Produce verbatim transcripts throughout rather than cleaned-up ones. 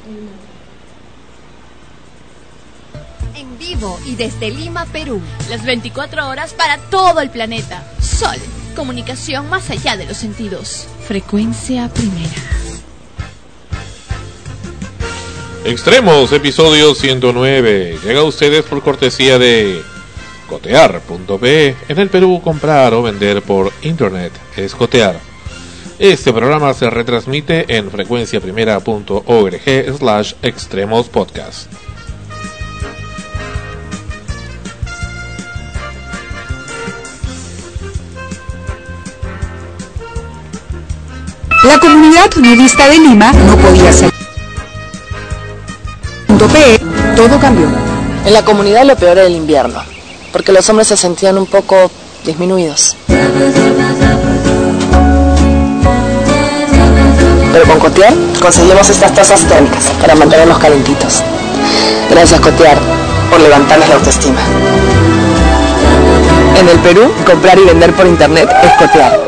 En vivo y desde Lima, Perú. Las veinticuatro horas para todo el planeta. Sol, comunicación más allá de los sentidos. Frecuencia Primera. Extremos, episodio ciento nueve. Llega a ustedes por cortesía de cotear punto pe. En el Perú, comprar o vender por internet es cotear. Este programa se retransmite en frecuencia primera punto org slash extremos podcast. La comunidad nudista de Lima no podía ser. P, todo cambió. En la comunidad lo peor era el invierno, porque los hombres se sentían un poco disminuidos. Pero con Cotear conseguimos estas tazas térmicas para mantenernos calentitos. Gracias, Cotear, por levantarnos la autoestima. En el Perú, comprar y vender por internet es Cotear.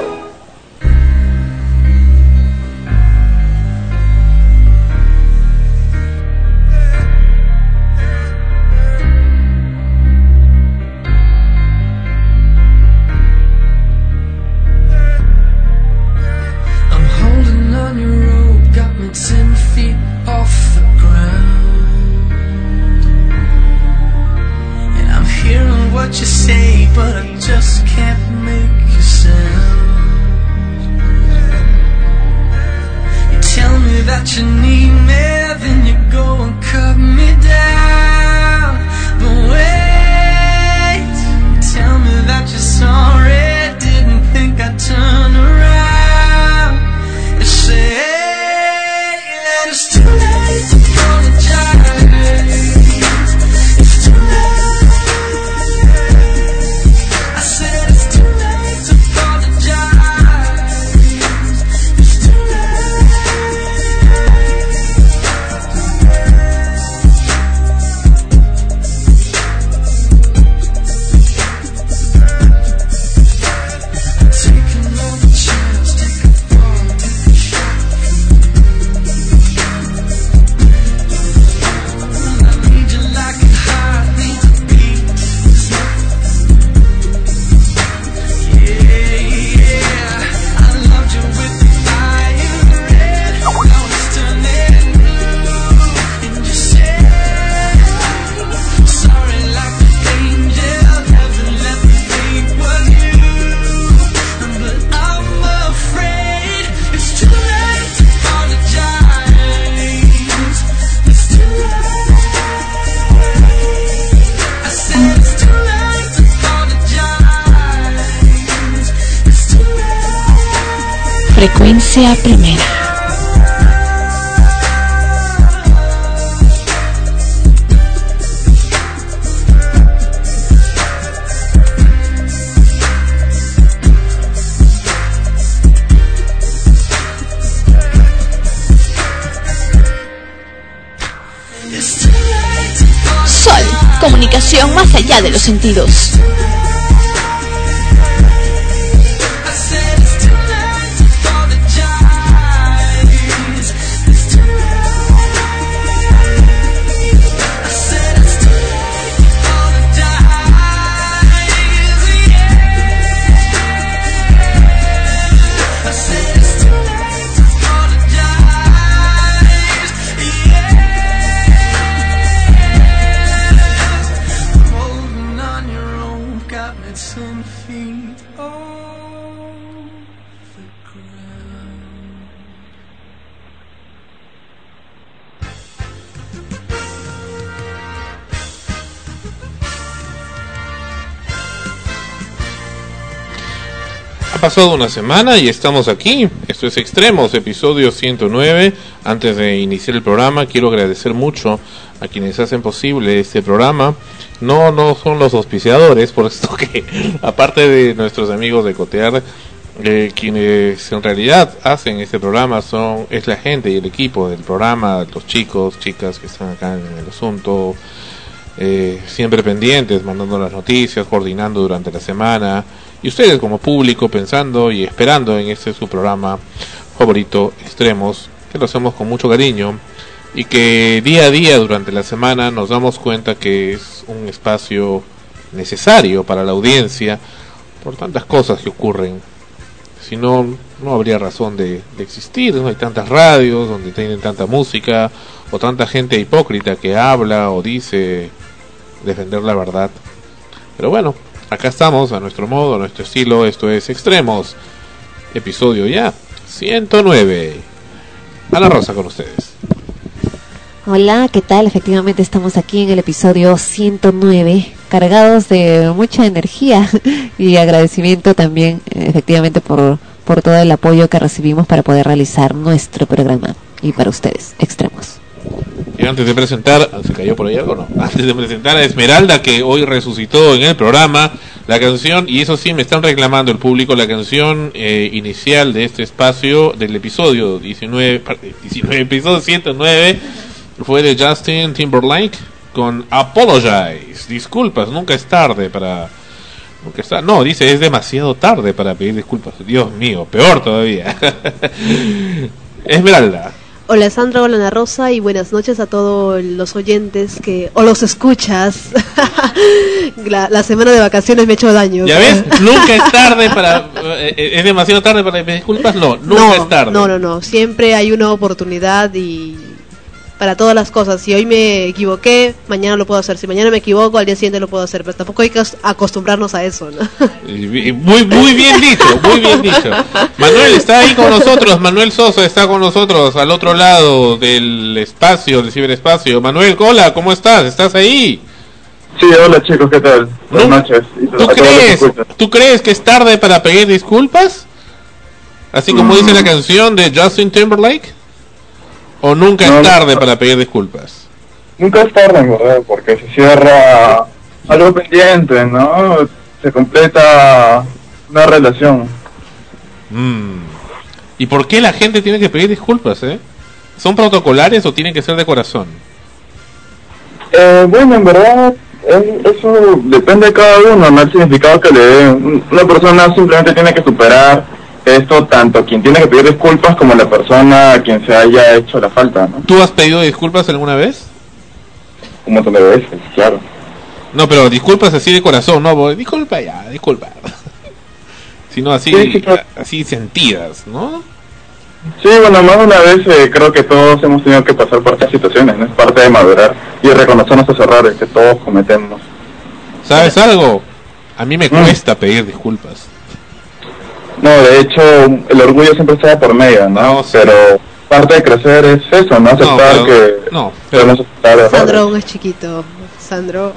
Frecuencia Primera. Sol, comunicación más allá de los sentidos. Ha pasado una semana y estamos aquí. Esto es Extremos, episodio ciento nueve. Antes de iniciar el programa, quiero agradecer mucho a quienes hacen posible este programa. No, no son los auspiciadores, por esto que, aparte de nuestros amigos de Cotear, eh, quienes en realidad hacen este programa son es la gente y el equipo del programa, los chicos, chicas que están acá en el asunto, eh, siempre pendientes, mandando las noticias, coordinando durante la semana. Y ustedes como público pensando y esperando en este su programa favorito, Extremos, que lo hacemos con mucho cariño, y que día a día durante la semana nos damos cuenta que es un espacio necesario para la audiencia por tantas cosas que ocurren. Si no, no habría razón de, de existir. No hay tantas radios donde tienen tanta música o tanta gente hipócrita que habla o dice defender la verdad. Pero bueno, acá estamos a nuestro modo, a nuestro estilo. Esto es Extremos, episodio ya ciento nueve. Ana Rosa con ustedes. Hola, ¿qué tal? Efectivamente estamos aquí en el episodio ciento nueve, cargados de mucha energía y agradecimiento también, efectivamente, por, por todo el apoyo que recibimos para poder realizar nuestro programa. Y para ustedes, Extremos. Y antes de presentar, ¿se cayó por ahí algo? No. Antes de presentar a Esmeralda, que hoy resucitó en el programa, la canción, y eso sí, me están reclamando el público, la canción eh, inicial de este espacio, del episodio diecinueve, diecinueve episodio ciento nueve, fue de Justin Timberlake con Apologize. Disculpas, nunca es tarde para... Nunca está... No, dice, es demasiado tarde para pedir disculpas. Dios mío, peor todavía. Esmeralda. Hola Sandra, hola Ana Rosa y buenas noches a todos los oyentes que o los escuchas. la, la semana de vacaciones me ha hecho daño. ¿Ya ves? Nunca es tarde para... Eh, ¿Es demasiado tarde para pedir disculpas? No, nunca no, es tarde. No, no, no. Siempre hay una oportunidad y... para todas las cosas. Si hoy me equivoqué, mañana lo puedo hacer. Si mañana me equivoco, al día siguiente lo puedo hacer. Pero tampoco hay que acostumbrarnos a eso, ¿no? Muy, muy bien dicho, muy bien dicho. Manuel está ahí con nosotros. Manuel Sosa está con nosotros al otro lado del espacio, del ciberespacio. Manuel, hola, ¿cómo estás? ¿Estás ahí? Sí, hola chicos, ¿qué tal? Buenas ¿No? noches. ¿Tú crees, ¿Tú crees que es tarde para pedir disculpas? Así como mm. dice la canción de Justin Timberlake. ¿O nunca no, es tarde no, para pedir disculpas? Nunca es tarde, en verdad, porque se cierra algo pendiente, ¿no? Se completa una relación. Mm. ¿Y por qué la gente tiene que pedir disculpas, eh? ¿Son protocolares o tienen que ser de corazón? Eh, bueno, en verdad, es, eso depende de cada uno, no el significado que le dé. Una persona simplemente tiene que superar esto, tanto quien tiene que pedir disculpas como la persona a quien se haya hecho la falta, ¿no? ¿Tú has pedido disculpas alguna vez? Un montón de veces, claro. No, pero disculpas así de corazón, ¿no? Disculpa ya, disculpa. Sino así, sí, sí, claro. Así sentidas, ¿no? Sí, bueno, más de una vez eh, creo que todos hemos tenido que pasar por estas situaciones, ¿no? Es parte de madurar y reconocer nuestros errores que todos cometemos. ¿Sabes algo? A mí me mm. cuesta pedir disculpas. No, de hecho, el orgullo siempre está por medio, ¿no? no sí. Pero parte de crecer es eso, ¿no? Aceptar no, pero, que... No, pero... Sandro aún es chiquito, Sandro.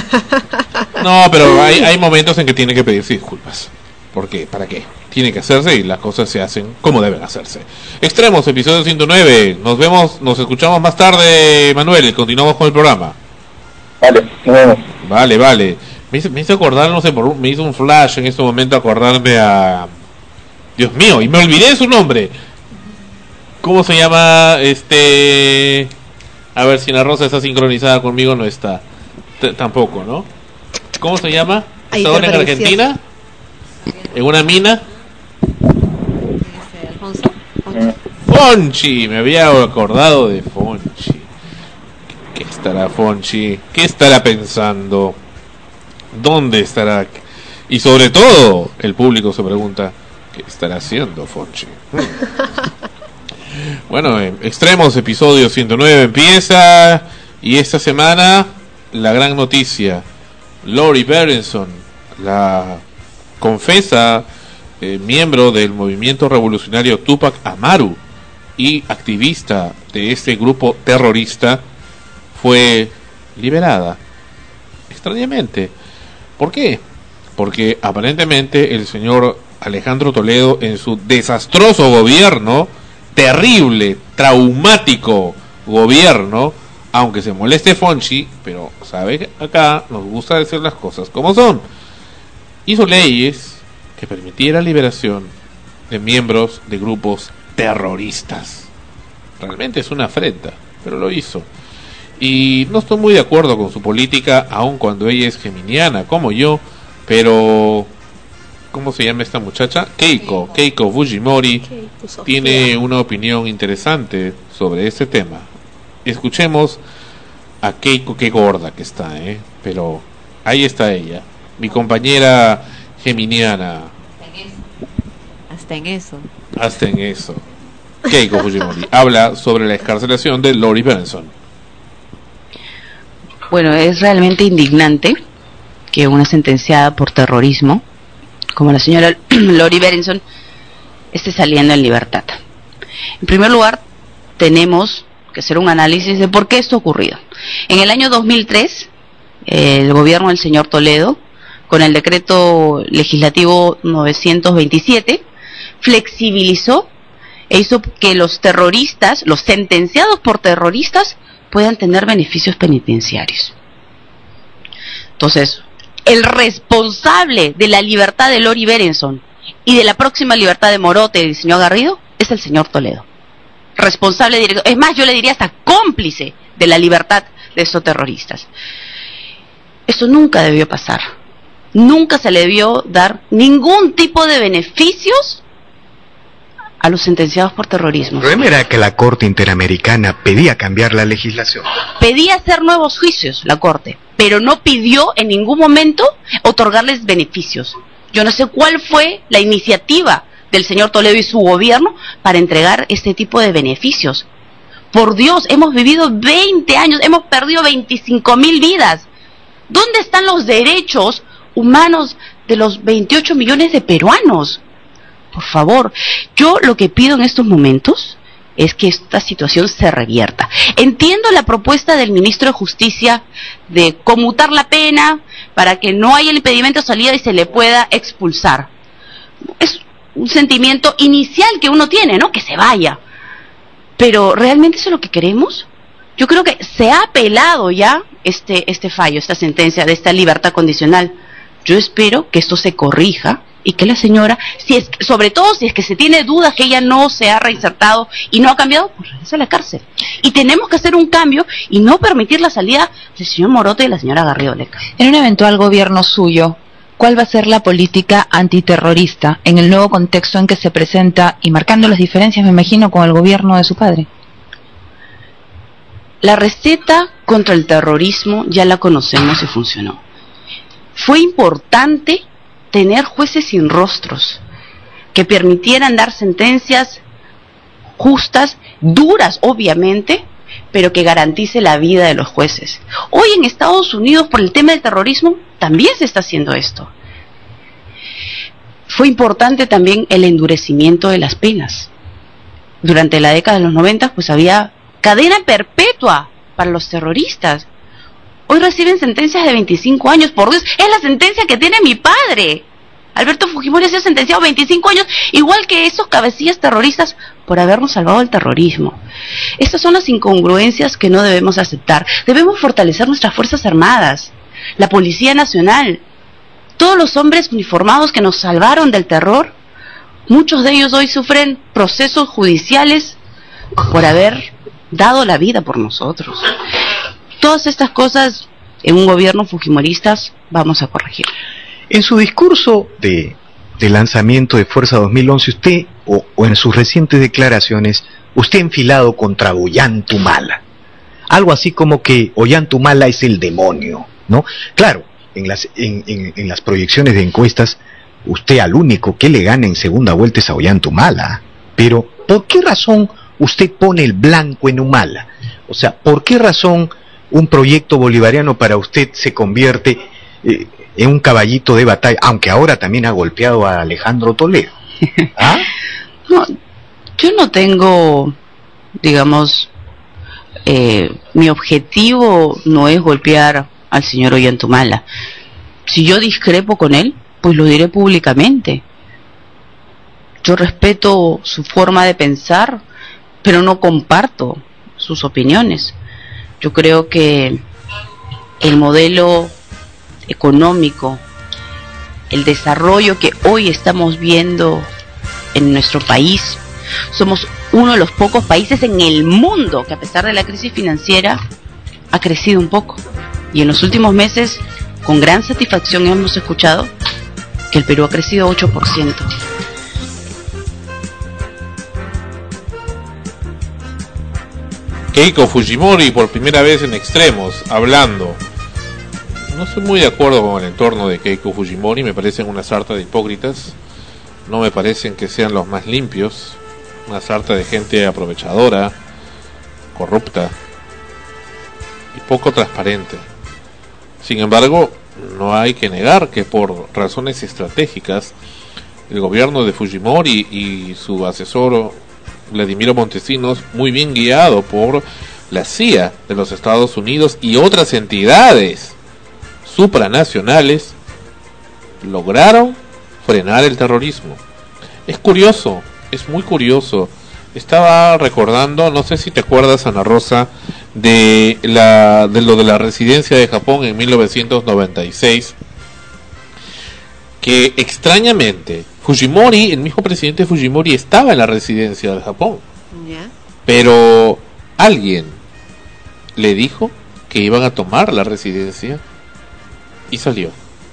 No, pero hay, hay momentos en que tiene que pedirse disculpas. ¿Por qué? ¿Para qué? Tiene que hacerse y las cosas se hacen como deben hacerse. Extremos, episodio ciento nueve. Nos vemos, nos escuchamos más tarde, Manuel. Continuamos con el programa. Vale, nos vemos. Vale, vale. Me hizo, me hizo acordar, no sé, por, me hizo un flash en este momento acordarme a... Dios mío, y me olvidé de su nombre. ¿Cómo se llama? Este... A ver si Ana Rosa está sincronizada conmigo, no está. T- tampoco, ¿no? ¿Cómo se llama? ¿Está ahora en Argentina? ¿En una mina? ¿Alfonso? Fonchi, me había acordado de Fonchi. ¿Qué estará Fonchi? ¿Qué estará pensando? ¿Dónde estará? Y sobre todo, el público se pregunta, ¿qué estará haciendo Fonchi? Bueno, eh, Extremos, episodio ciento nueve empieza. Y esta semana, la gran noticia. Lori Berenson, la confesa eh, miembro del movimiento revolucionario Tupac Amaru y activista de este grupo terrorista, fue liberada. Extrañamente. ¿Por qué? Porque aparentemente el señor Alejandro Toledo, en su desastroso gobierno, terrible, traumático gobierno, aunque se moleste Fonchi, pero sabe que acá nos gusta decir las cosas como son, hizo leyes que permitieran la liberación de miembros de grupos terroristas. Realmente es una afrenta, pero lo hizo. Y no estoy muy de acuerdo con su política, aun cuando ella es geminiana como yo, pero ¿cómo se llama esta muchacha? Keiko, Keiko Fujimori, Keiko tiene una opinión interesante sobre este tema. escuchemos a Keiko, qué gorda que está, ¿eh? Pero ahí está ella, mi compañera geminiana. Hasta en eso. Hasta en eso. Keiko Fujimori habla sobre la excarcelación de Lori Berenson. Bueno, es realmente indignante que una sentenciada por terrorismo, como la señora Lori Berenson, esté saliendo en libertad. En primer lugar, tenemos que hacer un análisis de por qué esto ha ocurrido. En el año dos mil tres, eh, el gobierno del señor Toledo, con el decreto legislativo novecientos veintisiete, flexibilizó e hizo que los terroristas, los sentenciados por terroristas, puedan tener beneficios penitenciarios. Entonces, el responsable de la libertad de Lori Berenson y de la próxima libertad de Morote y del señor Garrido es el señor Toledo. Responsable directo, es más, yo le diría hasta cómplice de la libertad de esos terroristas. Eso nunca debió pasar. Nunca se le debió dar ningún tipo de beneficios a los sentenciados por terrorismo. El problema era que la Corte Interamericana pedía cambiar la legislación. Pedía hacer nuevos juicios, la Corte, pero no pidió en ningún momento otorgarles beneficios. Yo no sé cuál fue la iniciativa del señor Toledo y su gobierno para entregar este tipo de beneficios. Por Dios, hemos vivido veinte años, hemos perdido veinticinco mil vidas. ¿Dónde están los derechos humanos de los veintiocho millones de peruanos? Por favor, yo lo que pido en estos momentos es que esta situación se revierta. Entiendo la propuesta del ministro de Justicia de conmutar la pena para que no haya el impedimento de salida y se le pueda expulsar. Es un sentimiento inicial que uno tiene, ¿no? Que se vaya. Pero ¿realmente eso es lo que queremos? Yo creo que se ha apelado ya este, este fallo, esta sentencia de esta libertad condicional. Yo espero que esto se corrija y que la señora, si es, sobre todo si es que se tiene dudas que ella no se ha reinsertado y no ha cambiado, pues regresa a la cárcel. Y tenemos que hacer un cambio y no permitir la salida del señor Morote y de la señora Garrido Leca. En un eventual gobierno suyo, ¿cuál va a ser la política antiterrorista en el nuevo contexto en que se presenta y marcando las diferencias, me imagino, con el gobierno de su padre? La receta contra el terrorismo ya la conocemos y funcionó. Fue importante tener jueces sin rostros, que permitieran dar sentencias justas, duras obviamente, pero que garantice la vida de los jueces. Hoy en Estados Unidos, por el tema del terrorismo, también se está haciendo esto. Fue importante también el endurecimiento de las penas. Durante la década de los noventa, pues había cadena perpetua para los terroristas. Hoy reciben sentencias de veinticinco años, por Dios, es la sentencia que tiene mi padre. Alberto Fujimori ha sido sentenciado a veinticinco años, igual que esos cabecillas terroristas, por habernos salvado del terrorismo. Estas son las incongruencias que no debemos aceptar. Debemos fortalecer nuestras Fuerzas Armadas, la Policía Nacional, todos los hombres uniformados que nos salvaron del terror. Muchos de ellos hoy sufren procesos judiciales por haber dado la vida por nosotros. Todas estas cosas en un gobierno fujimorista vamos a corregir. En su discurso de, de lanzamiento de Fuerza dos mil once, usted, o, o en sus recientes declaraciones, usted ha enfilado contra Ollantumala. Algo así como que Ollantumala es el demonio, ¿no? Claro, en las, en, en, en las proyecciones de encuestas, usted al único que le gana en segunda vuelta es a Ollantumala. Pero, ¿por qué razón usted pone el blanco en Humala? O sea, ¿por qué razón un proyecto bolivariano para usted se convierte eh, en un caballito de batalla, aunque ahora también ha golpeado a Alejandro Toledo? ¿Ah? No, yo no tengo, digamos, eh, mi objetivo no es golpear al señor Ollantumala. Si yo discrepo con él, pues lo diré públicamente. Yo respeto su forma de pensar, pero no comparto sus opiniones. Yo creo que el modelo económico, el desarrollo que hoy estamos viendo en nuestro país, somos uno de los pocos países en el mundo que, a pesar de la crisis financiera, ha crecido un poco. Y en los últimos meses, con gran satisfacción hemos escuchado que el Perú ha crecido ocho por ciento. Keiko Fujimori por primera vez en Extremos, hablando. No estoy muy de acuerdo con el entorno de Keiko Fujimori, me parecen una sarta de hipócritas, no me parecen que sean los más limpios, una sarta de gente aprovechadora, corrupta y poco transparente. Sin embargo, no hay que negar que por razones estratégicas el gobierno de Fujimori y su asesor Vladimiro Montesinos, muy bien guiado por la C I A de los Estados Unidos y otras entidades supranacionales, lograron frenar el terrorismo. Es curioso, es muy curioso. Estaba recordando, no sé si te acuerdas, Ana Rosa, de la de lo de la residencia de Japón en mil novecientos noventa y seis, que extrañamente Fujimori, el mismo presidente Fujimori, estaba en la residencia de Japón, ¿Ya? pero alguien le dijo que iban a tomar la residencia y salió.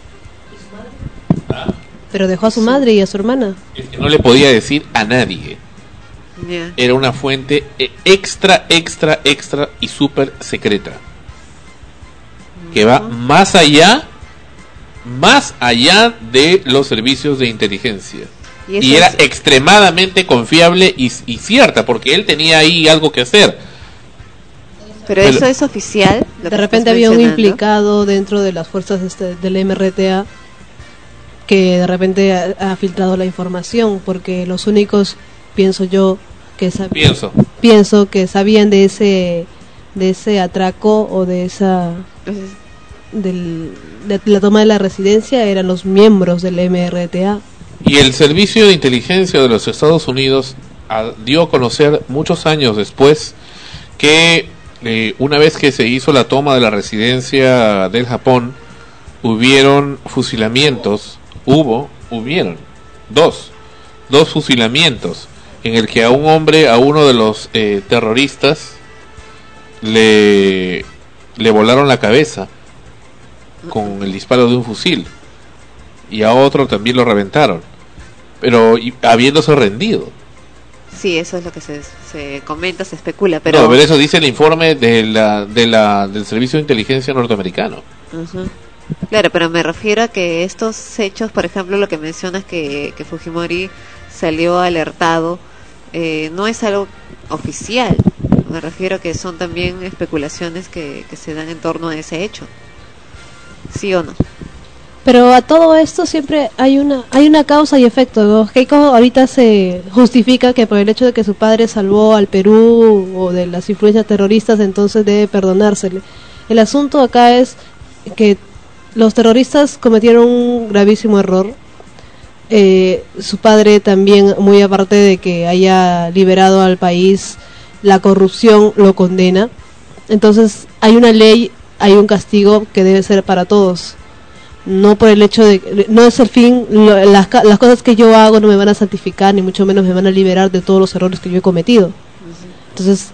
Pero dejó a su madre y a su hermana. Es que no le podía decir a nadie. Ya. Era una fuente extra, extra, extra y súper secreta, que va más allá, más allá de los servicios de inteligencia. Y, eso Y era es- extremadamente confiable y, y cierta, porque él tenía ahí algo que hacer. Pero Pero- eso es oficial. lo De que repente estás había un mencionando. implicado dentro de las fuerzas este, del M R T A que de repente ha, ha filtrado la información, porque los únicos, pienso yo, que sab- Pienso. pienso que sabían de ese de ese atraco o de esa del, de la toma de la residencia eran los miembros del M R T A. Y el Servicio de Inteligencia de los Estados Unidos a, dio a conocer muchos años después que eh, una vez que se hizo la toma de la residencia del Japón, hubieron fusilamientos, hubo, hubieron dos, dos fusilamientos en el que a un hombre, a uno de los eh, terroristas, le, le volaron la cabeza con el disparo de un fusil, y a otro también lo reventaron, pero y- habiéndose rendido. Sí, eso es lo que se, se comenta, se especula, pero... No, pero eso dice el informe de la, de la, del Servicio de Inteligencia norteamericano. Ujú. Claro, pero me refiero a que estos hechos, por ejemplo, lo que mencionas que, que Fujimori salió alertado, eh, no es algo oficial. Me refiero a que son también especulaciones que, que se dan en torno a ese hecho. ¿Sí o no? Pero a todo esto siempre hay una hay una causa y efecto, ¿no? Keiko ahorita se justifica que por el hecho de que su padre salvó al Perú o de las influencias terroristas, entonces debe perdonársele. El asunto acá es que los terroristas cometieron un gravísimo error. Eh, su padre también, muy aparte de que haya liberado al país, la corrupción lo condena. Entonces hay una ley, hay un castigo que debe ser para todos. No por el hecho de, no es el fin, lo- las, ca- las cosas que yo hago no me van a santificar, ni mucho menos me van a liberar de todos los errores que yo he cometido. Entonces,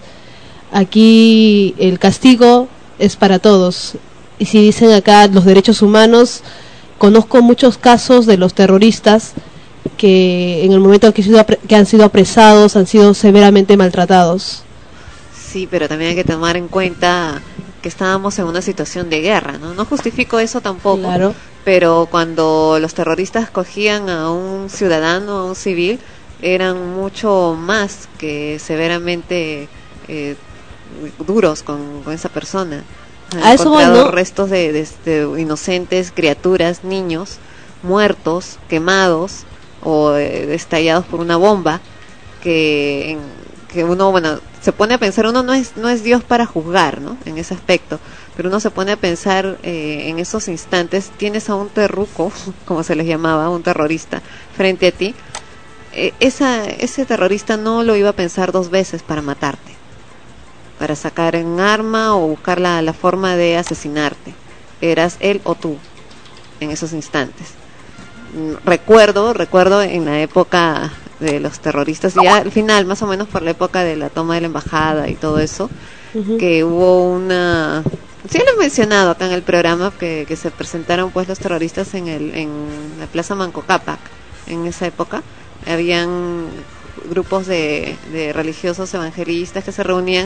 aquí el castigo es para todos. Y si dicen acá los derechos humanos, conozco muchos casos de los terroristas que en el momento que, sido apre- que han sido apresados han sido severamente maltratados. Sí, pero también hay que tomar en cuenta que estábamos en una situación de guerra, ¿no? No justifico eso tampoco, Claro. pero cuando los terroristas cogían a un ciudadano, a un civil, eran mucho más que severamente eh, duros con, con esa persona. Han A eso voy, encontrado ¿no? restos de, de- de inocentes, criaturas, niños, muertos, quemados o eh, estallados por una bomba, que, en- que uno, bueno, se pone a pensar, uno no es, no es Dios para juzgar, ¿no? En ese aspecto, pero uno se pone a pensar eh, en esos instantes, tienes a un terruco, como se les llamaba, un terrorista, frente a ti, eh, esa, ese terrorista no lo iba a pensar dos veces para matarte, para sacar un arma o buscar la, la forma de asesinarte. Eras él o tú en esos instantes. Mm, Recuerdo, recuerdo en la época de los terroristas, ya al final, más o menos por la época de la toma de la embajada y todo eso, Ujú. que hubo una... Sí lo he mencionado acá en el programa, que, que se presentaron pues los terroristas en, el, en la Plaza Manco Cápac en esa época. Habían grupos de, de religiosos evangelistas que se reunían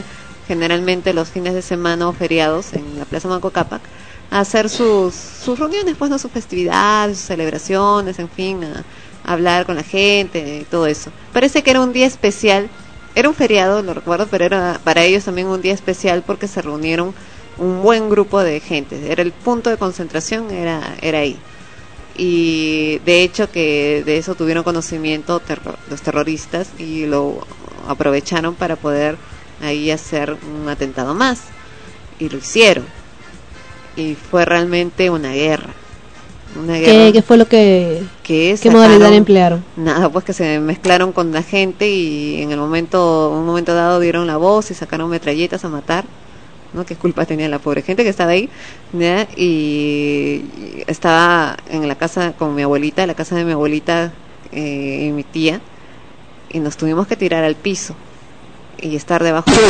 generalmente los fines de semana o feriados en la Plaza Manco Cápac, a hacer sus, sus reuniones, pues no, sus festividades, sus celebraciones, en fin, a, a hablar con la gente y todo eso. Parece que era un día especial, era un feriado, lo recuerdo, pero era para ellos también un día especial porque se reunieron un buen grupo de gente, era el punto de concentración, era, era ahí. Y de hecho que de eso tuvieron conocimiento terror, los terroristas y lo aprovecharon para poder ahí hacer un atentado más, y lo hicieron. Y fue realmente una guerra. Una guerra ¿Qué, ¿Qué fue lo que... que ¿Qué modalidad emplearon? Nada, pues que se mezclaron con la gente y en el momento, un momento dado dieron la voz y sacaron metralletas a matar, ¿no? Qué culpa tenía la pobre gente que estaba ahí, ¿ya? Y estaba en la casa con mi abuelita, la casa de mi abuelita eh, y mi tía, y nos tuvimos que tirar al piso y estar debajo de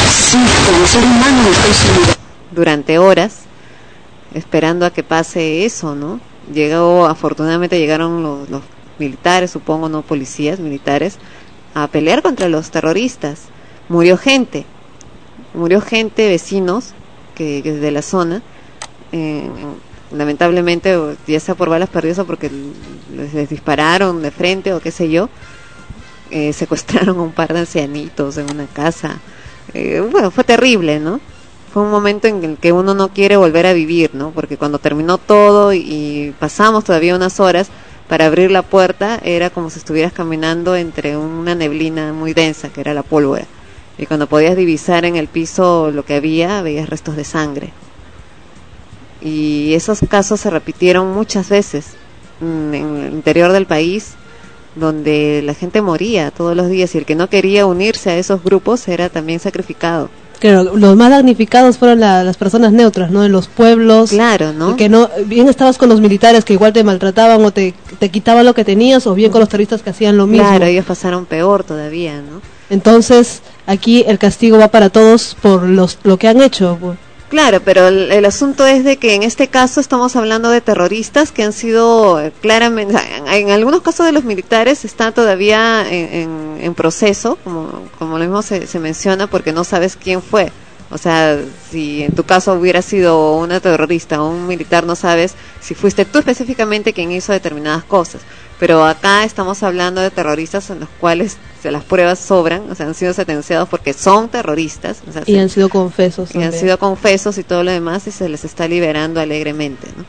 durante horas esperando a que pase eso, ¿no? Llegó, afortunadamente llegaron los, los militares, supongo, no policías, militares, a pelear contra los terroristas. Murió gente, murió gente, vecinos que, que de la zona, eh, lamentablemente, ya sea por balas perdidas o porque les, les dispararon de frente o qué sé yo. Eh, secuestraron a un par de ancianitos en una casa. Eh, bueno, fue terrible, ¿no? Fue un momento en el que uno no quiere volver a vivir, ¿no? Porque cuando terminó todo y, y pasamos todavía unas horas para abrir la puerta, era como si estuvieras caminando entre una neblina muy densa, que era la pólvora. Y cuando podías divisar en el piso lo que había, veías restos de sangre. Y esos casos se repitieron muchas veces en el interior del país, donde la gente moría todos los días y el que no quería unirse a esos grupos era también sacrificado. Claro, los más damnificados fueron la, las personas neutras, ¿no? En los pueblos. Claro, ¿no? Que no, bien estabas con los militares que igual te maltrataban o te, te quitaban lo que tenías, o bien con los terroristas que hacían lo mismo. Claro, ellos pasaron peor todavía, ¿no? Entonces, aquí el castigo va para todos por los lo que han hecho, pues. Claro, pero el, el asunto es de que en este caso estamos hablando de terroristas que han sido eh, claramente, o sea, en, en algunos casos de los militares está todavía en, en, en proceso, como, como lo mismo se, se menciona, porque no sabes quién fue. O sea, si en tu caso hubiera sido una terrorista o un militar, no sabes si fuiste tú específicamente quien hizo determinadas cosas. Pero acá estamos hablando de terroristas en los cuales se las pruebas sobran, o sea, han sido sentenciados porque son terroristas. O sea, y se, han sido confesos. Y también. han sido confesos y todo lo demás, y se les está liberando alegremente, ¿no?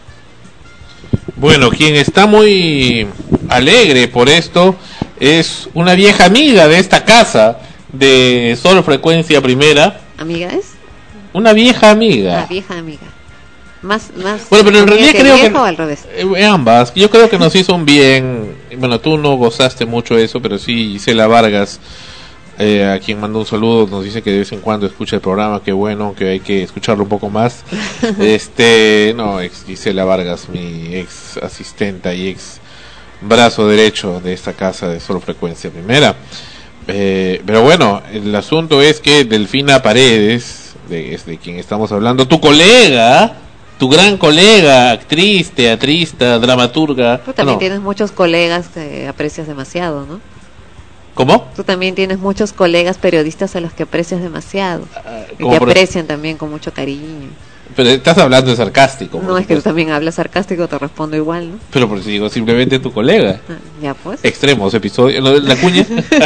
Bueno, quien está muy alegre por esto es una vieja amiga de esta casa, de Sol Frecuencia Primera. ¿Amiga es? Una vieja amiga. Una vieja amiga. Más, más bueno, pero en realidad que creo que o al revés. Eh, ambas. Yo creo que nos hizo un bien. Bueno, tú no gozaste mucho eso, pero sí Gisela Vargas, eh, a quien mando un saludo, nos dice que de vez en cuando escucha el programa. Qué bueno, que hay que escucharlo un poco más. este, no, ex Gisela Vargas, mi ex asistenta y ex brazo derecho de esta casa de Sol Frecuencia Primera. Eh, pero bueno, el asunto es que Delfina Paredes, de, es de quien estamos hablando, tu colega, tu gran colega, actriz, teatrista, dramaturga. Tú también no. tienes muchos colegas que aprecias demasiado, ¿no? ¿Cómo? Tú también tienes muchos colegas periodistas a los que aprecias demasiado. Uh, y te aprecian también con mucho cariño. Pero estás hablando de sarcástico. No, es que tú también hablas sarcástico, te respondo igual, ¿no? Pero por si digo simplemente tu colega. Ah, ya pues. Extremos, episodio, la cuña.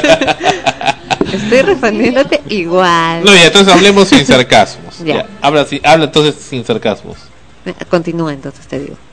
Estoy respondiéndote igual. No, ya, entonces hablemos sin sarcasmos. Ya. Ya, habla, habla entonces sin sarcasmos. Continúa entonces, te digo.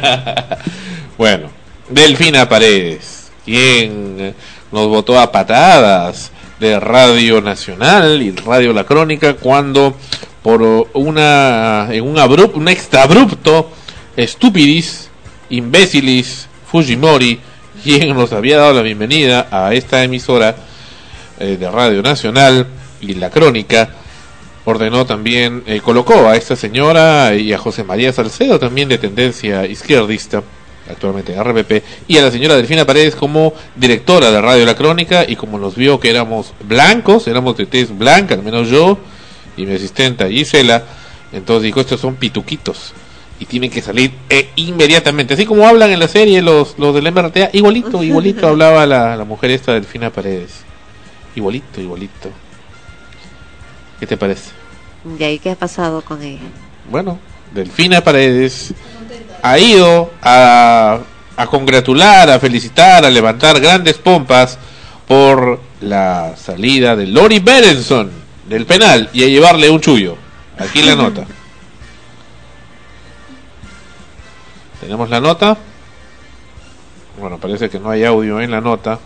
Bueno, Delfina Paredes, quien nos votó a patadas de Radio Nacional y Radio La Crónica cuando por una en un abrupto, un extrabrupto estupidis, imbécilis Fujimori, quien nos había dado la bienvenida a esta emisora eh, de Radio Nacional y La Crónica, ordenó también, eh, colocó a esta señora y a José María Salcedo, también de tendencia izquierdista, actualmente en R P P, y a la señora Delfina Paredes como directora de Radio La Crónica, y como nos vio que éramos blancos, éramos de tez blanca, al menos yo y mi asistenta Gisela, entonces dijo, estos son pituquitos y tienen que salir eh, inmediatamente, así como hablan en la serie los, los del M R T A, igualito, igualito hablaba la, la mujer esta Delfina Paredes, igualito, igualito. ¿Qué te parece? ¿Y ahí qué ha pasado con ella? Bueno, Delfina Paredes ha ido a, a congratular, a felicitar, a levantar grandes pompas por la salida de Lori Berenson del penal y a llevarle un chullo. Aquí la nota. Tenemos la nota. Bueno, parece que no hay audio en la nota.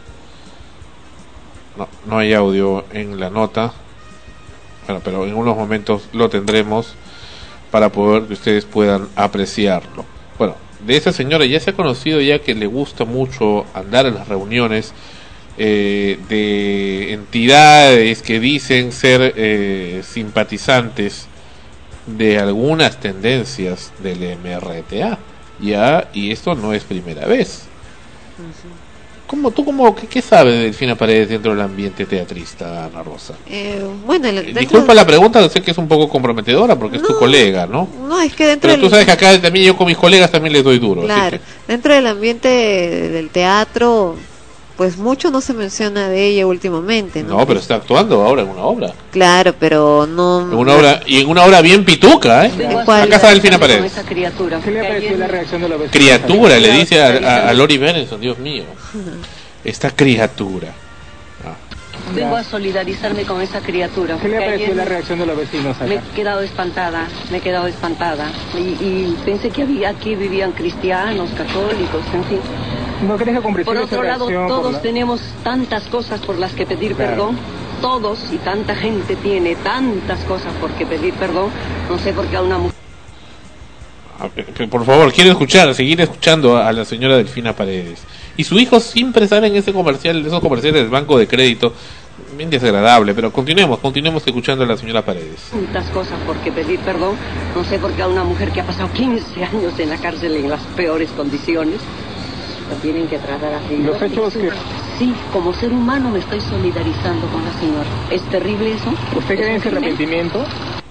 No, no hay audio en la nota. Bueno, pero en unos momentos lo tendremos para poder que ustedes puedan apreciarlo. Bueno, de esa señora ya se ha conocido ya que le gusta mucho andar en las reuniones eh, de entidades que dicen ser eh, simpatizantes de algunas tendencias del M R T A. Ya, y esto no es primera vez. ¿Cómo, ¿Tú cómo, qué, qué sabes de Delfina Paredes dentro del ambiente teatrista, Ana Rosa? Eh, bueno, el, Disculpa la pregunta, sé que es un poco comprometedora porque no, es tu colega, ¿no? No, es que dentro Pero tú sabes que acá también yo con mis colegas también les doy duro. Claro, así que... dentro del ambiente del teatro, pues mucho no se menciona de ella últimamente, ¿no? No, pero está actuando ahora en una obra. Claro, pero no... En una obra, y en una obra bien pituca, ¿eh? ¿Cuál? Acá está Delfina Paredes. Criatura. ¿Qué le pareció la reacción de la vecina? Criatura, le dice a, a, a Lori Berenson, Dios mío. Esta criatura. Ah. Vengo a solidarizarme con esa criatura. ¿Qué le pareció la reacción de los vecinos acá? Me he quedado espantada, me he quedado espantada. Y, y pensé que había, aquí vivían cristianos, católicos, en fin. ¿No crees que comprensible Por otro lado, todos por la... tenemos tantas cosas por las que pedir claro. perdón. Todos y tanta gente tiene tantas cosas por que pedir perdón. No sé por qué a una mujer... Por favor, quiero escuchar, seguir escuchando a la señora Delfina Paredes. Y su hijo siempre sale en ese comercial, esos comerciales del banco de crédito, bien desagradable, pero continuemos, continuemos escuchando a la señora Paredes. Tantas cosas por que pedir perdón, no sé por qué a una mujer que ha pasado quince años en la cárcel en las peores condiciones, la tienen que tratar así. Los hechos que... Sí, como ser humano me estoy solidarizando con la señora. ¿Es terrible eso? ¿Usted cree en ese arrepentimiento?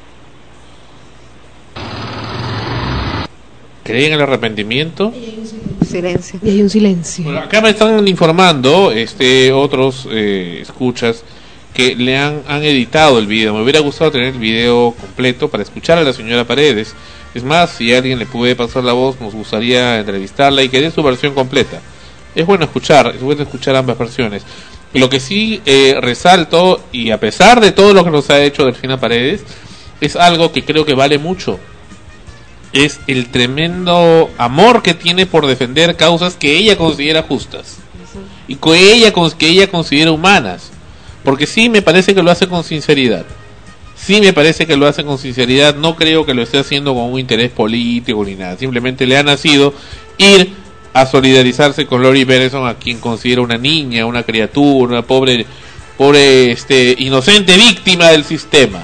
¿Creen en el arrepentimiento? Silencio. Y hay un silencio. Bueno, acá me están informando este otros eh, escuchas que le han, han editado el video. Me hubiera gustado tener el video completo para escuchar a la señora Paredes. Es más, si alguien le puede pasar la voz, nos gustaría entrevistarla y que dé su versión completa. Es bueno escuchar, es bueno escuchar ambas versiones. Lo que sí eh, resalto, y a pesar de todo lo que nos ha hecho Delfina Paredes, es algo que creo que vale mucho. Es el tremendo amor que tiene por defender causas que ella considera justas y que ella, que ella considera humanas, porque sí me parece que lo hace con sinceridad, sí me parece que lo hace con sinceridad, no creo que lo esté haciendo con un interés político ni nada, simplemente le ha nacido ir a solidarizarse con Lori Berenson, a quien considera una niña, una criatura, una pobre, pobre este, inocente víctima del sistema.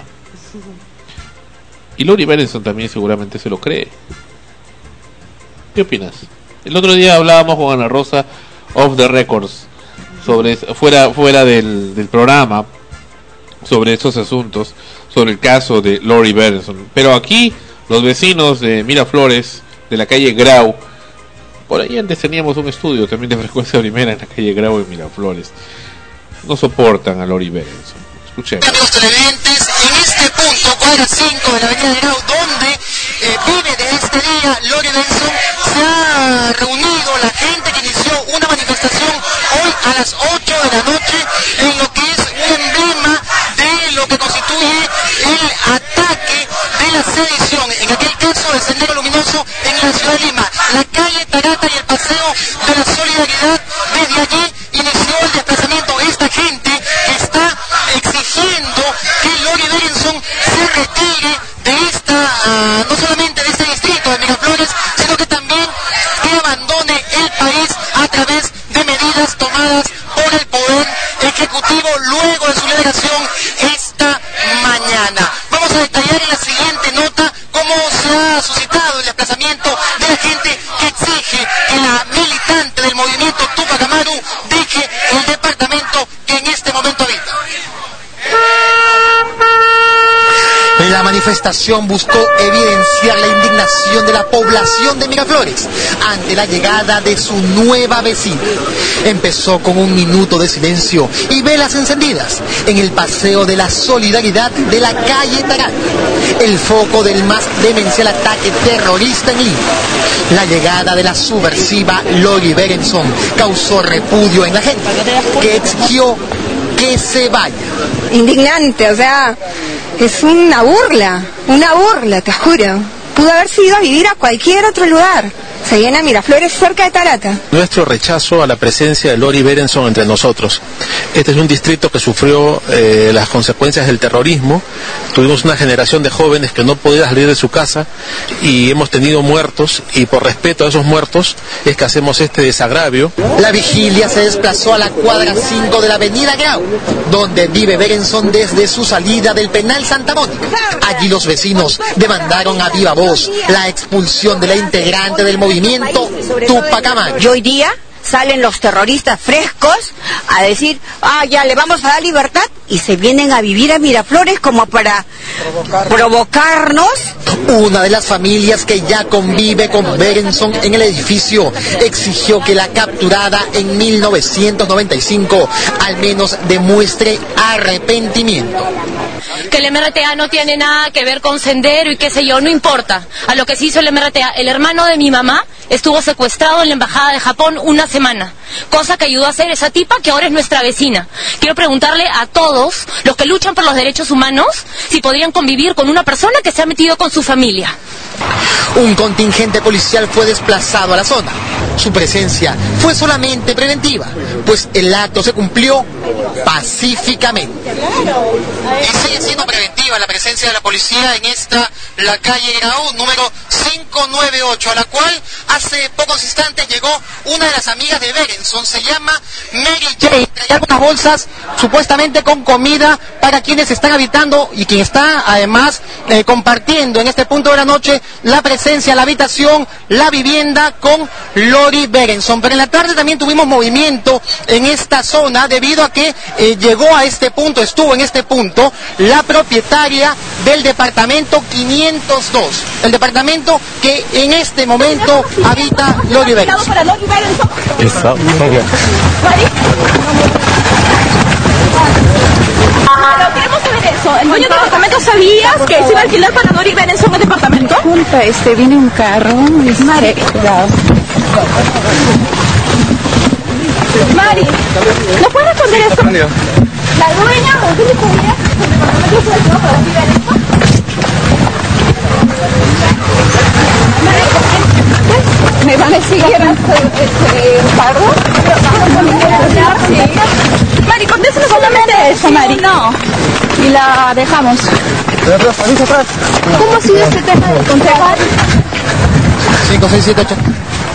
Y Lori Berenson también seguramente se lo cree. ¿Qué opinas? El otro día hablábamos con Ana Rosa off the records sobre fuera fuera del, del programa sobre esos asuntos, sobre el caso de Lori Berenson. Pero aquí los vecinos de Miraflores, de la calle Grau, por ahí antes teníamos un estudio también de Frecuencia Primera en la calle Grau en Miraflores, no soportan a Lori Berenson. Escuchemos. Amigos televidentes, en este punto, cuadra cinco de la avenida de Grau, donde eh, vive de este día Lori Berenson, se ha reunido la gente que inició una manifestación hoy a las ocho de la noche en lo que es un emblema de lo que constituye el ataque de la sedición, en aquel caso el Sendero Luminoso en la ciudad de Lima, la calle Tarata y el Paseo de la Solidaridad. Desde allí inició el desplazamiento. Esta gente está exigiendo que Lori Berenson se retire de esta, uh, no solamente de este distrito de Miraflores, sino que también que abandone el país a través de medidas tomadas por el Poder Ejecutivo luego de su liberación esta mañana. Vamos a detallar en la siguiente nota cómo se ha suscitado el desplazamiento de la gente que exige que la militante del movimiento Tupac Amaru deje el departamento que en este momento habita. La manifestación manifestación buscó evidenciar la indignación de la población de Miraflores ante la llegada de su nueva vecina. Empezó con un minuto de silencio y velas encendidas en el Paseo de la Solidaridad de la calle Tarata, el foco del más demencial ataque terrorista en Lima. La llegada de la subversiva Lori Berenson causó repudio en la gente, que exigió que se vaya. Indignante, o sea, es una burla, una burla, te juro. Pudo haberse ido a vivir a cualquier otro lugar. Se viene a Miraflores, cerca de Tarata. Nuestro rechazo a la presencia de Lori Berenson entre nosotros. Este es un distrito que sufrió eh, las consecuencias del terrorismo. Tuvimos una generación de jóvenes que no podía salir de su casa y hemos tenido muertos, y por respeto a esos muertos es que hacemos este desagravio. La vigilia se desplazó a la cuadra cinco de la avenida Grau, donde vive Berenson desde su salida del penal Santa Mónica. Allí los vecinos demandaron a viva voz la expulsión de la integrante del movimiento Tupac Amaru. Y hoy día salen los terroristas frescos a decir, ah, ya le vamos a dar libertad, y se vienen a vivir a Miraflores como para Provocar. provocarnos. Una de las familias que ya convive con Berenson en el edificio exigió que la capturada en mil novecientos noventa y cinco al menos demuestre arrepentimiento. Que el M R T A no tiene nada que ver con Sendero y qué sé yo, no importa. A lo que se hizo el M R T A, el hermano de mi mamá estuvo secuestrado en la embajada de Japón una semana, cosa que ayudó a hacer esa tipa que ahora es nuestra vecina. Quiero preguntarle a todos los que luchan por los derechos humanos si podrían convivir con una persona que se ha metido con su familia. Un contingente policial fue desplazado a la zona. Su presencia fue solamente preventiva, pues el acto se cumplió pacíficamente. Y sigue siendo preventiva la presencia de la policía en esta, la calle Grau, número quinientos noventa y ocho, a la cual hace pocos instantes llegó una de las amigas de Berenson, se llama Mary Jane. Traía algunas bolsas supuestamente con comida para quienes están habitando y quien está además eh, compartiendo en este punto de la noche la presencia, la habitación, la vivienda con Lori Berenson. Pero en la tarde también tuvimos movimiento en esta zona debido a que eh, llegó a este punto, estuvo en este punto la propietaria del departamento quinientos dos, el departamento que en este momento habita Lori Berenson. Pero queremos saber eso. ¿El dueño del departamento sabía que se iba a alquilar para Lori Berenson el departamento? Disculpa, este, viene un carro. Mari. Cuidado. Mari, ¿no puedes responder esto? La dueña o el sabía que el departamento se iba a alquilar para Lori Berenson. ¿Me van a seguir el carro? Mari, contéstanos solamente eso, Mari. No. Y la dejamos. ¿Cómo ha sido este tema del consejo? cinco, seis, siete, ocho.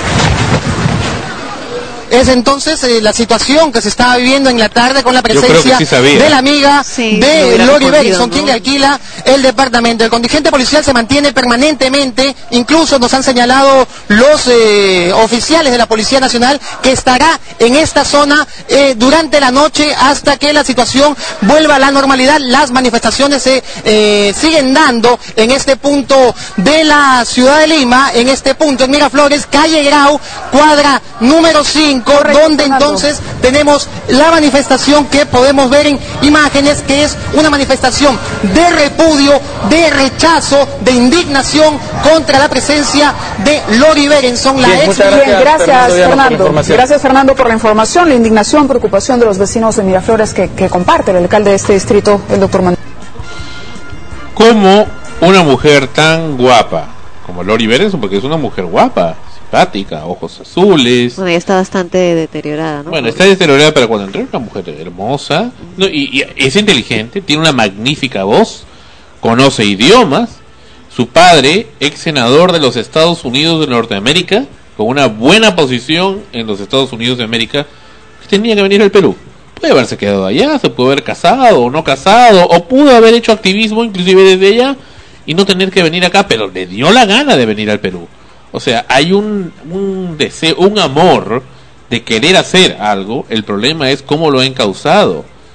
Es entonces eh, la situación que se estaba viviendo en la tarde con la presencia sí de la amiga sí, de Lori Berenson, ¿no? Quien le alquila el departamento. El contingente policial se mantiene permanentemente, incluso nos han señalado los eh, oficiales de la Policía Nacional que estará en esta zona eh, durante la noche hasta que la situación vuelva a la normalidad. Las manifestaciones se eh, siguen dando en este punto de la ciudad de Lima, en este punto en Miraflores, calle Grau, cuadra número cinco. Correcto, donde entonces tenemos la manifestación que podemos ver en imágenes, que es una manifestación de repudio, de rechazo, de indignación contra la presencia de Lori Berenson, la Bien, ex. Bien, gracias Fernando. Gracias Fernando por la información, la indignación, preocupación de los vecinos de Miraflores que, que comparte el alcalde de este distrito, el doctor Manuel. Como una mujer tan guapa como Lori Berenson, porque es una mujer guapa, simpática, ojos azules. Bueno, ya está bastante deteriorada, ¿no? Bueno, está deteriorada, pero cuando entró es una mujer hermosa, ¿no? y, y es inteligente, tiene una magnífica voz, conoce idiomas. Su padre, ex senador de los Estados Unidos de Norteamérica, con una buena posición en los Estados Unidos de América, tenía que venir al Perú. Puede haberse quedado allá, se pudo haber casado o no casado, o pudo haber hecho activismo inclusive desde allá y no tener que venir acá, pero le dio la gana de venir al Perú. O sea, hay un, un deseo, un amor de querer hacer algo. El problema es cómo lo ha encauzado.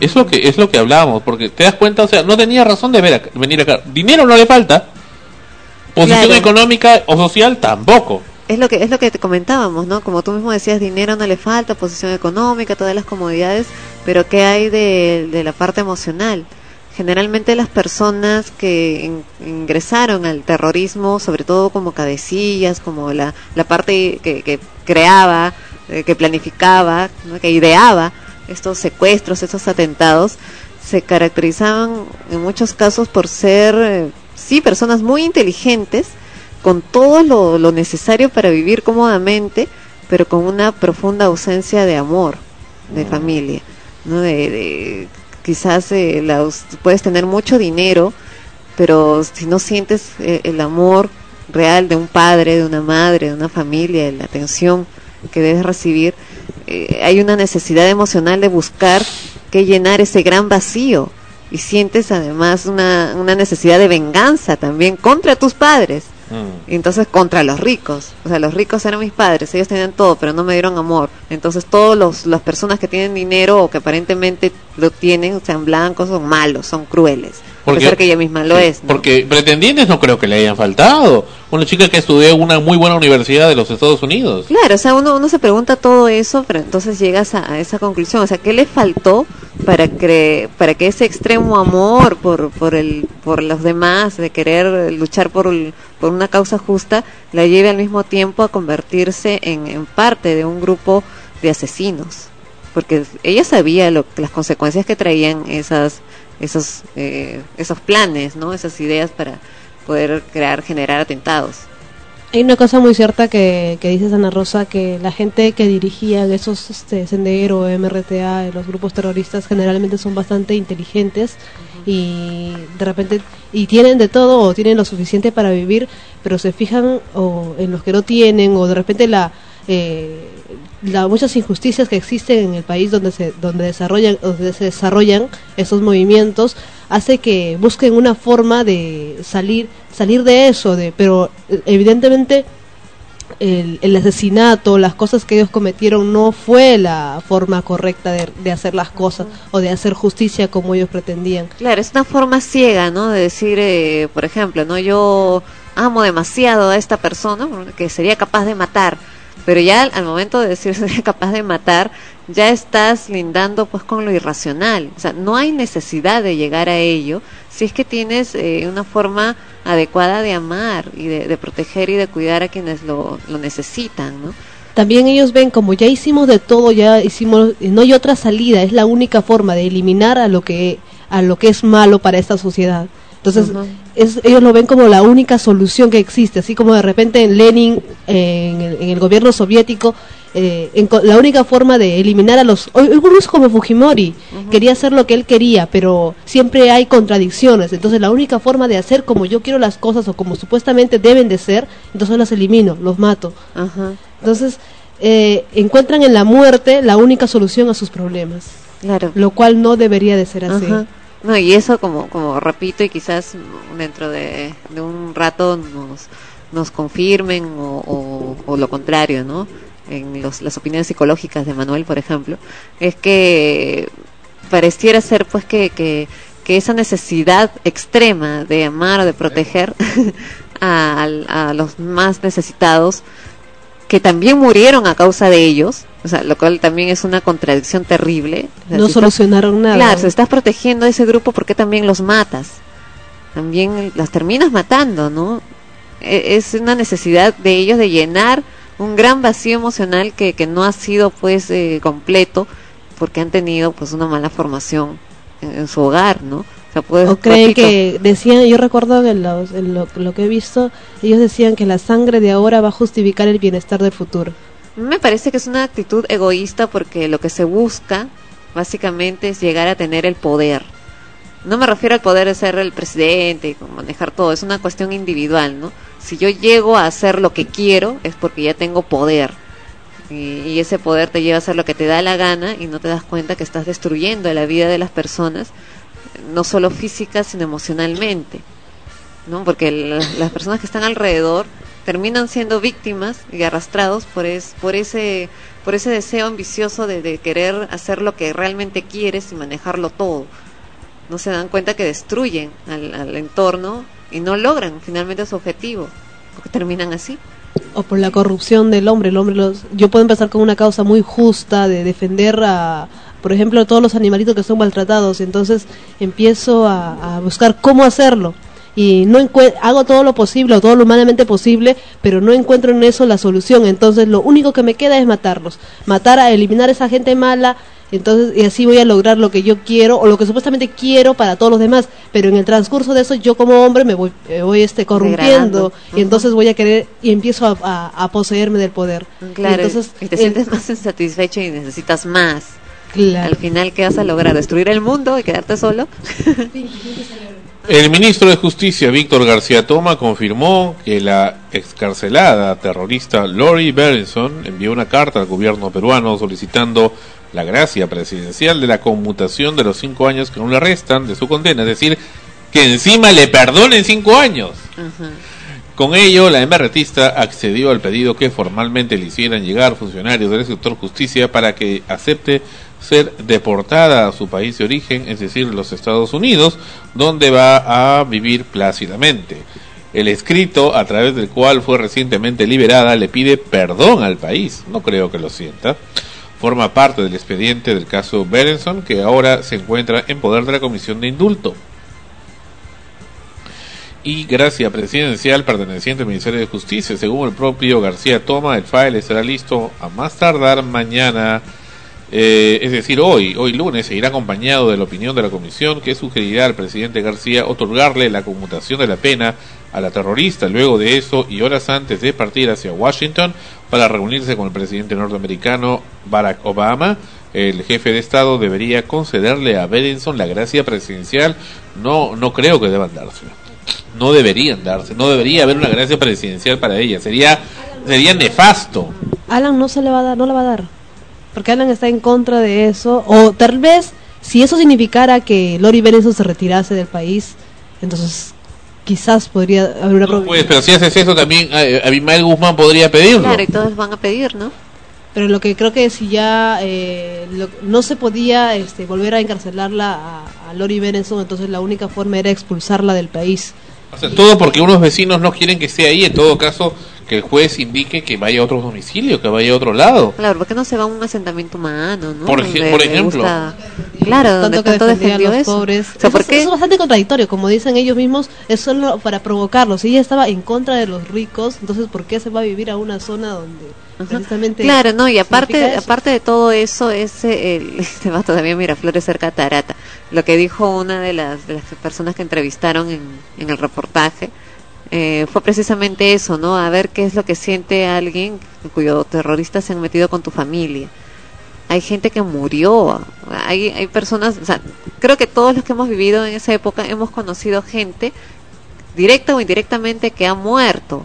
Es lo que es lo que hablábamos, porque te das cuenta, o sea, no tenía razón de ver acá- venir acá. Dinero no le falta, posición Claro. económica o social tampoco. Es lo que es lo que te comentábamos, ¿no? Como tú mismo decías, dinero no le falta, posición económica, todas las comodidades, pero ¿qué hay de, de la parte emocional? Generalmente las personas que in- ingresaron al terrorismo, sobre todo como cabecillas, como la, la parte que, que creaba, eh, que planificaba, ¿no? Que ideaba estos secuestros, estos atentados, se caracterizaban en muchos casos por ser, eh, sí, personas muy inteligentes, con todo lo, lo necesario para vivir cómodamente, pero con una profunda ausencia de amor, de familia, ¿no? De, de quizás eh, la aus- puedes tener mucho dinero, pero si no sientes eh, el amor real de un padre, de una madre, de una familia, de la atención que debes recibir, eh, hay una necesidad emocional de buscar que llenar ese gran vacío, y sientes además una, una necesidad de venganza también contra tus padres. Y entonces contra los ricos, o sea, los ricos eran mis padres, ellos tenían todo, pero no me dieron amor. Entonces todos los las personas que tienen dinero o que aparentemente lo tienen, sean blancos, son malos, son crueles. A pesar que ella misma lo sí, es, ¿no? Porque pretendientes no creo que le hayan faltado. Una chica que estudió en una muy buena universidad de los Estados Unidos. Claro, o sea, uno, uno se pregunta todo eso, pero entonces llegas a, a esa conclusión. O sea, ¿qué le faltó para cre para que ese extremo amor por por el por los demás, de querer luchar por, el- por una causa justa, la lleve al mismo tiempo a convertirse en, en parte de un grupo de asesinos? Porque ella sabía lo, las consecuencias que traían esas esos eh, esos planes, ¿no? Esas ideas para poder crear, generar atentados. Hay una cosa muy cierta que, que dices, Ana Rosa, que la gente que dirigía esos este, Sendero, M R T A, los grupos terroristas, generalmente son bastante inteligentes y de repente y tienen de todo o tienen lo suficiente para vivir, pero se fijan o en los que no tienen, o de repente la eh, la muchas injusticias que existen en el país donde se donde desarrollan donde se desarrollan esos movimientos, hace que busquen una forma de salir salir de eso, de pero eh, evidentemente el, el asesinato, las cosas que ellos cometieron no fue la forma correcta de, de hacer las cosas o de hacer justicia como ellos pretendían. Claro, es una forma ciega, ¿no? De decir, eh, por ejemplo, no, yo amo demasiado a esta persona que sería capaz de matar, pero ya al, al momento de decir sería capaz de matar, ya estás lindando pues con lo irracional. O sea, no hay necesidad de llegar a ello si es que tienes eh, una forma adecuada de amar y de, de proteger y de cuidar a quienes lo, lo necesitan, ¿no? También ellos ven como ya hicimos de todo, ya hicimos, no hay otra salida, es la única forma de eliminar a lo que a lo que es malo para esta sociedad. Entonces, Ujú. es, ellos lo ven como la única solución que existe, así como de repente en Lenin, eh, en, el, en el gobierno soviético, eh, en, la única forma de eliminar a los... Algunos como Fujimori, uh-huh. quería hacer lo que él quería, pero siempre hay contradicciones, entonces la única forma de hacer como yo quiero las cosas o como supuestamente deben de ser, entonces los elimino, los mato. Uh-huh. Entonces, eh, encuentran en la muerte la única solución a sus problemas, claro. Lo cual no debería de ser así. Uh-huh. No, y eso como como repito, y quizás dentro de, de un rato nos nos confirmen o, o, o lo contrario, ¿no? En los, las opiniones psicológicas de Manuel, por ejemplo, es que pareciera ser pues que, que, que esa necesidad extrema de amar o de proteger a, a los más necesitados, que también murieron a causa de ellos, o sea, lo cual también es una contradicción terrible. O sea, no si solucionaron estás, nada. Claro, si estás protegiendo a ese grupo, ¿por qué también los matas? También las terminas matando, ¿no? E- es una necesidad de ellos de llenar un gran vacío emocional que, que no ha sido pues eh, completo, porque han tenido pues una mala formación en, en su hogar, ¿no? O, sea, pues, o creen repito, que decían, yo recuerdo que los, en lo, lo que he visto, ellos decían que la sangre de ahora va a justificar el bienestar del futuro. Me parece que es una actitud egoísta, porque lo que se busca básicamente es llegar a tener el poder. No me refiero al poder de ser el presidente y manejar todo, es una cuestión individual, ¿no? Si yo llego a hacer lo que quiero es porque ya tengo poder, y, y ese poder te lleva a hacer lo que te da la gana y no te das cuenta que estás destruyendo la vida de las personas, no solo física sino emocionalmente, ¿no? Porque la, las personas que están alrededor terminan siendo víctimas y arrastrados por es, por ese por ese deseo ambicioso de, de querer hacer lo que realmente quieres y manejarlo todo. No se dan cuenta que destruyen al, al entorno y no logran finalmente su objetivo, porque terminan así. O por la corrupción del hombre. El hombre los, yo puedo empezar con una causa muy justa de defender a, por ejemplo, a todos los animalitos que son maltratados, y entonces empiezo a, a buscar cómo hacerlo. Y no encue- hago todo lo posible, o todo lo humanamente posible, pero no encuentro en eso la solución. Entonces lo único que me queda es matarlos, matar a eliminar a esa gente mala. Entonces, y así voy a lograr lo que yo quiero, o lo que supuestamente quiero para todos los demás, pero en el transcurso de eso yo como hombre me voy, me voy este corrompiendo, y uh-huh. entonces voy a querer, y empiezo a, a, a poseerme del poder. Claro, y, entonces, y te el, sientes más insatisfecho y necesitas más. Claro. Al final, ¿qué vas a lograr? ¿Destruir el mundo y quedarte solo? El ministro de Justicia, Víctor García Toma, confirmó que la excarcelada terrorista Lori Berenson envió una carta al gobierno peruano solicitando la gracia presidencial de la conmutación de los cinco años que aún le restan de su condena, es decir, que encima le perdonen cinco años. Uh-huh. Con ello, la embarretista accedió al pedido que formalmente le hicieran llegar funcionarios del sector justicia para que acepte ser deportada a su país de origen, es decir, los Estados Unidos, donde va a vivir plácidamente. El escrito, a través del cual fue recientemente liberada, le pide perdón al país. No creo que lo sienta. Forma parte del expediente del caso Berenson, que ahora se encuentra en poder de la Comisión de Indulto. Y gracia presidencial perteneciente al Ministerio de Justicia. Según el propio García Toma, el file estará listo a más tardar mañana, eh, es decir, hoy, hoy lunes, se irá acompañado de la opinión de la comisión que sugerirá al presidente García otorgarle la conmutación de la pena a la terrorista. Luego de eso, y horas antes de partir hacia Washington para reunirse con el presidente norteamericano Barack Obama, el jefe de Estado debería concederle a Berenson la gracia presidencial. No, no creo que deban dársela. No deberían darse, no debería haber una gracia presidencial para ella, sería sería nefasto. Alan no se le va a dar, no le va a dar, porque Alan está en contra de eso, o tal vez si eso significara que Lori Berenson se retirase del país, entonces quizás podría haber una no, pues, pero si haces eso también Abimael Guzmán podría pedirlo. Claro, y todos van a pedir, ¿no? Pero lo que creo que si ya eh, lo, no se podía este, volver a encarcelarla a, a Lori Berenson, entonces la única forma era expulsarla del país. O sea, todo porque unos vecinos no quieren que esté ahí. En todo caso, que el juez indique que vaya a otro domicilio, que vaya a otro lado. Claro, ¿por qué no se va a un asentamiento humano, no? Por, ej- por ejemplo. Gusta... Claro, donde tanto, tanto defendió a los eso. Pobres. O sea, ¿por qué? Eso es bastante contradictorio, como dicen ellos mismos, es solo para provocarlos. Si ella estaba en contra de los ricos, entonces ¿por qué se va a vivir a una zona donde precisamente... Claro, no, y aparte aparte de todo eso, ese el, este va todavía Miraflores cerca de Tarata. Lo que dijo una de las, de las personas que entrevistaron en, en el reportaje, eh, fue precisamente eso, ¿no? A ver qué es lo que siente alguien cuyo terroristas se han metido con tu familia. Hay gente que murió, hay hay personas, o sea, creo que todos los que hemos vivido en esa época hemos conocido gente, directa o indirectamente, que ha muerto,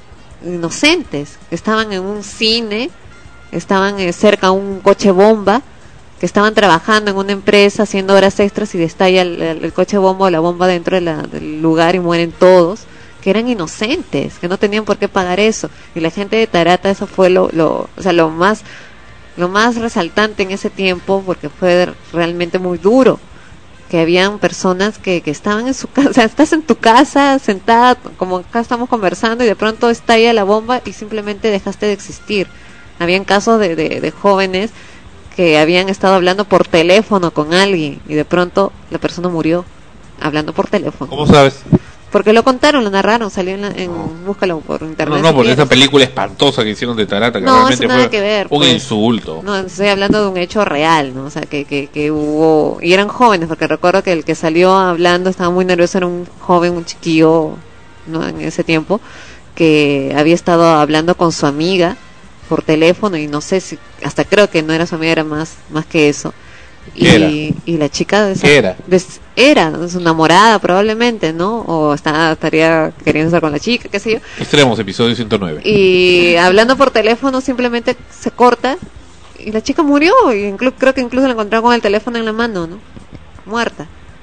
inocentes, estaban en un cine, estaban eh, cerca a un coche bomba, que estaban trabajando en una empresa haciendo horas extras y destalla el, el, el coche bomba o la bomba dentro de la, del lugar y mueren todos, que eran inocentes, que no tenían por qué pagar eso. Y la gente de Tarata, eso fue lo, lo o sea, lo más lo más resaltante en ese tiempo, porque fue realmente muy duro, que habían personas que, que estaban en su casa, o sea, estás en tu casa sentada, como acá estamos conversando, y de pronto estalla la bomba y simplemente dejaste de existir. Habían casos de, de, de jóvenes que habían estado hablando por teléfono con alguien y de pronto la persona murió hablando por teléfono. ¿Cómo sabes? Porque lo contaron, lo narraron, salió en, la, en oh. búscalo por internet. No, no, si por esa película espantosa que hicieron de Tarata, que no, realmente nada fue que ver, un pues, insulto. No, estoy hablando de un hecho real, ¿no? O sea, que, que, que hubo, y eran jóvenes, porque recuerdo que el que salió hablando estaba muy nervioso, era un joven, un chiquillo, ¿no? En ese tiempo, que había estado hablando con su amiga por teléfono, y no sé si, hasta creo que no era su amiga, era más, más que eso. Y, era? y la chica de esa, ¿Qué era? De, era su enamorada probablemente, ¿no? O está, estaría queriendo estar con la chica, qué sé yo. Extremos, episodio ciento nueve. Y hablando por teléfono simplemente se corta y la chica murió, y inclu- creo que incluso la encontraron con el teléfono en la mano, ¿no? Muerta.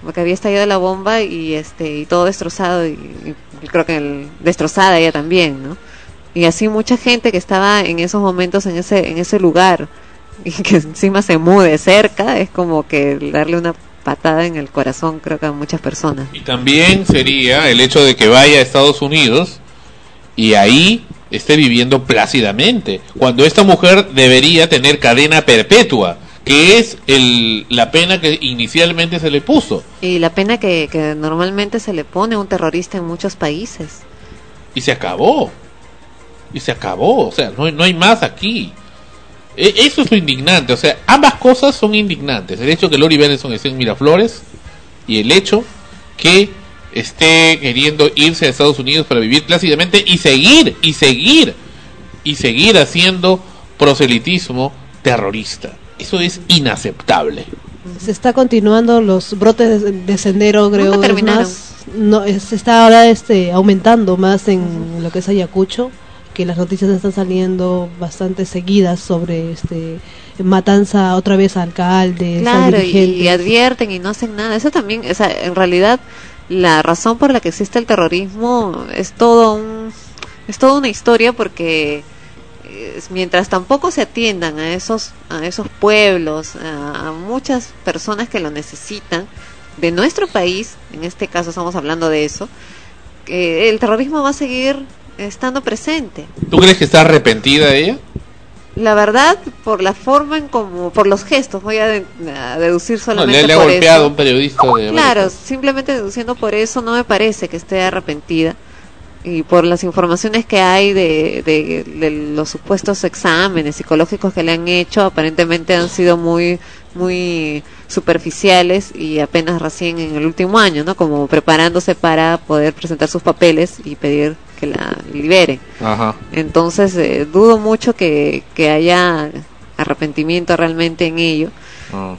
porque había estallado la bomba y este y todo destrozado y, y creo que el, destrozada ella también, ¿no? Y así mucha gente que estaba en esos momentos en ese en ese lugar y que encima se mude cerca, es como que darle una patada en el corazón, creo que a muchas personas. Y también sería el hecho de que vaya a Estados Unidos y ahí esté viviendo plácidamente, cuando esta mujer debería tener cadena perpetua, que es el, la pena que inicialmente se le puso. Y la pena que, que normalmente se le pone a un terrorista en muchos países. Y se acabó. Y se acabó, o sea, no, no hay más aquí. E- eso es lo indignante, o sea, ambas cosas son indignantes. El hecho que Lori Berenson esté en Miraflores y el hecho que esté queriendo irse a Estados Unidos para vivir plácidamente y seguir, y seguir, y seguir haciendo proselitismo terrorista. Eso es inaceptable. Se está continuando los brotes de, de sendero, creo. Nunca terminaron. Más, no, se está ahora este, aumentando más en uh-huh. lo que es Ayacucho, que las noticias están saliendo bastante seguidas sobre este matanza otra vez a alcaldes, claro, y, y advierten y no hacen nada. Eso también, o sea, en realidad la razón por la que existe el terrorismo es todo un es toda una historia, porque es, mientras tampoco se atiendan a esos a esos pueblos, a, a muchas personas que lo necesitan de nuestro país, en este caso estamos hablando de eso, que el terrorismo va a seguir estando presente. ¿Tú crees que está arrepentida ella? La verdad, por la forma en como, por los gestos, voy a, de, a deducir solamente no, le, le por ha golpeado eso. a un periodista de Claro, América. simplemente deduciendo por eso no me parece que esté arrepentida. Y por las informaciones que hay de, de, de los supuestos exámenes psicológicos que le han hecho, aparentemente han sido muy muy superficiales y apenas recién en el último año, ¿no? Como preparándose para poder presentar sus papeles y pedir que la liberen. Ajá. Entonces eh, dudo mucho que, que haya arrepentimiento realmente en ello. Oh.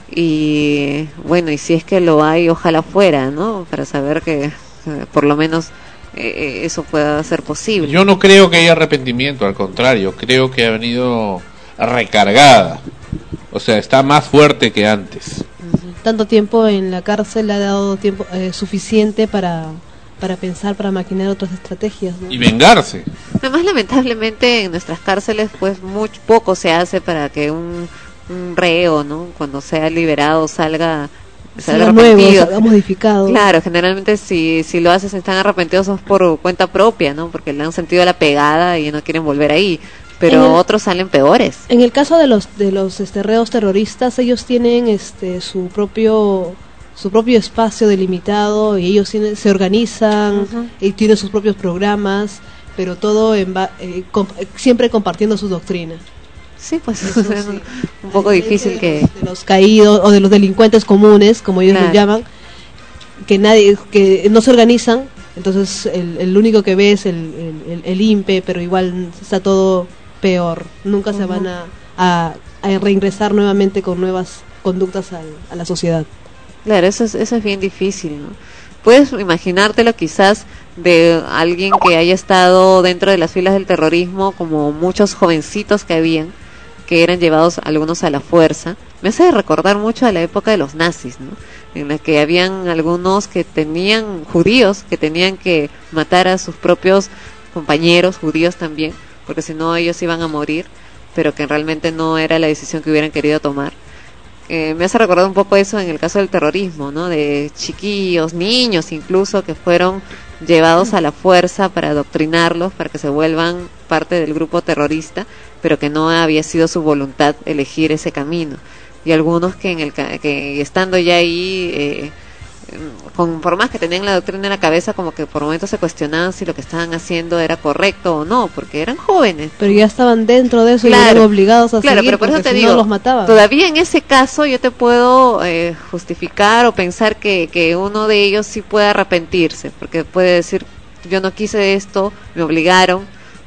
Y bueno, y si es que lo hay, ojalá fuera, ¿no? Para saber que eh, por lo menos eh, eso pueda ser posible. Yo no creo que haya arrepentimiento, al contrario, creo que ha venido recargada. O sea, está más fuerte que antes. Tanto tiempo en la cárcel le ha dado tiempo eh, suficiente para para pensar, para maquinar otras estrategias, ¿no? Y vengarse. Además, lamentablemente en nuestras cárceles pues muy poco se hace para que un, un reo, ¿no? Cuando sea liberado salga salga salga nuevo, arrepentido. salga modificado. Claro, generalmente si si lo haces están arrepentidos es por cuenta propia, ¿no? Porque le han sentido la pegada y no quieren volver ahí. Pero el, otros salen peores. En el caso de los de los este, reos terroristas, ellos tienen este su propio su propio espacio delimitado y ellos tienen, se organizan uh-huh. y tienen sus propios programas, pero todo en ba- eh, comp- siempre compartiendo su doctrina. Sí, pues eso es sí. un poco difícil de que los, de los caídos o de los delincuentes comunes, como ellos claro. los llaman, que nadie que no se organizan, entonces el, el único que ve es el, el, el, el I N P E, pero igual está todo peor, nunca uh-huh. se van a, a, a reingresar nuevamente con nuevas conductas al, a la sociedad. Claro, eso es, eso es bien difícil, ¿no? Puedes imaginártelo quizás de alguien que haya estado dentro de las filas del terrorismo, como muchos jovencitos que habían, que eran llevados algunos a la fuerza. Me hace recordar mucho a la época de los nazis, ¿no? En la que habían algunos que tenían, judíos, que tenían que matar a sus propios compañeros judíos también, porque si no ellos iban a morir, pero que realmente no era la decisión que hubieran querido tomar. Eh, me hace recordar un poco eso en el caso del terrorismo, ¿no? De chiquillos, niños incluso, que fueron llevados a la fuerza para adoctrinarlos, para que se vuelvan parte del grupo terrorista, pero que no había sido su voluntad elegir ese camino. Y algunos que, en el que estando ya ahí, eh, con, por más que tenían la doctrina en la cabeza, como que por momentos se cuestionaban si lo que estaban haciendo era correcto o no, porque eran jóvenes. Pero ya estaban dentro de eso claro, y eran obligados a claro, seguir, pero por eso te si digo, no los mataban. Todavía en ese caso yo te puedo eh, justificar o pensar que, que uno de ellos sí puede arrepentirse, porque puede decir, yo no quise esto, me obligaron,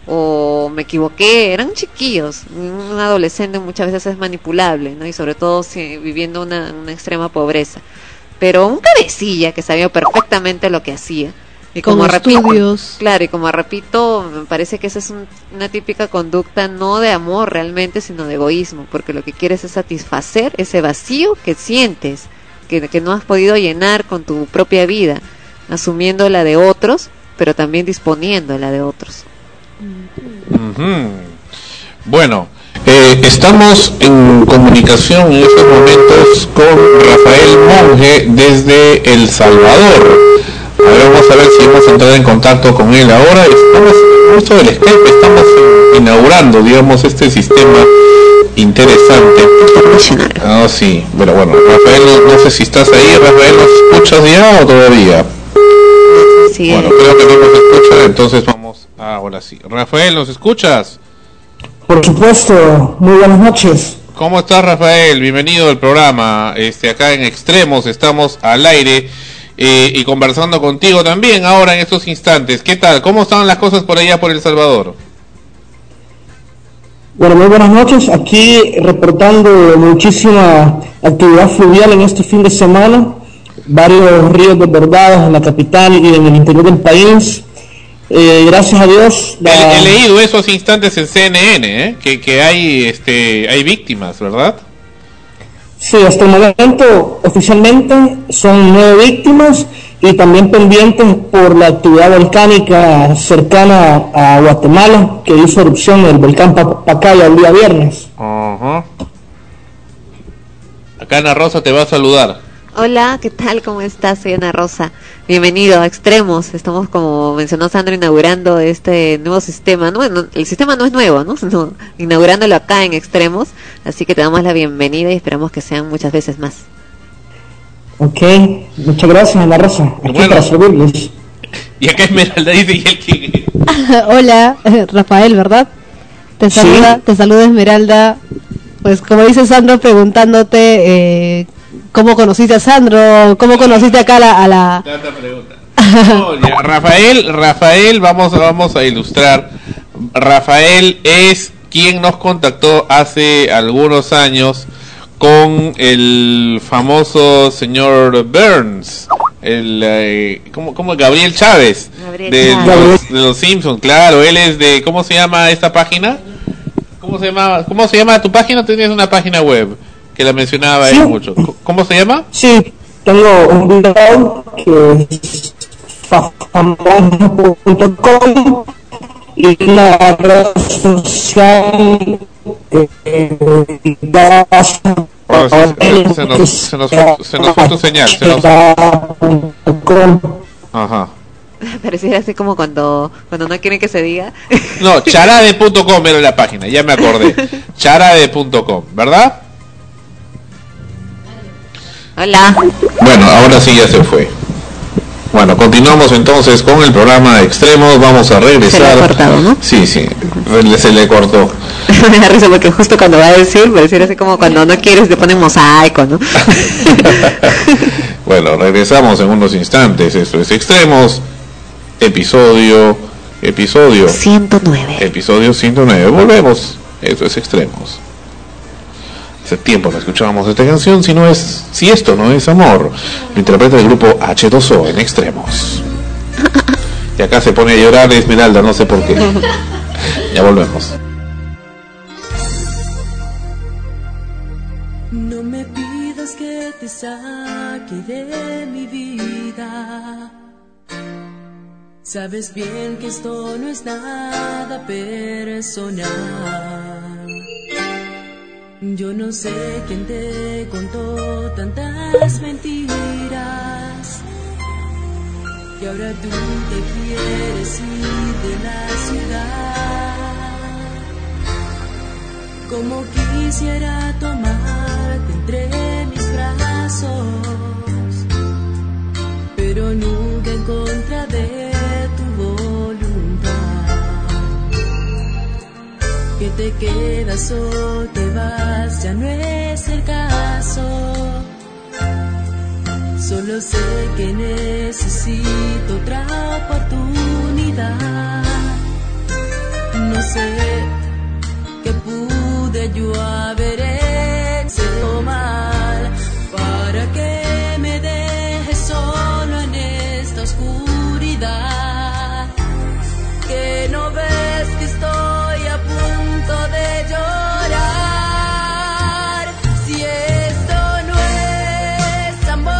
o me equivoqué. Eran chiquillos, un adolescente muchas veces es manipulable, ¿no? Y sobre todo si viviendo una, una extrema pobreza. Pero un cabecilla que sabía perfectamente lo que hacía, y con como estudios. repito, claro, y como repito, me parece que esa es un, una típica conducta no de amor realmente, sino de egoísmo, porque lo que quieres es satisfacer ese vacío que sientes, que que, que no has podido llenar con tu propia vida, asumiendo la de otros, pero también disponiendo la de otros. Uh-huh. Bueno, eh, estamos en comunicación en estos momentos con Rafael Monge desde El Salvador. A ver, vamos a ver si hemos entrado en contacto con él ahora. Estamos en uso del Skype, estamos inaugurando, digamos, este sistema interesante. Ah, sí, pero bueno, Rafael, no, no sé si estás ahí. Rafael, ¿nos escuchas ya o todavía? Sí, bueno, creo que no nos escucha, entonces vamos a, ahora sí. Rafael, ¿nos escuchas? Por supuesto, muy buenas noches. ¿Cómo estás, Rafael? Bienvenido al programa. Este, acá en Extremos estamos al aire eh, y conversando contigo también ahora en estos instantes. ¿Qué tal? ¿Cómo están las cosas por allá por El Salvador? Bueno, muy buenas noches. Aquí reportando muchísima actividad fluvial en este fin de semana. Varios ríos desbordados en la capital y en el interior del país. Eh, gracias a Dios. La... He, he leído esos instantes en C N N, ¿eh? que, que hay, este, hay víctimas, ¿verdad? Sí, hasta el momento oficialmente son nueve víctimas y también pendientes por la actividad volcánica cercana a Guatemala, que hizo erupción el volcán Pacaya el día viernes. Uh-huh. Acá Ana Rosa te va a saludar. Hola, ¿qué tal? ¿Cómo estás? Soy Ana Rosa. Bienvenido a Extremos. Estamos, como mencionó Sandro, inaugurando este nuevo sistema. No, no, el sistema no es nuevo, ¿no? Sino inaugurándolo acá en Extremos. Así que te damos la bienvenida y esperamos que sean muchas veces más. Ok, muchas gracias, Ana Rosa. Aquí bueno, para servirles. Y acá Esmeralda dice, ¿y el quién? Hola, Rafael, ¿verdad? Te saluda, ¿sí? Te saluda Esmeralda. Pues como dice Sandro, preguntándote... Eh, ¿Cómo conociste a Sandro? ¿Cómo conociste acá a la...? A la... pregunta. No, ya, Rafael, Rafael, vamos, vamos a ilustrar. Rafael es quien nos contactó hace algunos años con el famoso señor Burns, el eh, ¿cómo, cómo? Gabriel Chávez, Gabriel de, Chávez. De, los, de los Simpsons, claro. Él es de, ¿cómo se llama esta página? ¿Cómo se llama? ¿Cómo se llama tu página? Tienes una página web que la mencionaba él, sí, mucho. ¿Cómo se llama? Sí, tengo un blog que es fafamonja punto com y la red social eh, Ahora, se, se, nos, se, nos, se nos fue tu señal. Se nos... Ajá. Pareciera así como cuando cuando no quieren que se diga. No, charade punto com era la página, ya me acordé. charade punto com, ¿verdad? Hola. Bueno, ahora sí ya se fue. Bueno, continuamos entonces con el programa de Extremos. Vamos a regresar. Se le ha cortado, ¿no? Sí, sí, se le cortó. Me da risa porque justo cuando va a decir, pareciera así como cuando no quieres te ponen mosaico, ¿no? Bueno, regresamos en unos instantes. Esto es Extremos, episodio, episodio ciento nueve. Episodio ciento nueve. Volvemos. Esto es Extremos. Hace tiempo no escuchábamos esta canción, si no es, si esto no es amor. Lo interpreta el grupo H dos O en Extremos. Y acá se pone a llorar Esmeralda, no sé por qué. Ya volvemos. No me pidas que te saque de mi vida. Sabes bien que esto no es nada personal. Yo no sé quién te contó tantas mentiras, que ahora tú te quieres ir de la ciudad. Como quisiera tomarte entre mis brazos, pero nunca en contra de tu voluntad. Que te quedas o te vas, ya no es el caso. Solo sé que necesito otra oportunidad. No sé qué pude yo haber hecho mal para que me dejes solo en esta oscuridad. Que no ves que estoy a punto de llorar. Si esto no es amor,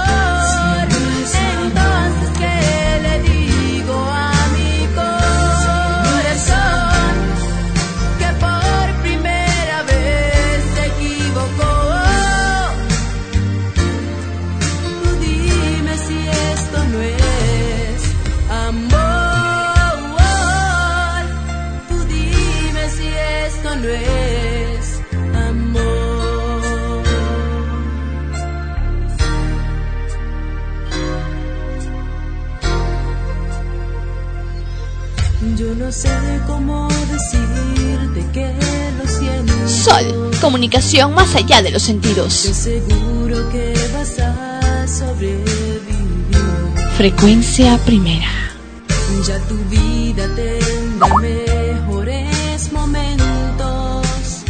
Yo no sé cómo decirte que lo siento. Sol, comunicación más allá de los sentidos. Te seguro que vas a sobrevivir. Frecuencia primera. Ya tu vida tendrá mejores momentos.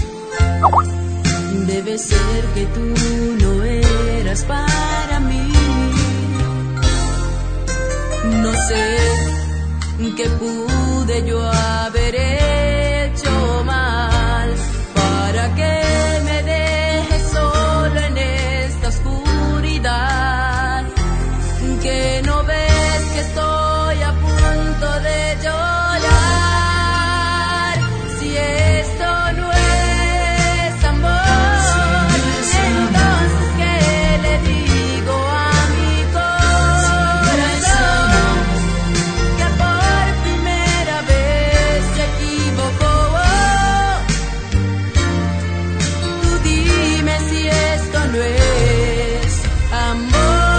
Debe ser que tú no eras para mí. No sé qué pude yo haber hecho mal para que me dejes solo en esta oscuridad. Que no ves que estoy a punto de llorar. Si esto no es amor, entonces ¿qué le digo a mi corazón? Que por primera vez se equivocó. Tú dime si esto no es amor.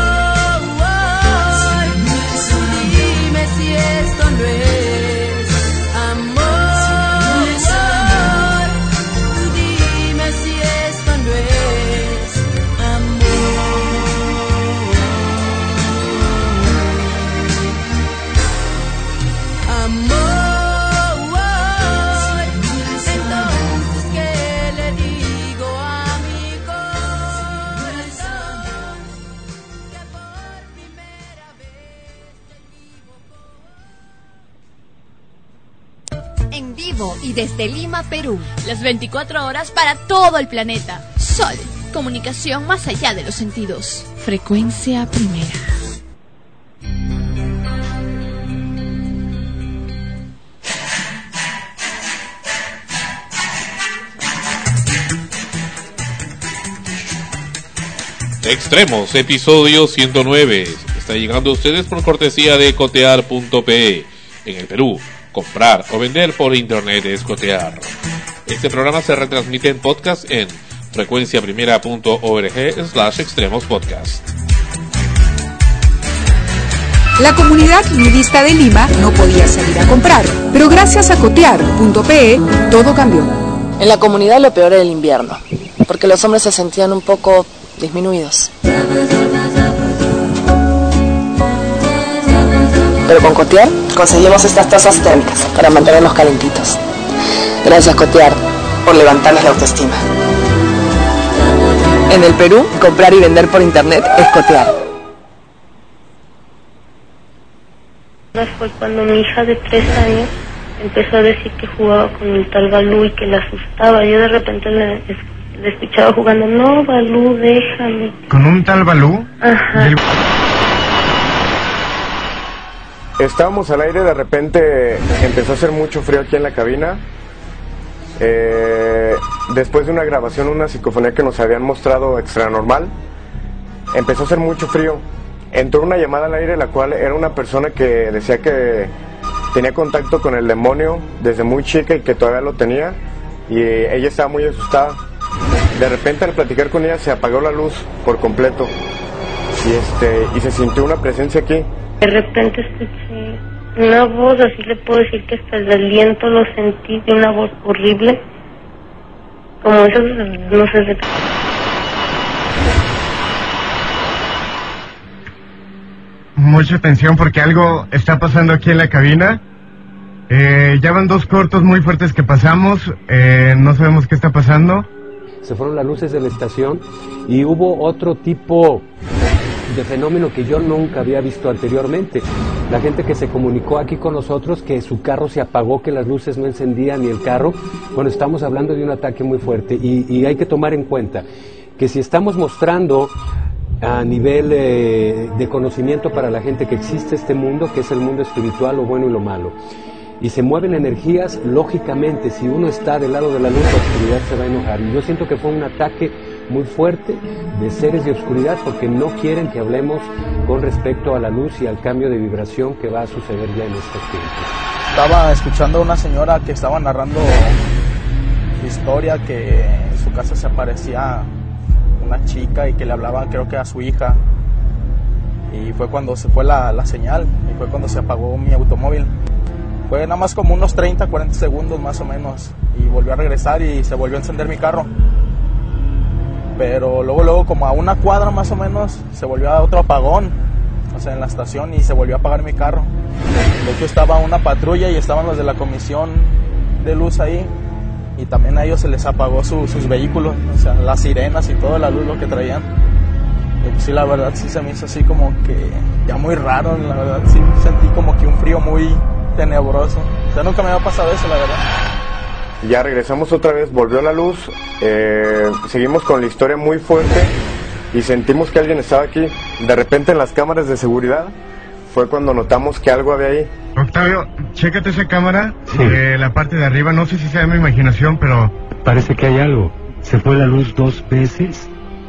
En vivo y desde Lima, Perú. Las veinticuatro horas para todo el planeta. Sol, comunicación más allá de los sentidos. Frecuencia primera. Extremos, episodio ciento nueve. Está llegando a ustedes por cortesía de cotear punto pe. En el Perú, comprar o vender por internet es cotear. Este programa se retransmite en podcast en frecuencia primera punto org slash extremos podcast. La comunidad nudista de Lima no podía salir a comprar, pero gracias a cotear punto pe todo cambió. En la comunidad lo peor era el invierno, porque los hombres se sentían un poco disminuidos. Pero con Cotear conseguimos estas tazas térmicas para mantenernos calentitos. Gracias, Cotear, por levantarles la autoestima. En el Perú, comprar y vender por internet es Cotear. Fue cuando mi hija de tres años empezó a decir que jugaba con el tal Balú y que la asustaba. Yo de repente le, le escuchaba jugando, no, Balú, déjame. ¿Con un tal Balú? Ajá. El... Estábamos al aire, de repente empezó a hacer mucho frío aquí en la cabina. Eh, después de una grabación, una psicofonía que nos habían mostrado extra normal, empezó a hacer mucho frío. Entró una llamada al aire, la cual era una persona que decía que tenía contacto con el demonio desde muy chica y que todavía lo tenía, y ella estaba muy asustada. De repente, al platicar con ella, se apagó la luz por completo y este y se sintió una presencia aquí. De repente escuché una voz, así le puedo decir que hasta el aliento lo sentí, de una voz horrible, como esas, no sé, de... Mucha atención porque algo está pasando aquí en la cabina. Eh, ya van dos cortos muy fuertes que pasamos, eh, no sabemos qué está pasando. Se fueron las luces de la estación y hubo otro tipo de fenómeno que yo nunca había visto anteriormente. La gente que se comunicó aquí con nosotros, que su carro se apagó, que las luces no encendían ni el carro. Bueno, estamos hablando de un ataque muy fuerte y, y hay que tomar en cuenta que si estamos mostrando a nivel eh, de conocimiento para la gente que existe este mundo, que es el mundo espiritual, lo bueno y lo malo, y se mueven energías, lógicamente, si uno está del lado de la luz, la oscuridad se va a enojar. Y yo siento que fue un ataque muy fuerte de seres de oscuridad porque no quieren que hablemos con respecto a la luz y al cambio de vibración que va a suceder ya en estos tiempos. Estaba escuchando a una señora que estaba narrando historia, que en su casa se aparecía una chica y que le hablaba, creo que a su hija, y fue cuando se fue la, la señal y fue cuando se apagó mi automóvil. Fue nada más como unos treinta, cuarenta segundos más o menos. Y volvió a regresar y se volvió a encender mi carro. Pero luego, luego como a una cuadra más o menos, se volvió a otro apagón. O sea, en la estación, y se volvió a apagar mi carro. De hecho, estaba una patrulla y estaban los de la comisión de luz ahí. Y también a ellos se les apagó su, sus vehículos. O sea, las sirenas y toda la luz lo que traían. Y pues sí, la verdad, sí se me hizo así como que ya muy raro. La verdad, sí sentí como que un frío muy tenebroso. O sea, nunca me había pasado eso, la verdad. Ya regresamos otra vez, volvió la luz, eh, seguimos con la historia muy fuerte y sentimos que alguien estaba aquí. De repente en las cámaras de seguridad fue cuando notamos que algo había ahí. Octavio, chécate esa cámara, sí. eh, la parte de arriba, no sé si sea mi imaginación, pero... Parece que hay algo. Se fue la luz dos veces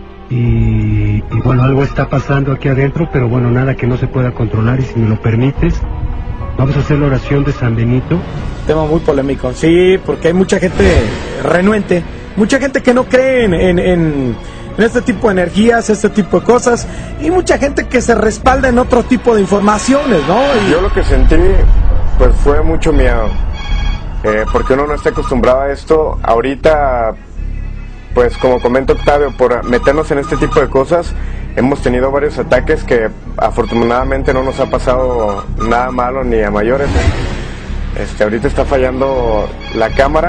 y, y bueno, algo está pasando aquí adentro, pero bueno, nada que no se pueda controlar, y si me lo permites, vamos a hacer la oración de San Benito. Tema muy polémico, sí, porque hay mucha gente renuente, mucha gente que no cree en, en, en, en este tipo de energías, este tipo de cosas, y mucha gente que se respalda en otro tipo de informaciones, ¿no? Y... Yo lo que sentí, pues fue mucho miedo, eh, porque uno no está acostumbrado a esto. Ahorita, pues como comenta Octavio, por meternos en este tipo de cosas, hemos tenido varios ataques que afortunadamente no nos ha pasado nada malo ni a mayores. Este, ahorita está fallando la cámara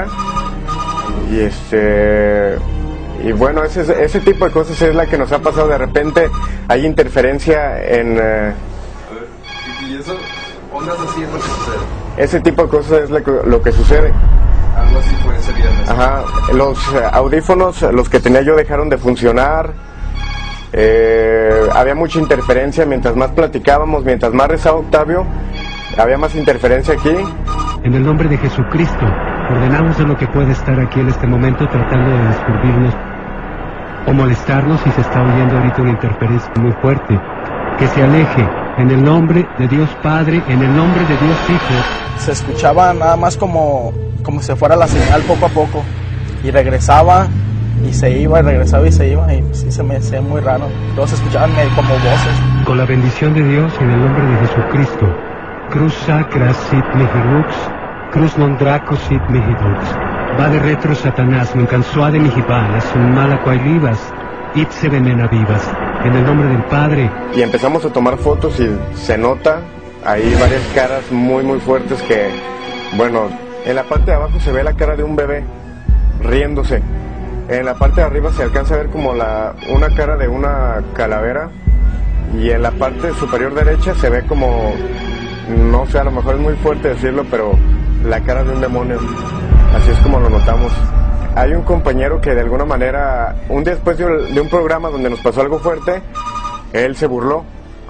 y este y bueno, ese, ese tipo de cosas es la que nos ha pasado. De repente hay interferencia en... Eh, ¿Y eso? ¿Ondas así es lo que sucede? Ese tipo de cosas es lo que, lo que sucede. Algo así fue ese viernes. Ajá, los audífonos, los que tenía yo, dejaron de funcionar. Eh, había mucha interferencia mientras más platicábamos, mientras más rezaba Octavio, había más interferencia aquí. En el nombre de Jesucristo, ordenamos a lo que puede estar aquí en este momento tratando de descubrirnos o molestarnos, si se está oyendo ahorita una interferencia muy fuerte, que se aleje, en el nombre de Dios Padre, en el nombre de Dios Hijo. Se escuchaba nada más como, como si fuera la señal poco a poco, y regresaba y se iba, y regresaba y se iba, y sí se me hacía muy raro. Todos escuchaban como voces. Con la bendición de Dios, en el nombre de Jesucristo, Cruz sacra sit mihilux, cruz non draco sit mihilux. Va de retro Satanás, me cansó de mihibalas, un mala cuailivas, itse venena vivas. En el nombre del Padre. Y empezamos a tomar fotos y se nota ahí varias caras muy muy fuertes que, bueno, en la parte de abajo se ve la cara de un bebé riéndose. En la parte de arriba se alcanza a ver como la una cara de una calavera, y en la parte superior derecha se ve como, no sé, a lo mejor es muy fuerte decirlo, pero la cara de un demonio. Así es como lo notamos. Hay un compañero que de alguna manera, un día después de, de un programa donde nos pasó algo fuerte, él se burló.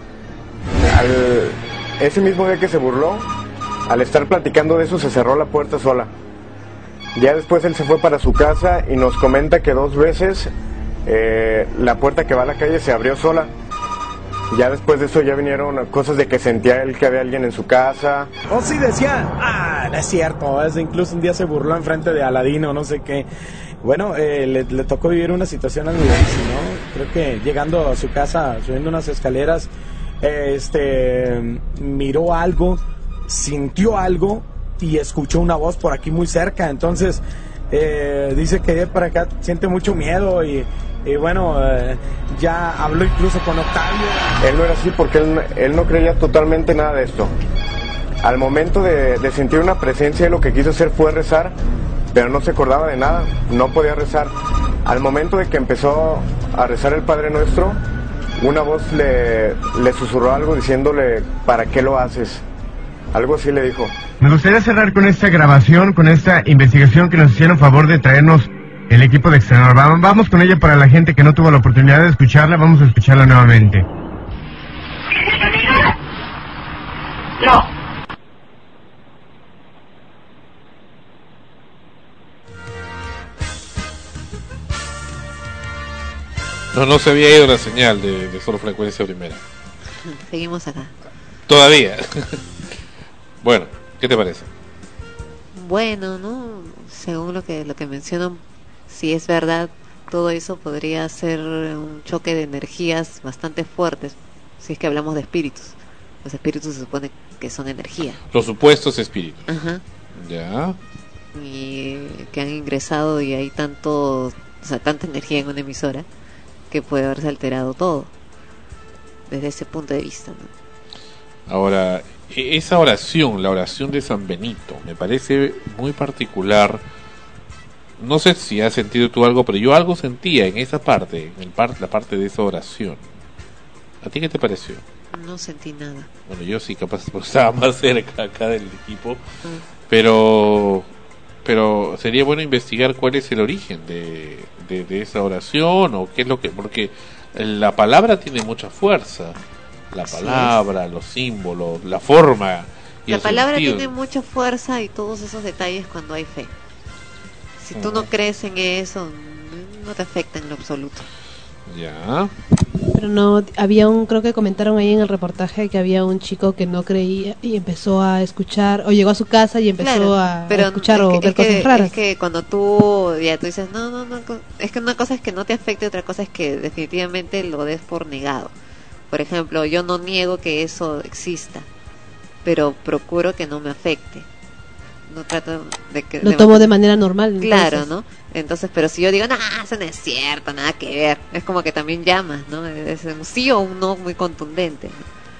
Al, ese mismo día que se burló, al estar platicando de eso, se cerró la puerta sola. Ya después él se fue para su casa y nos comenta que dos veces eh, la puerta que va a la calle se abrió sola. Ya después de eso ya vinieron cosas de que sentía él que había alguien en su casa. Oh, sí, decía, ah, no es cierto, es, incluso un día se burló enfrente de Aladino, no sé qué. Bueno, eh, le, le tocó vivir una situación muy difícil, ¿no? Creo que llegando a su casa, subiendo unas escaleras, eh, este, miró algo, sintió algo y escuchó una voz por aquí muy cerca. Entonces, eh, dice que de para acá siente mucho miedo y... Y bueno, eh, ya habló incluso con Octavio. Él no era así porque él, él no creía totalmente nada de esto. Al momento de, de sentir una presencia, él lo que quiso hacer fue rezar, pero no se acordaba de nada, no podía rezar. Al momento de que empezó a rezar el Padre Nuestro, una voz le, le susurró algo diciéndole, ¿para qué lo haces? Algo así le dijo. Me gustaría cerrar con esta grabación, con esta investigación que nos hicieron favor de traernos el equipo de Extranormal. Vamos con ella para la gente que no tuvo la oportunidad de escucharla. Vamos a escucharla nuevamente. No. No, no se había ido la señal de, de solo frecuencia primera. Seguimos acá. Todavía. Bueno, ¿qué te parece? Bueno, no, según lo que lo que mencionan, si es verdad, todo eso podría ser un choque de energías bastante fuertes, si es que hablamos de espíritus. Los espíritus se supone que son energía. Los supuestos espíritus. Ajá. Ya. Y que han ingresado y hay tanto, o sea, tanta energía en una emisora que puede haberse alterado todo desde ese punto de vista, ¿no? Ahora, esa oración, la oración de San Benito, me parece muy particular. No sé si has sentido tú algo, pero yo algo sentía en esa parte, en par- la parte de esa oración. ¿A ti qué te pareció? No sentí nada. Bueno, yo sí, capaz porque estaba más cerca acá del equipo, pero pero sería bueno investigar cuál es el origen de, de, de esa oración o qué es lo que, porque la palabra tiene mucha fuerza, la Así palabra, los símbolos, la forma y La el palabra sentido. tiene mucha fuerza y todos esos detalles cuando hay fe. Si tú no crees en eso, no te afecta en lo absoluto. Ya. Pero no, había un, creo que comentaron ahí en el reportaje que había un chico que no creía y empezó a escuchar, o llegó a su casa y empezó Claro, a, pero a escuchar es o que- ver es que- cosas raras. Es que cuando tú ya tú dices, no, no, no, co- es que una cosa es que no te afecte, otra cosa es que definitivamente lo des por negado. Por ejemplo, yo no niego que eso exista, pero procuro que no me afecte. No trato de que... Lo tomo de manera normal. Claro, entonces. ¿no? Entonces, pero si yo digo, nah, eso no es cierto, nada que ver, es como que también llamas, ¿no? Es un sí o un no muy contundente, ¿no?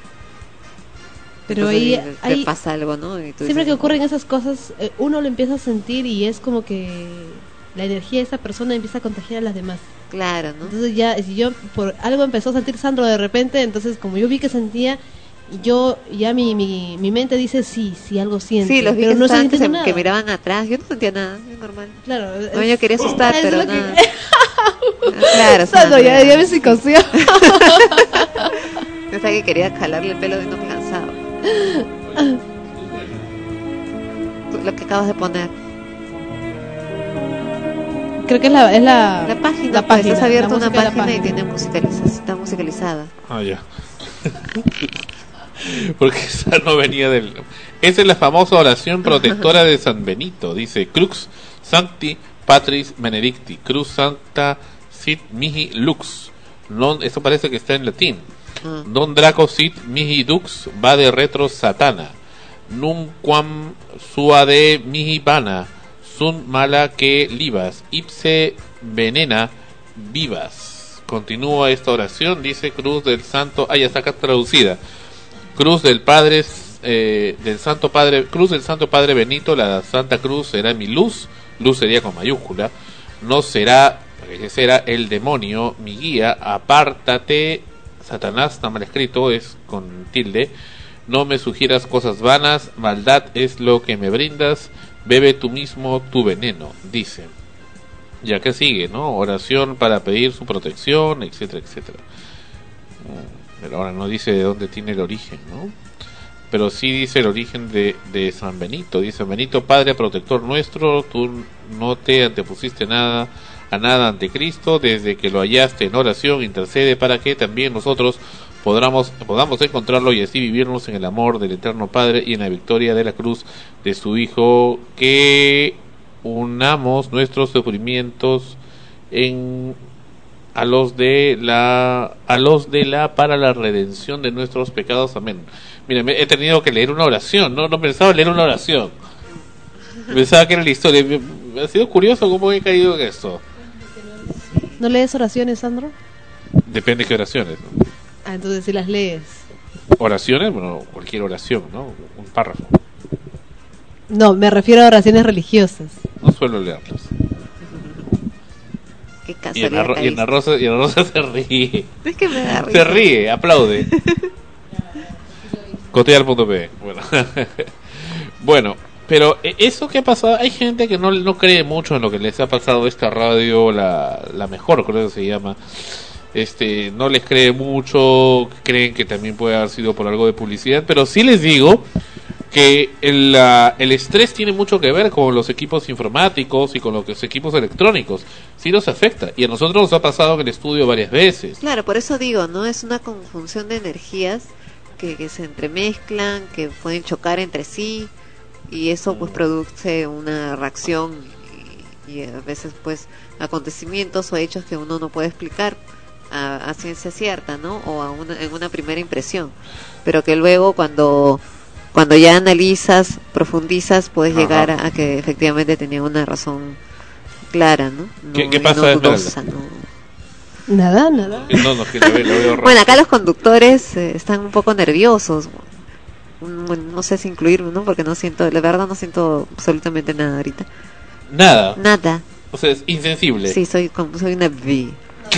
Pero Entonces, ahí, te ahí pasa algo, ¿no? Y tú siempre dices, que ocurren esas cosas, eh, uno lo empieza a sentir y es como que la energía de esa persona empieza a contagiar a las demás. Claro, ¿no? Entonces ya, si yo por algo empezó a sentir Sandro de repente, entonces como yo vi que sentía, yo ya mi, mi, mi mente dice sí, sí, algo siente. Sí, los vi pero que, no estoy estaban, que, sintiendo se- nada. que miraban atrás. Yo no sentía nada, es normal. Claro. No, es- yo quería asustar, es pero lo que- nada. Claro, Sandro, ya, ya me psicoció. Pensaba que quería jalarle el pelo y no me cansaba. Tú, lo que acabas de poner. Creo que es la, es la, La página, la pues, página, has abierto la una música de la página y página. tiene musicalización, está musicalizada. Ah, ya. Porque esa no venía del... Esa es la famosa oración protectora de San Benito. Dice, Crux Sancti Patris Benedicti, Cruz Sancta Sit Mihi Lux. Non, eso parece que está en latín. Ah. Non Draco Sit Mihi Dux va de retro Satana. Nunquam suade mihi vana. Sun mala que libas. Ipse venena vivas. Continúa esta oración, dice Cruz del Santo, ah, ya está acá traducida. Cruz del Padre, eh, del Santo Padre, Cruz del Santo Padre Benito, la Santa Cruz será mi luz, luz sería con mayúscula, no será, ese será el demonio, mi guía, apártate, Satanás, está mal escrito, es con tilde, no me sugieras cosas vanas, maldad es lo que me brindas, bebe tú mismo tu veneno, dice. Ya que sigue, ¿no? Oración para pedir su protección, etcétera, etcétera. Pero ahora no dice de dónde tiene el origen, ¿no? Pero sí dice el origen de, de San Benito. Dice, Benito, Padre protector nuestro, tú no te antepusiste nada a nada ante Cristo, desde que lo hallaste en oración, intercede para que también nosotros podamos, podamos encontrarlo y así vivirnos en el amor del Eterno Padre y en la victoria de la cruz de su Hijo, que unamos nuestros sufrimientos en a los de la a los de la para la redención de nuestros pecados, amén. Mira, me- he tenido que leer una oración, no no pensaba leer una oración, pensaba que era la historia. Me, me ha sido curioso cómo he caído en esto. ¿No lees oraciones, Sandro? Depende de qué oraciones, ¿no? Ah, entonces sí las lees. Oraciones, bueno, cualquier oración, ¿no? Un párrafo. No, me refiero a oraciones religiosas. No suelo leerlas. Qué Y en, la, ro- y en la rosa y en la rosa se ríe. Es que me da Se risa. ríe, aplaude. Cotear punto pe. Bueno. Bueno, pero eh, eso que ha pasado, hay gente que no, no cree mucho en lo que les ha pasado a esta radio, la, la mejor creo que se llama. Este, no les cree mucho, creen que también puede haber sido por algo de publicidad, pero sí les digo que el, la- el estrés tiene mucho que ver con los equipos informáticos y con los equipos electrónicos. Sí nos afecta, y a nosotros nos ha pasado en el estudio varias veces. Claro, por eso digo, ¿no? Es una conjunción de energías que, que se entremezclan, que pueden chocar entre sí, y eso pues produce una reacción y, y a veces pues acontecimientos o hechos que uno no puede explicar, a, a ciencia cierta, ¿no? O a una, en una primera impresión, pero que luego cuando cuando ya analizas, profundizas, puedes Ajá. llegar a, a que efectivamente tenía una razón clara, ¿no? no ¿Qué, qué pasa? No dudosa, no. Nada, nada. No, no, que la veo, la veo raro. Bueno, acá los conductores eh, están un poco nerviosos. Bueno, no sé si incluirme, ¿no? Porque no siento, la verdad no siento absolutamente nada ahorita. Nada. Nada. O sea, es insensible. Sí, soy soy una B.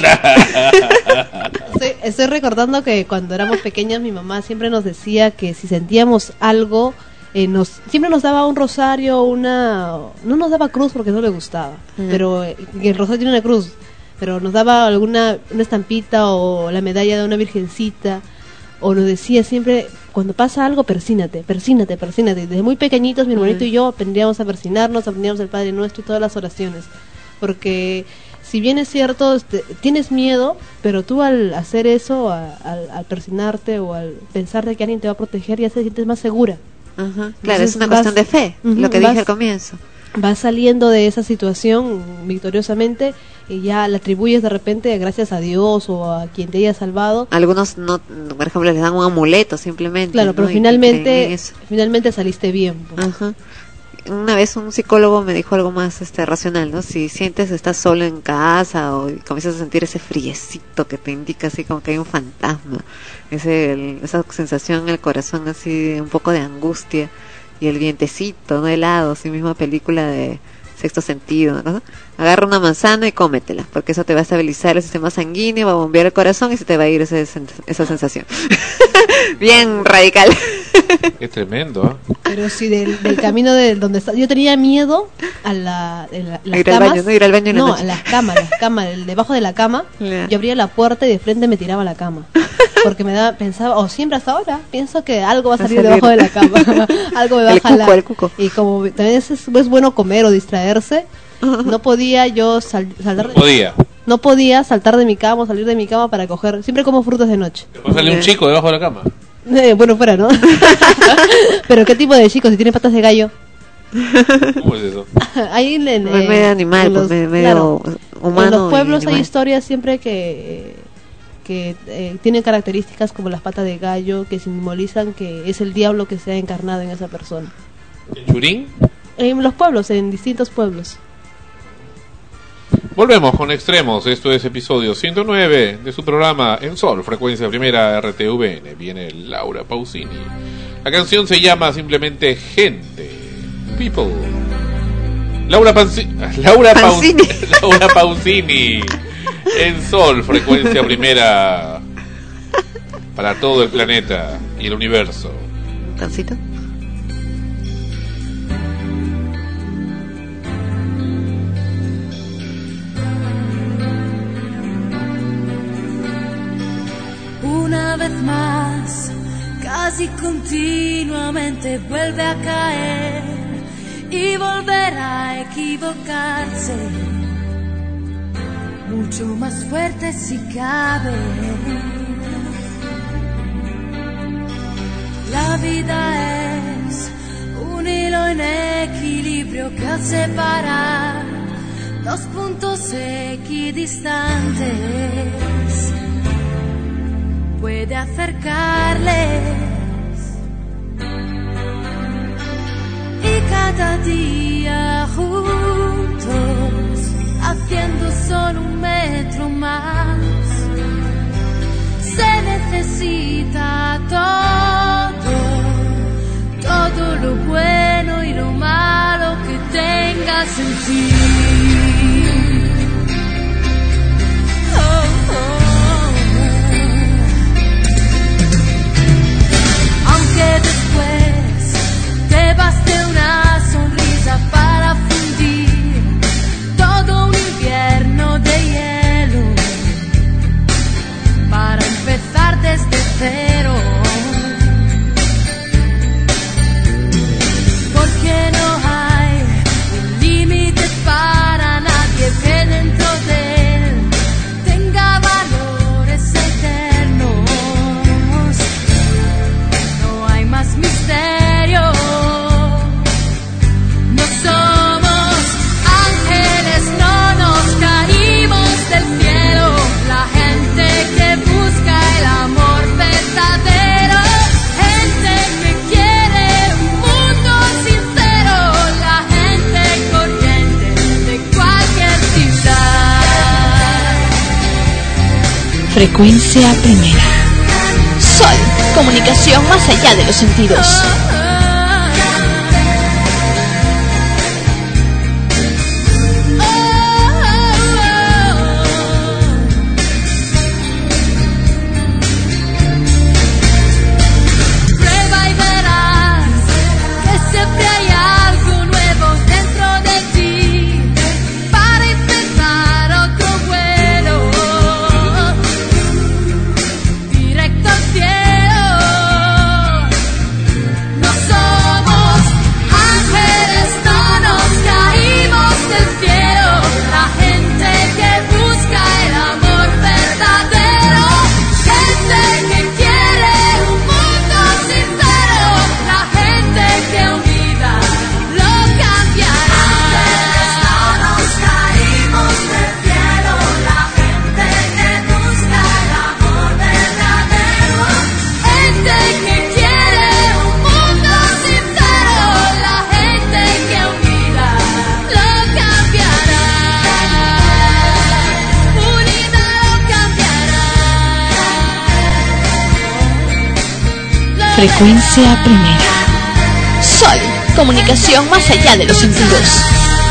estoy, estoy recordando que cuando éramos pequeños mi mamá siempre nos decía que si sentíamos algo, eh, nos siempre nos daba un rosario, una no nos daba cruz porque no le gustaba, uh-huh. pero eh, el rosario tiene una cruz, pero nos daba alguna una estampita o la medalla de una virgencita, o nos decía siempre, cuando pasa algo, persínate, persínate, persínate. Desde muy pequeñitos, mi hermanito uh-huh. y yo aprendíamos a persinarnos, aprendíamos el Padre Nuestro y todas las oraciones. Porque, si bien es cierto, este, tienes miedo, pero tú al hacer eso, a, al, al persinarte o al pensar de que alguien te va a proteger, ya te sientes más segura. Uh-huh. Claro, Entonces, es una vas, cuestión de fe, uh-huh, lo que vas, dije al comienzo. Vas saliendo de esa situación victoriosamente y ya la atribuyes de repente gracias a Dios o a quien te haya salvado. Algunos no, por ejemplo, les dan un amuleto simplemente. Claro, ¿no? pero y finalmente finalmente saliste bien. Pues. Ajá. Una vez un psicólogo me dijo algo más este racional, ¿no? Si sientes que estás solo en casa o comienzas a sentir ese friecito que te indica así como que hay un fantasma, ese el, esa sensación en el corazón así un poco de angustia y el vientecito, ¿no? Helado, así misma película de Sexto Sentido, ¿no? Agarra una manzana y cómetela, porque eso te va a estabilizar el sistema sanguíneo, va a bombear el corazón y se te va a ir ese, esa sensación. Bien radical. Es tremendo, ¿eh? Pero sí, del, del camino de donde está, yo tenía miedo a la, de la las ir camas, al baño, no ir al baño en la no, noche. a las camas, las camas, el, debajo de la cama, yeah. Yo abría la puerta y de frente me tiraba a la cama, porque me daba, pensaba, o siempre hasta ahora, pienso que algo va a salir, va a salir. debajo de la cama, algo me va a jalar. El cuco. Y como también es, es bueno comer o distraerse, no podía yo sal, saltar no podía. no podía saltar de mi cama o salir de mi cama para coger, siempre como frutas de noche. ¿Puede salir un chico debajo de la cama? Eh, bueno, fuera, ¿no? Pero ¿qué tipo de chico? Si tiene patas de gallo. ¿Cómo es eso? Ahí en, en, no es medio animal, en los, pues, medio claro, humano. En los pueblos hay historias siempre que, que eh, tienen características como las patas de gallo, que simbolizan que es el diablo que se ha encarnado en esa persona. ¿En Churín? En los pueblos, en distintos pueblos. Volvemos con Extremos, esto es episodio ciento nueve de su programa En Sol, frecuencia primera R T V N. Viene Laura Pausini. La canción se llama simplemente Gente, People. Laura, Panci Laura, Pausini. Laura Pausini. En Sol, frecuencia primera para todo el planeta y el universo. ¿Tancito? Una vez más, casi continuamente vuelve a caer y volverá a equivocarse, mucho más fuerte si cabe. La vida es un hilo en equilibrio que al separar dos puntos equidistantes puede acercarles, y cada día juntos, haciendo solo un metro más, se necesita todo, todo lo bueno y lo malo que tenga sentido. Oh, oh. Que después te baste una sonrisa para fundir todo un invierno de hielo, para empezar desde cero, porque no hay un límite para Frecuencia primera. Sol, comunicación más allá de los sentidos. Frecuencia primera. Sol, comunicación más allá de los sentidos.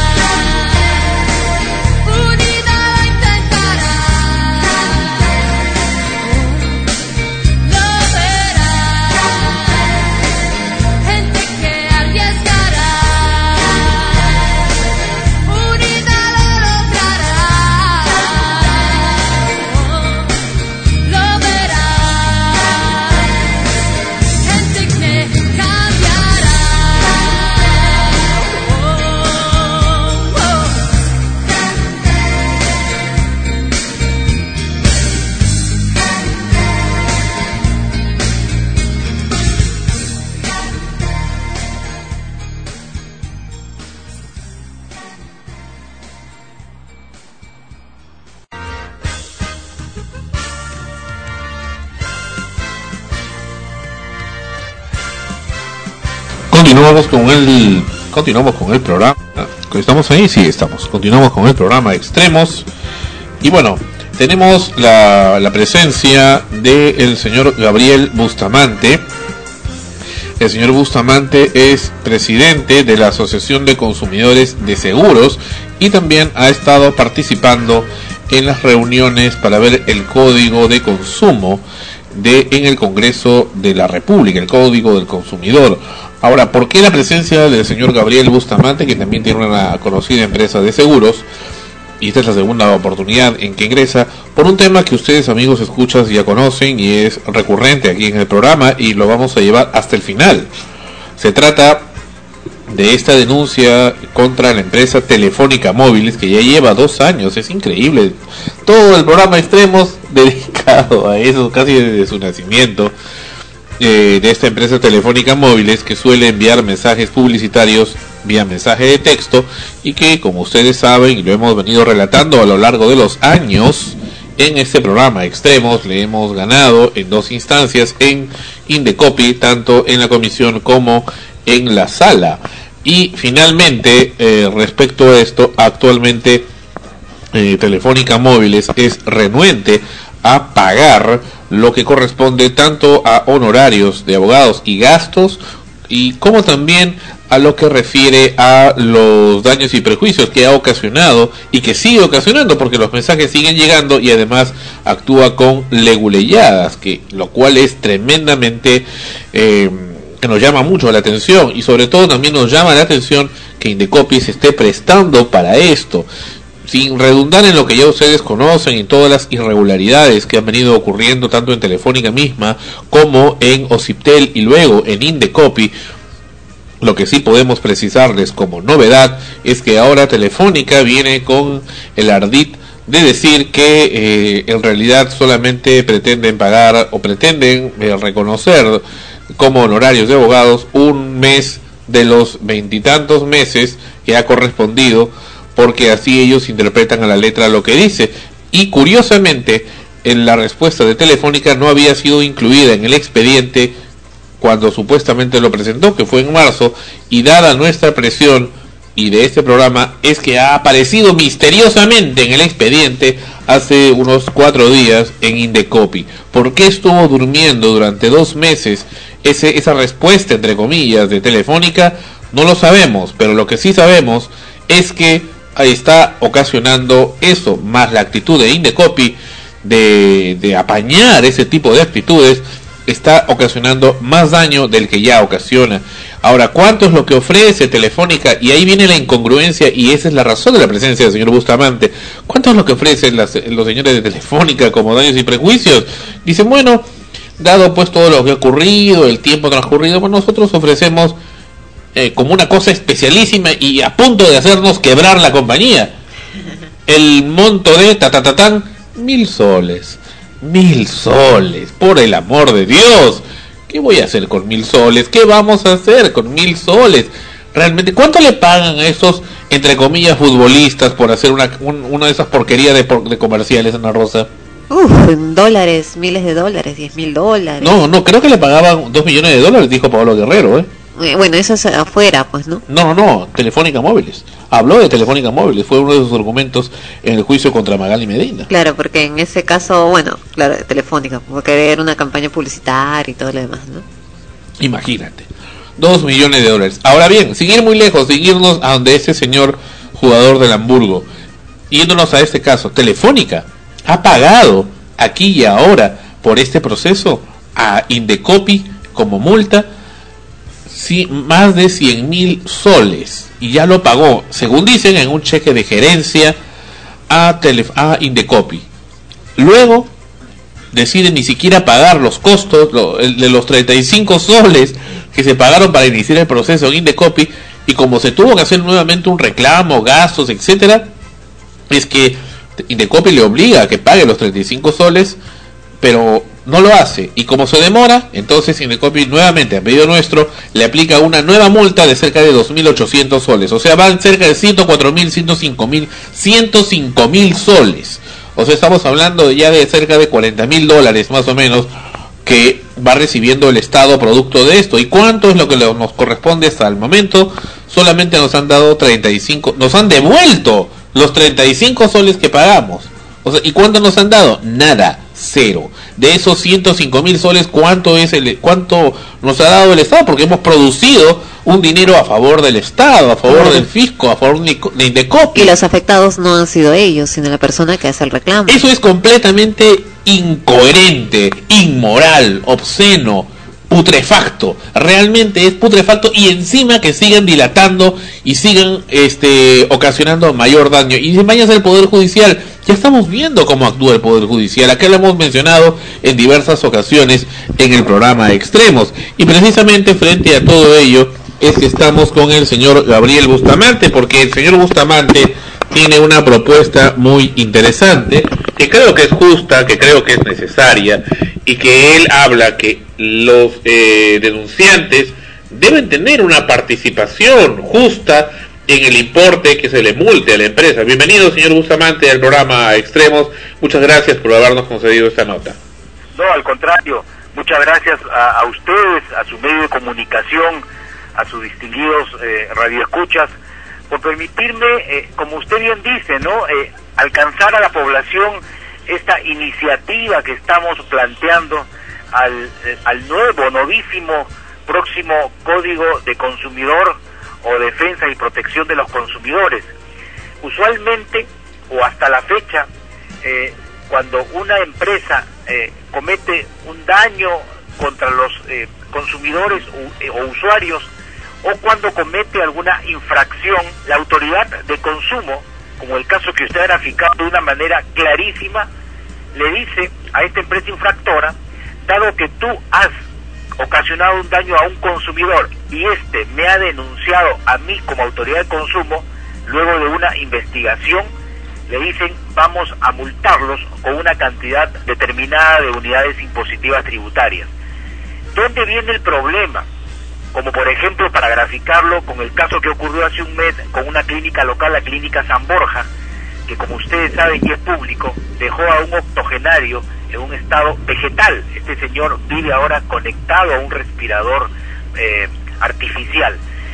Continuamos con el continuamos con el programa. ¿Estamos ahí? Sí, estamos. Continuamos con el programa Extremos. Y bueno, tenemos la, la presencia del señor Gabriel Bustamante. El señor Bustamante es presidente de la Asociación de Consumidores de Seguros y también ha estado participando en las reuniones para ver el código de consumo de en el Congreso de la República, el Código del Consumidor. Ahora, ¿por qué la presencia del señor Gabriel Bustamante, que también tiene una conocida empresa de seguros? Y esta es la segunda oportunidad en que ingresa, por un tema que ustedes, amigos escuchas, ya conocen y es recurrente aquí en el programa y lo vamos a llevar hasta el final. Se trata de esta denuncia contra la empresa Telefónica Móviles, que ya lleva dos años, es increíble. Todo el programa Extremos dedicado a eso, casi desde su nacimiento. Eh, de esta empresa Telefónica Móviles, que suele enviar mensajes publicitarios vía mensaje de texto y que, como ustedes saben y lo hemos venido relatando a lo largo de los años en este programa Extremos, le hemos ganado en dos instancias en Indecopi, tanto en la comisión como en la sala. Y finalmente, eh, respecto a esto, actualmente eh, Telefónica Móviles es renuente a pagar lo que corresponde tanto a honorarios de abogados y gastos, y como también a lo que refiere a los daños y perjuicios que ha ocasionado y que sigue ocasionando, porque los mensajes siguen llegando y además actúa con leguleyadas, que lo cual es tremendamente eh, que nos llama mucho la atención, y sobre todo también nos llama la atención que Indecopi se esté prestando para esto, sin redundar en lo que ya ustedes conocen y todas las irregularidades que han venido ocurriendo tanto en Telefónica misma como en Ociptel y luego en Indecopi. Lo que sí podemos precisarles como novedad es que ahora Telefónica viene con el ardid de decir que eh, en realidad solamente pretenden pagar o pretenden eh, reconocer como honorarios de abogados un mes de los veintitantos meses que ha correspondido, porque así ellos interpretan a la letra lo que dice. Y curiosamente, en la respuesta de Telefónica no había sido incluida en el expediente cuando supuestamente lo presentó, que fue en marzo, y dada nuestra presión y de este programa es que ha aparecido misteriosamente en el expediente hace unos cuatro días en Indecopi. ¿Por qué estuvo durmiendo durante dos meses ese, esa respuesta, entre comillas, de Telefónica? No lo sabemos, pero lo que sí sabemos es que está ocasionando eso, más la actitud de Indecopi de, de apañar ese tipo de actitudes, está ocasionando más daño del que ya ocasiona. Ahora, ¿cuánto es lo que ofrece Telefónica? Y ahí viene la incongruencia, y esa es la razón de la presencia del señor Bustamante. ¿Cuánto es lo que ofrecen las, los señores de Telefónica como daños y prejuicios? Dicen, bueno, dado pues todo lo que ha ocurrido, el tiempo transcurrido, pues nosotros ofrecemos eh, como una cosa especialísima y a punto de hacernos quebrar la compañía. El monto de tatatatán, mil soles. Mil soles, por el amor de Dios. ¿Qué voy a hacer con mil soles? ¿Qué vamos a hacer con mil soles? Realmente, ¿cuánto le pagan a esos, entre comillas, futbolistas por hacer una, un, una de esas porquerías de, por, de comerciales, Ana Rosa? Uf, en dólares, miles de dólares, diez mil dólares. No, no, creo que le pagaban dos millones de dólares, dijo Pablo Guerrero, ¿eh? Eh, bueno, eso es afuera, pues, ¿no? No, no, no, Telefónica Móviles. Habló de Telefónica Móviles, fue uno de sus argumentos en el juicio contra Magali Medina. Claro, porque en ese caso, bueno, claro, Telefónica, porque era una campaña publicitaria y todo lo demás, ¿no? Imagínate, dos millones de dólares. Ahora bien, sin ir muy lejos, sin irnos a donde ese señor jugador del Hamburgo, yéndonos a este caso, Telefónica ha pagado aquí y ahora por este proceso a Indecopi como multa sí, más de cien mil soles, y ya lo pagó, según dicen, en un cheque de gerencia a, tele, a Indecopi. Luego deciden ni siquiera pagar los costos lo, de los treinta y cinco soles que se pagaron para iniciar el proceso en Indecopi, y como se tuvo que hacer nuevamente un reclamo, gastos, etcétera, es que Indecopi le obliga a que pague los treinta y cinco soles, pero no lo hace, y como se demora, entonces Indecopi nuevamente a pedido nuestro le aplica una nueva multa de cerca de dos mil ochocientos soles, o sea, van cerca de ciento cuatro mil, ciento cinco mil, ciento cinco mil soles, o sea, estamos hablando ya de cerca de cuarenta mil dólares más o menos que va recibiendo el Estado producto de esto. ¿Y cuánto es lo que nos corresponde hasta el momento? Solamente nos han dado treinta y cinco, nos han devuelto los treinta y cinco soles que pagamos. O sea, ¿y cuánto nos han dado? Nada, cero. De esos ciento cinco mil soles, ¿cuánto es el, cuánto nos ha dado el Estado? Porque hemos producido un dinero a favor del Estado, a favor uh-huh. del fisco, a favor de Indecopi. Y los afectados no han sido ellos, sino la persona que hace el reclamo. Eso es completamente incoherente, inmoral, obsceno, putrefacto. Realmente es putrefacto, y encima que sigan dilatando y sigan este ocasionando mayor daño. Y si vayas al Poder Judicial, ya estamos viendo cómo actúa el Poder Judicial. Acá lo hemos mencionado en diversas ocasiones en el programa Extremos, y precisamente frente a todo ello es que estamos con el señor Gabriel Bustamante, porque el señor Bustamante tiene una propuesta muy interesante, que creo que es justa, que creo que es necesaria, y que él habla que los eh, denunciantes deben tener una participación justa en el importe que se le multe a la empresa. Bienvenido, señor Bustamante, al programa Extremos. Muchas gracias por habernos concedido esta nota. No, al contrario, muchas gracias a, a ustedes, a su medio de comunicación, a sus distinguidos eh, radioescuchas, por permitirme, eh, como usted bien dice, ¿no?, eh, alcanzar a la población esta iniciativa que estamos planteando al, eh, al nuevo, novísimo, próximo Código de Consumidor o Defensa y Protección de los Consumidores. Usualmente, o hasta la fecha, eh, cuando una empresa eh, comete un daño contra los eh, consumidores o, eh, o usuarios, o cuando comete alguna infracción, la autoridad de consumo, como el caso que usted ha graficado de una manera clarísima, le dice a esta empresa infractora: dado que tú has ocasionado un daño a un consumidor y este me ha denunciado a mí como autoridad de consumo, luego de una investigación, le dicen: vamos a multarlos con una cantidad determinada de unidades impositivas tributarias. ¿Dónde viene el problema? Como por ejemplo, para graficarlo, con el caso que ocurrió hace un mes con una clínica local, la clínica San Borja, que como ustedes saben y es público, dejó a un octogenario en un estado vegetal. Este señor vive ahora conectado a un respirador eh, artificial.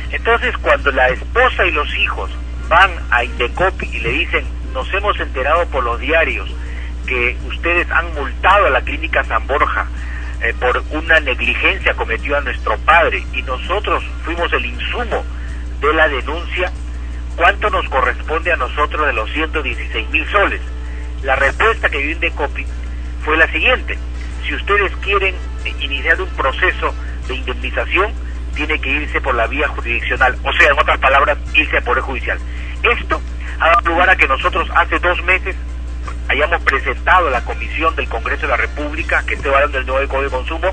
Entonces, cuando la esposa y los hijos van a Indecopi y le dicen, nos hemos enterado por los diarios que ustedes han multado a la clínica San Borja eh, por una negligencia cometida a nuestro padre y nosotros fuimos el insumo de la denuncia, ¿cuánto nos corresponde a nosotros de los ciento dieciséis mil soles? La respuesta que dio Indecopi fue la siguiente: si ustedes quieren iniciar un proceso de indemnización, tiene que irse por la vía jurisdiccional, o sea, en otras palabras, irse al Poder Judicial. Esto ha dado lugar a que nosotros hace dos meses hayamos presentado a la Comisión del Congreso de la República, que esté hablando del nuevo Código de Consumo,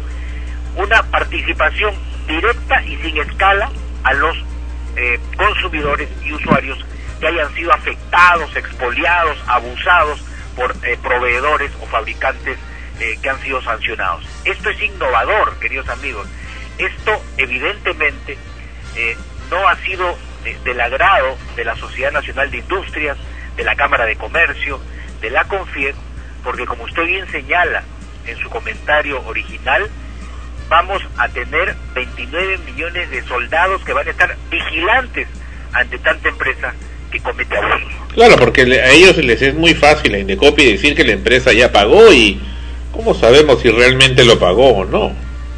una participación directa y sin escala a los eh, consumidores y usuarios que hayan sido afectados, expoliados, abusados por eh, proveedores o fabricantes eh, que han sido sancionados. Esto es innovador, queridos amigos. Esto evidentemente eh, no ha sido eh, del agrado de la Sociedad Nacional de Industrias, de la Cámara de Comercio, de la CONFIEC, porque como usted bien señala en su comentario original, vamos a tener veintinueve millones de soldados que van a estar vigilantes ante tanta empresa que comete abusos. Claro, porque a ellos les es muy fácil a Indecopi decir que la empresa ya pagó y ¿cómo sabemos si realmente lo pagó o no?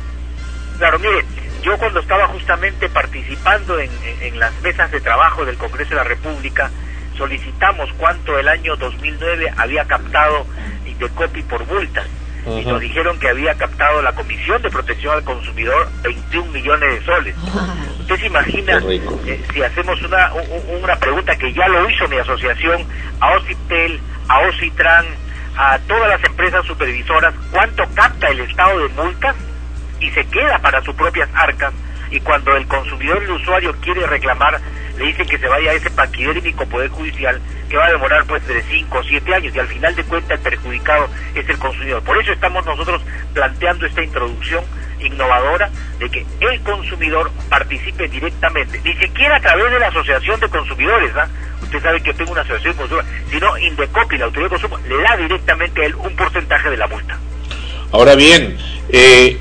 Claro, mire, yo cuando estaba justamente participando en, en las mesas de trabajo del Congreso de la República, solicitamos cuánto el año dos mil nueve había captado Indecopi por multas. Uh-huh. Y nos dijeron que había captado la Comisión de Protección al Consumidor veintiún millones de soles. Uh-huh. Usted se imagina, eh, si hacemos una, un, una pregunta que ya lo hizo mi asociación, a Ociptel, a Ocitran, a todas las empresas supervisoras, ¿cuánto capta el Estado de multas? Y se queda para sus propias arcas, y cuando el consumidor y el usuario quiere reclamar, le dicen que se vaya a ese paquidérmico Poder Judicial, que va a demorar pues de cinco o siete años, y al final de cuentas el perjudicado es el consumidor. Por eso estamos nosotros planteando esta introducción innovadora de que el consumidor participe directamente, ni siquiera a través de la Asociación de Consumidores, ¿ah? Usted sabe que yo tengo una asociación de consumidores, sino Indecopi, la Autoridad de Consumo, le da directamente a él un porcentaje de la multa. Ahora bien, eh,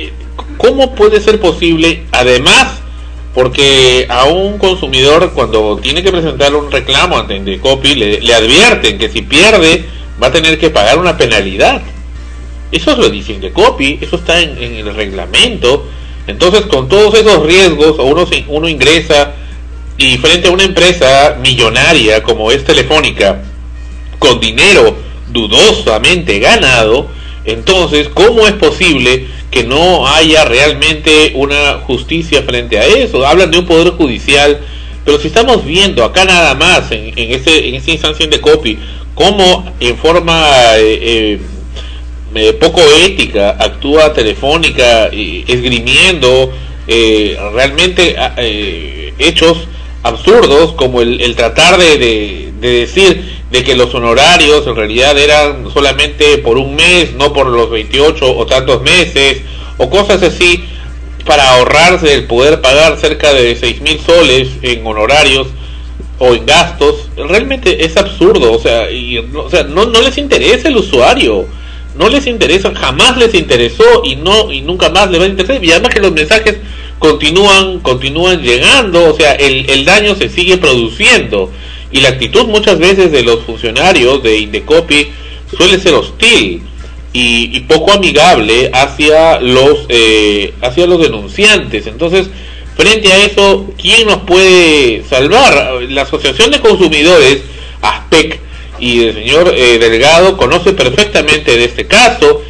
¿cómo puede ser posible, además, porque a un consumidor cuando tiene que presentar un reclamo ante Indecopi le, le advierten que si pierde va a tener que pagar una penalidad? Eso lo dice Indecopi, eso está en, en el reglamento. Entonces, con todos esos riesgos, uno, uno ingresa y frente a una empresa millonaria como es Telefónica, con dinero dudosamente ganado, entonces, ¿cómo es posible que no haya realmente una justicia frente a eso? Hablan de un poder judicial, pero si estamos viendo acá nada más en, en ese en esa instancia Indecopi cómo en forma eh, eh, eh, poco ética actúa Telefónica, eh, esgrimiendo eh, realmente eh, hechos absurdos como el, el tratar de, de, de decir de que los honorarios en realidad eran solamente por un mes, no por los veintiocho o tantos meses, o cosas así, para ahorrarse el poder pagar cerca de seis mil soles en honorarios o en gastos. Realmente es absurdo, o sea, y, o sea no, no les interesa el usuario, no les interesa, jamás les interesó y no y nunca más les va a interesar, y además que los mensajes continúan continúan llegando, o sea, el, el daño se sigue produciendo. Y la actitud muchas veces de los funcionarios de Indecopi suele ser hostil y, y poco amigable hacia los eh, hacia los denunciantes. Entonces, frente a eso, ¿quién nos puede salvar? La Asociación de Consumidores, ASPEC, y el señor eh, Delgado conoce perfectamente de este caso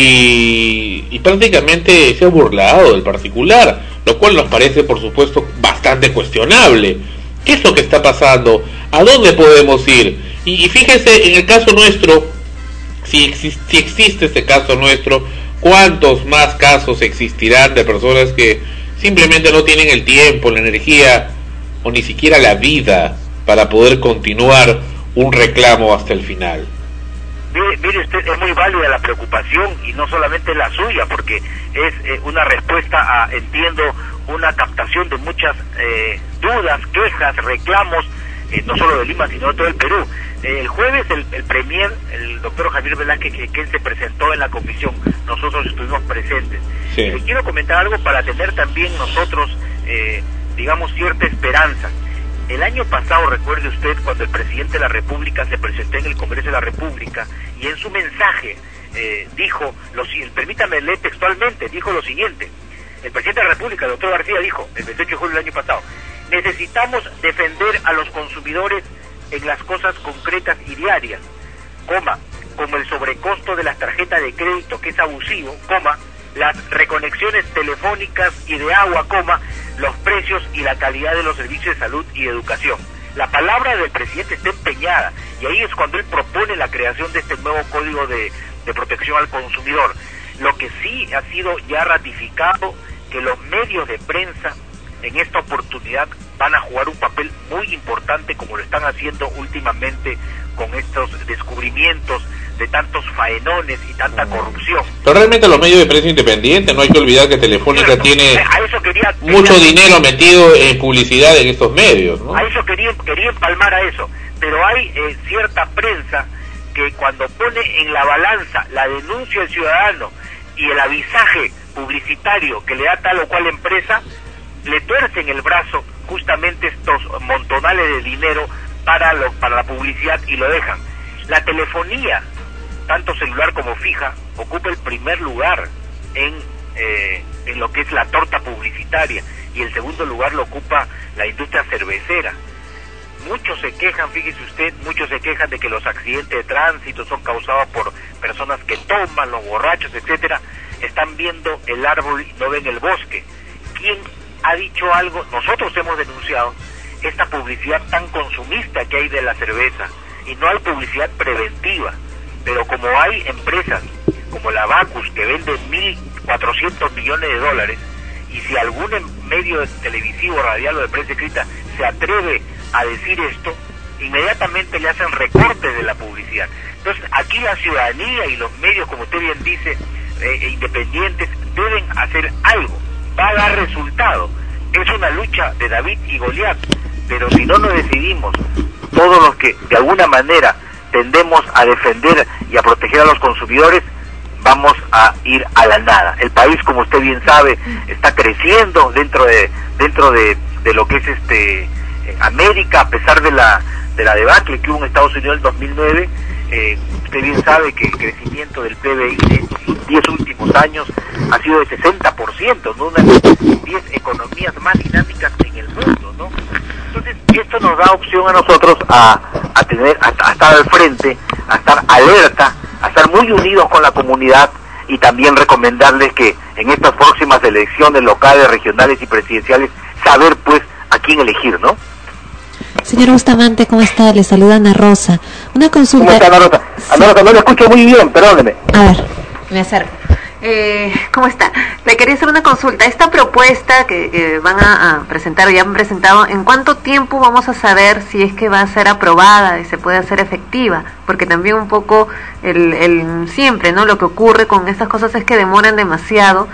y, y prácticamente se ha burlado del particular, lo cual nos parece, por supuesto, bastante cuestionable. ¿Qué es lo que está pasando? ¿A dónde podemos ir? Y, y fíjese, en el caso nuestro, si, exi- si existe este caso nuestro, ¿cuántos más casos existirán de personas que simplemente no tienen el tiempo, la energía o ni siquiera la vida para poder continuar un reclamo hasta el final? Mire, mire usted, es muy válida la preocupación y no solamente la suya, porque es eh, una respuesta a, entiendo, una captación de muchas eh, dudas, quejas, reclamos, eh, no solo de Lima, sino de todo el Perú. Eh, el jueves el, el premier, el doctor Javier Velázquez, que, que se presentó en la comisión, nosotros estuvimos presentes. Sí. Le quiero comentar algo para tener también nosotros eh, digamos, cierta esperanza. El año pasado, recuerde usted, cuando el presidente de la República se presentó en el Congreso de la República y en su mensaje eh, dijo, lo, permítame leer textualmente, dijo lo siguiente. El presidente de la República, el doctor García, dijo, el veintiocho de julio del año pasado, necesitamos defender a los consumidores en las cosas concretas y diarias, coma, como el sobrecosto de las tarjetas de crédito, que es abusivo, coma, las reconexiones telefónicas y de agua, coma, los precios y la calidad de los servicios de salud y educación. La palabra del presidente está empeñada, y ahí es cuando él propone la creación de este nuevo Código de, de Protección al Consumidor. Lo que sí ha sido ya ratificado, que los medios de prensa en esta oportunidad van a jugar un papel muy importante, como lo están haciendo últimamente con estos descubrimientos de tantos faenones y tanta corrupción. Pero realmente los medios de prensa independientes, no hay que olvidar que Telefónica Cierto. tiene a eso quería, mucho quería, dinero metido en publicidad en estos medios, ¿no? A eso quería, quería empalmar a eso, pero hay eh, cierta prensa que cuando pone en la balanza la denuncia del ciudadano y el avisaje publicitario que le da tal o cual empresa, le tuercen el brazo justamente estos montonales de dinero para, lo, para la publicidad y lo dejan. La telefonía, tanto celular como fija, ocupa el primer lugar en, eh, en lo que es la torta publicitaria, y el segundo lugar lo ocupa la industria cervecera. Muchos se quejan, fíjese usted, muchos se quejan de que los accidentes de tránsito son causados por personas que toman, los borrachos, etcétera. Están viendo el árbol y no ven el bosque. ¿Quién ha dicho algo? Nosotros hemos denunciado esta publicidad tan consumista que hay de la cerveza, y no hay publicidad preventiva. Pero como hay empresas como la Bacus que vende mil cuatrocientos millones de dólares, y si algún medio televisivo, radial o de prensa escrita se atreve a decir esto, inmediatamente le hacen recortes de la publicidad. Entonces aquí la ciudadanía y los medios, como usted bien dice, eh, independientes, deben hacer algo. Va a dar resultado. Es una lucha de David y Goliat, pero si no nos decidimos, todos los que de alguna manera tendemos a defender y a proteger a los consumidores, vamos a ir a la nada. El país, como usted bien sabe, está creciendo dentro de dentro de, de lo que es este América, a pesar de la de la debacle que hubo en Estados Unidos en el dos mil nueve. Eh, usted bien sabe que el crecimiento del P B I en los diez últimos años ha sido de sesenta por ciento, ¿no? Una de las diez economías más dinámicas en el mundo, ¿no? Entonces, esto nos da opción a nosotros a, a tener, a, a estar al frente, a estar alerta, a estar muy unidos con la comunidad, y también recomendarles que en estas próximas elecciones locales, regionales y presidenciales, saber pues a quién elegir, ¿no? Señor Bustamante, ¿cómo está? Le saluda Ana Rosa. Una consulta. ¿Cómo está, Ana Rosa? Ana Rosa, no lo escucho muy bien, perdóneme. A ver, me acerco. Eh, ¿Cómo está? Le quería hacer una consulta. Esta propuesta que, que van a, a presentar, o ya han presentado, ¿en cuánto tiempo vamos a saber si es que va a ser aprobada y se puede hacer efectiva? Porque también un poco el, el siempre, ¿no? Lo que ocurre con estas cosas es que demoran demasiado,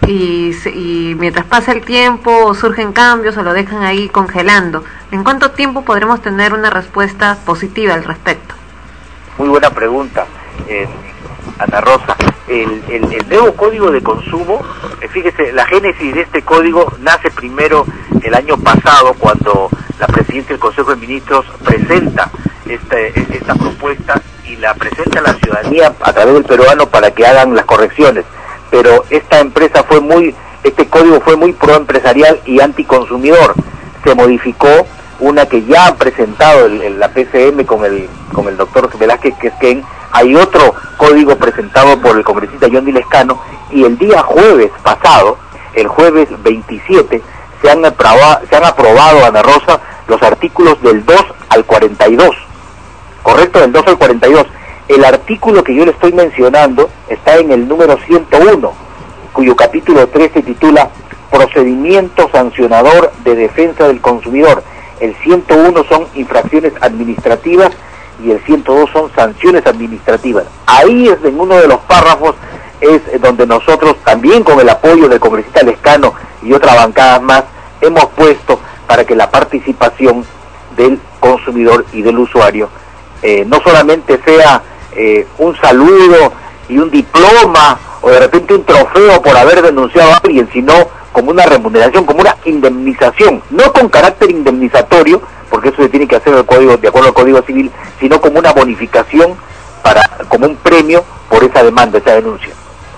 y, y mientras pasa el tiempo surgen cambios o lo dejan ahí congelando. ¿En cuánto tiempo podremos tener una respuesta positiva al respecto? Muy buena pregunta, eh, Ana Rosa. El, el, el nuevo Código de Consumo, eh, fíjese, la génesis de este código nace primero el año pasado, cuando la Presidencia del Consejo de Ministros presenta este, esta propuesta y la presenta a la ciudadanía a través del peruano para que hagan las correcciones. Pero esta empresa fue muy, este código fue muy proempresarial y anticonsumidor. Se modificó una que ya han presentado el, el, la P C M con el con el doctor Velázquez Quesquén. Hay otro código presentado por el congresista Johnny Lescano, y el día jueves pasado, el jueves veintisiete, se han aprobado, se han aprobado, Ana Rosa, los artículos del dos al cuarenta y dos, correcto, del dos al cuarenta y dos. El artículo que yo le estoy mencionando está en el número ciento uno, cuyo capítulo tres se titula Procedimiento Sancionador de Defensa del Consumidor. El ciento uno son infracciones administrativas y el ciento dos son sanciones administrativas. Ahí es, en uno de los párrafos, es donde nosotros, también con el apoyo del congresista Lescano y otras bancadas más, hemos puesto para que la participación del consumidor y del usuario eh, no solamente sea eh, un saludo y un diploma, o de repente un trofeo por haber denunciado a alguien, sino como una remuneración, como una indemnización, no con carácter indemnizatorio, porque eso se tiene que hacer el código, de acuerdo al Código Civil, sino como una bonificación, para como un premio por esa demanda, esa denuncia.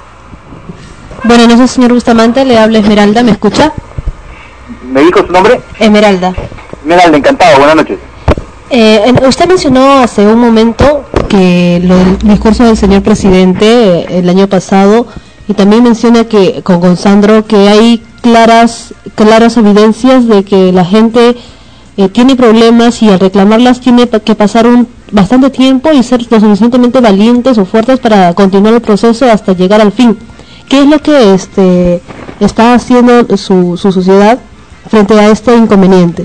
Bueno, no sé, señor Bustamante, le habla Esmeralda, ¿me escucha? ¿Me dijo su nombre? Esmeralda. Esmeralda, encantado, buenas noches. Eh, usted mencionó hace un momento que lo del discurso del señor presidente eh, el año pasado, y también menciona que con Gonzandro que hay claras claras evidencias de que la gente eh, tiene problemas y al reclamarlas tiene que pasar un bastante tiempo y ser lo suficientemente valientes o fuertes para continuar el proceso hasta llegar al fin. ¿Qué es lo que este está haciendo su, su sociedad frente a este inconveniente?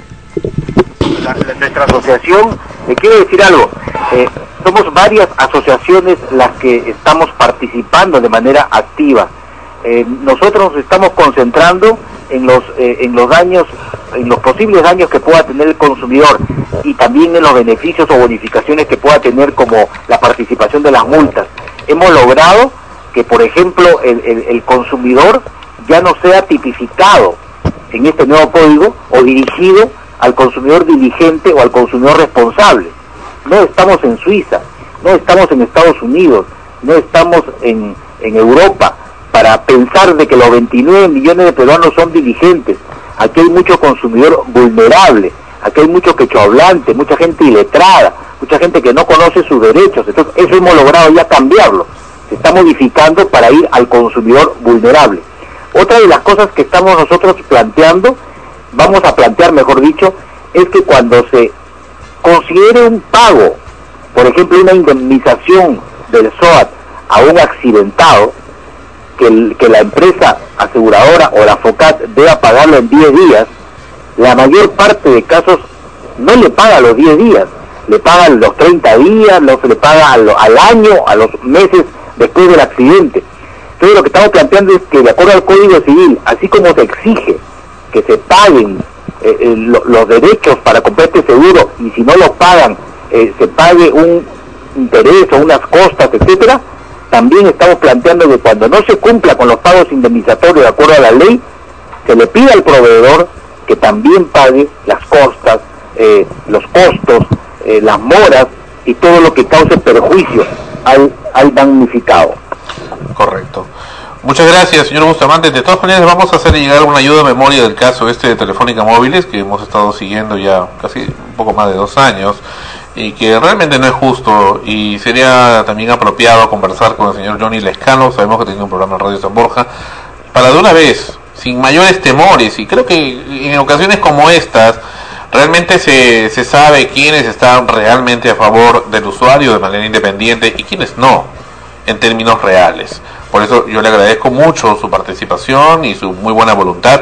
La, la, nuestra asociación, le quiero decir algo, eh, somos varias asociaciones las que estamos participando de manera activa. Eh, nosotros nos estamos concentrando en los eh, en los daños, en los posibles daños que pueda tener el consumidor y también en los beneficios o bonificaciones que pueda tener, como la participación de las multas. Hemos logrado que, por ejemplo, el, el, el consumidor ya no sea tipificado en este nuevo código o dirigido al consumidor diligente o al consumidor responsable. No estamos en Suiza, no estamos en Estados Unidos, no estamos en, en Europa para pensar de que los veintinueve millones de peruanos son diligentes. Aquí hay mucho consumidor vulnerable, aquí hay mucho quechohablante, mucha gente iletrada, mucha gente que no conoce sus derechos. Entonces eso hemos logrado ya cambiarlo, se está modificando para ir al consumidor vulnerable. Otra de las cosas que estamos nosotros planteando, vamos a plantear mejor dicho, es que cuando se considere un pago, por ejemplo una indemnización del SOAT a un accidentado, que, el, que la empresa aseguradora o la FOCAT deba pagarlo en diez días, la mayor parte de casos no le paga los diez días, le pagan los treinta días, los, le paga al, al año, a los meses después del accidente. Entonces lo que estamos planteando es que, de acuerdo al Código Civil, así como se exige que se paguen eh, eh, lo, los derechos para comprar este seguro, y si no lo pagan, eh, se pague un interés o unas costas, etcétera, también estamos planteando que cuando no se cumpla con los pagos indemnizatorios de acuerdo a la ley, se le pida al proveedor que también pague las costas, eh, los costos, eh, las moras y todo lo que cause perjuicio al, al damnificado. Correcto. Muchas gracias, señor Bustamante. De todas maneras, vamos a hacer llegar una ayuda de memoria del caso este de Telefónica Móviles, que hemos estado siguiendo ya casi un poco más de dos años, y que realmente no es justo, y sería también apropiado conversar con el señor Johnny Lescano. Sabemos que tiene un programa en Radio San Borja, para de una vez, sin mayores temores, y creo que en ocasiones como estas, realmente se, se sabe quiénes están realmente a favor del usuario de manera independiente y quiénes no, en términos reales. Por eso yo le agradezco mucho su participación y su muy buena voluntad,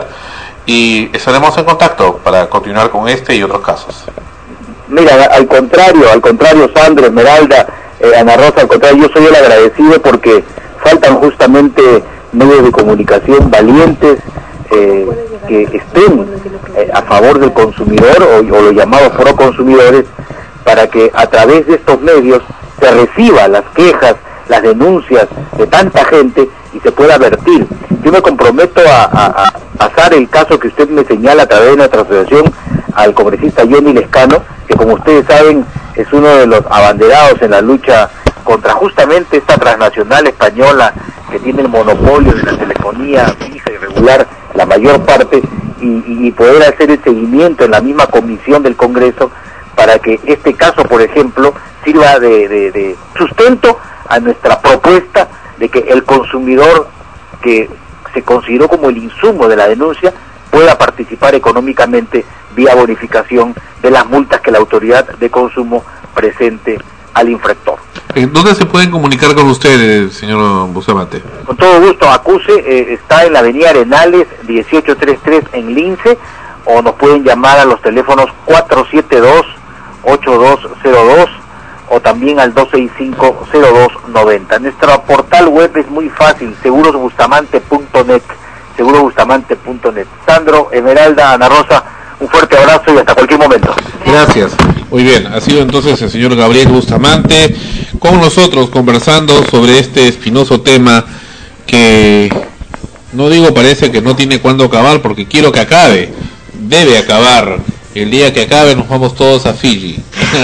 y estaremos en contacto para continuar con este y otros casos. Mira, al contrario, al contrario, Sandro, Esmeralda, eh, Ana Rosa, al contrario, yo soy el agradecido porque faltan justamente medios de comunicación valientes eh, que estén eh, a favor del consumidor o, o los llamados proconsumidores, para que a través de estos medios se reciba las quejas, las denuncias de tanta gente y se pueda vertir. Yo me comprometo a, a, a pasar el caso que usted me señala a través de nuestra asociación al congresista Johnny Lescano, que como ustedes saben es uno de los abanderados en la lucha contra justamente esta transnacional española que tiene el monopolio de la telefonía fija y regular la mayor parte, y, y poder hacer el seguimiento en la misma comisión del Congreso para que este caso, por ejemplo, sirva de, de, de sustento a nuestra propuesta de que el consumidor que se consideró como el insumo de la denuncia pueda participar económicamente vía bonificación de las multas que la autoridad de consumo presente al infractor. ¿Dónde se pueden comunicar con usted, señor Bustamante? Con todo gusto. Acuse eh, está en la avenida Arenales dieciocho treinta y tres en Lince, o nos pueden llamar a los teléfonos cuatro siete dos, ocho dos cero dos o también al dos seis cinco, cero dos noventa. Nuestro portal web es muy fácil, seguros bustamante punto net, seguros bustamante punto net. Sandro, Esmeralda, Ana Rosa, un fuerte abrazo y hasta cualquier momento. Gracias. Muy bien, ha sido entonces el señor Gabriel Bustamante con nosotros conversando sobre este espinoso tema que No digo parece que no tiene cuándo acabar, porque quiero que acabe. Debe acabar. El día que acabe nos vamos todos a Fiji.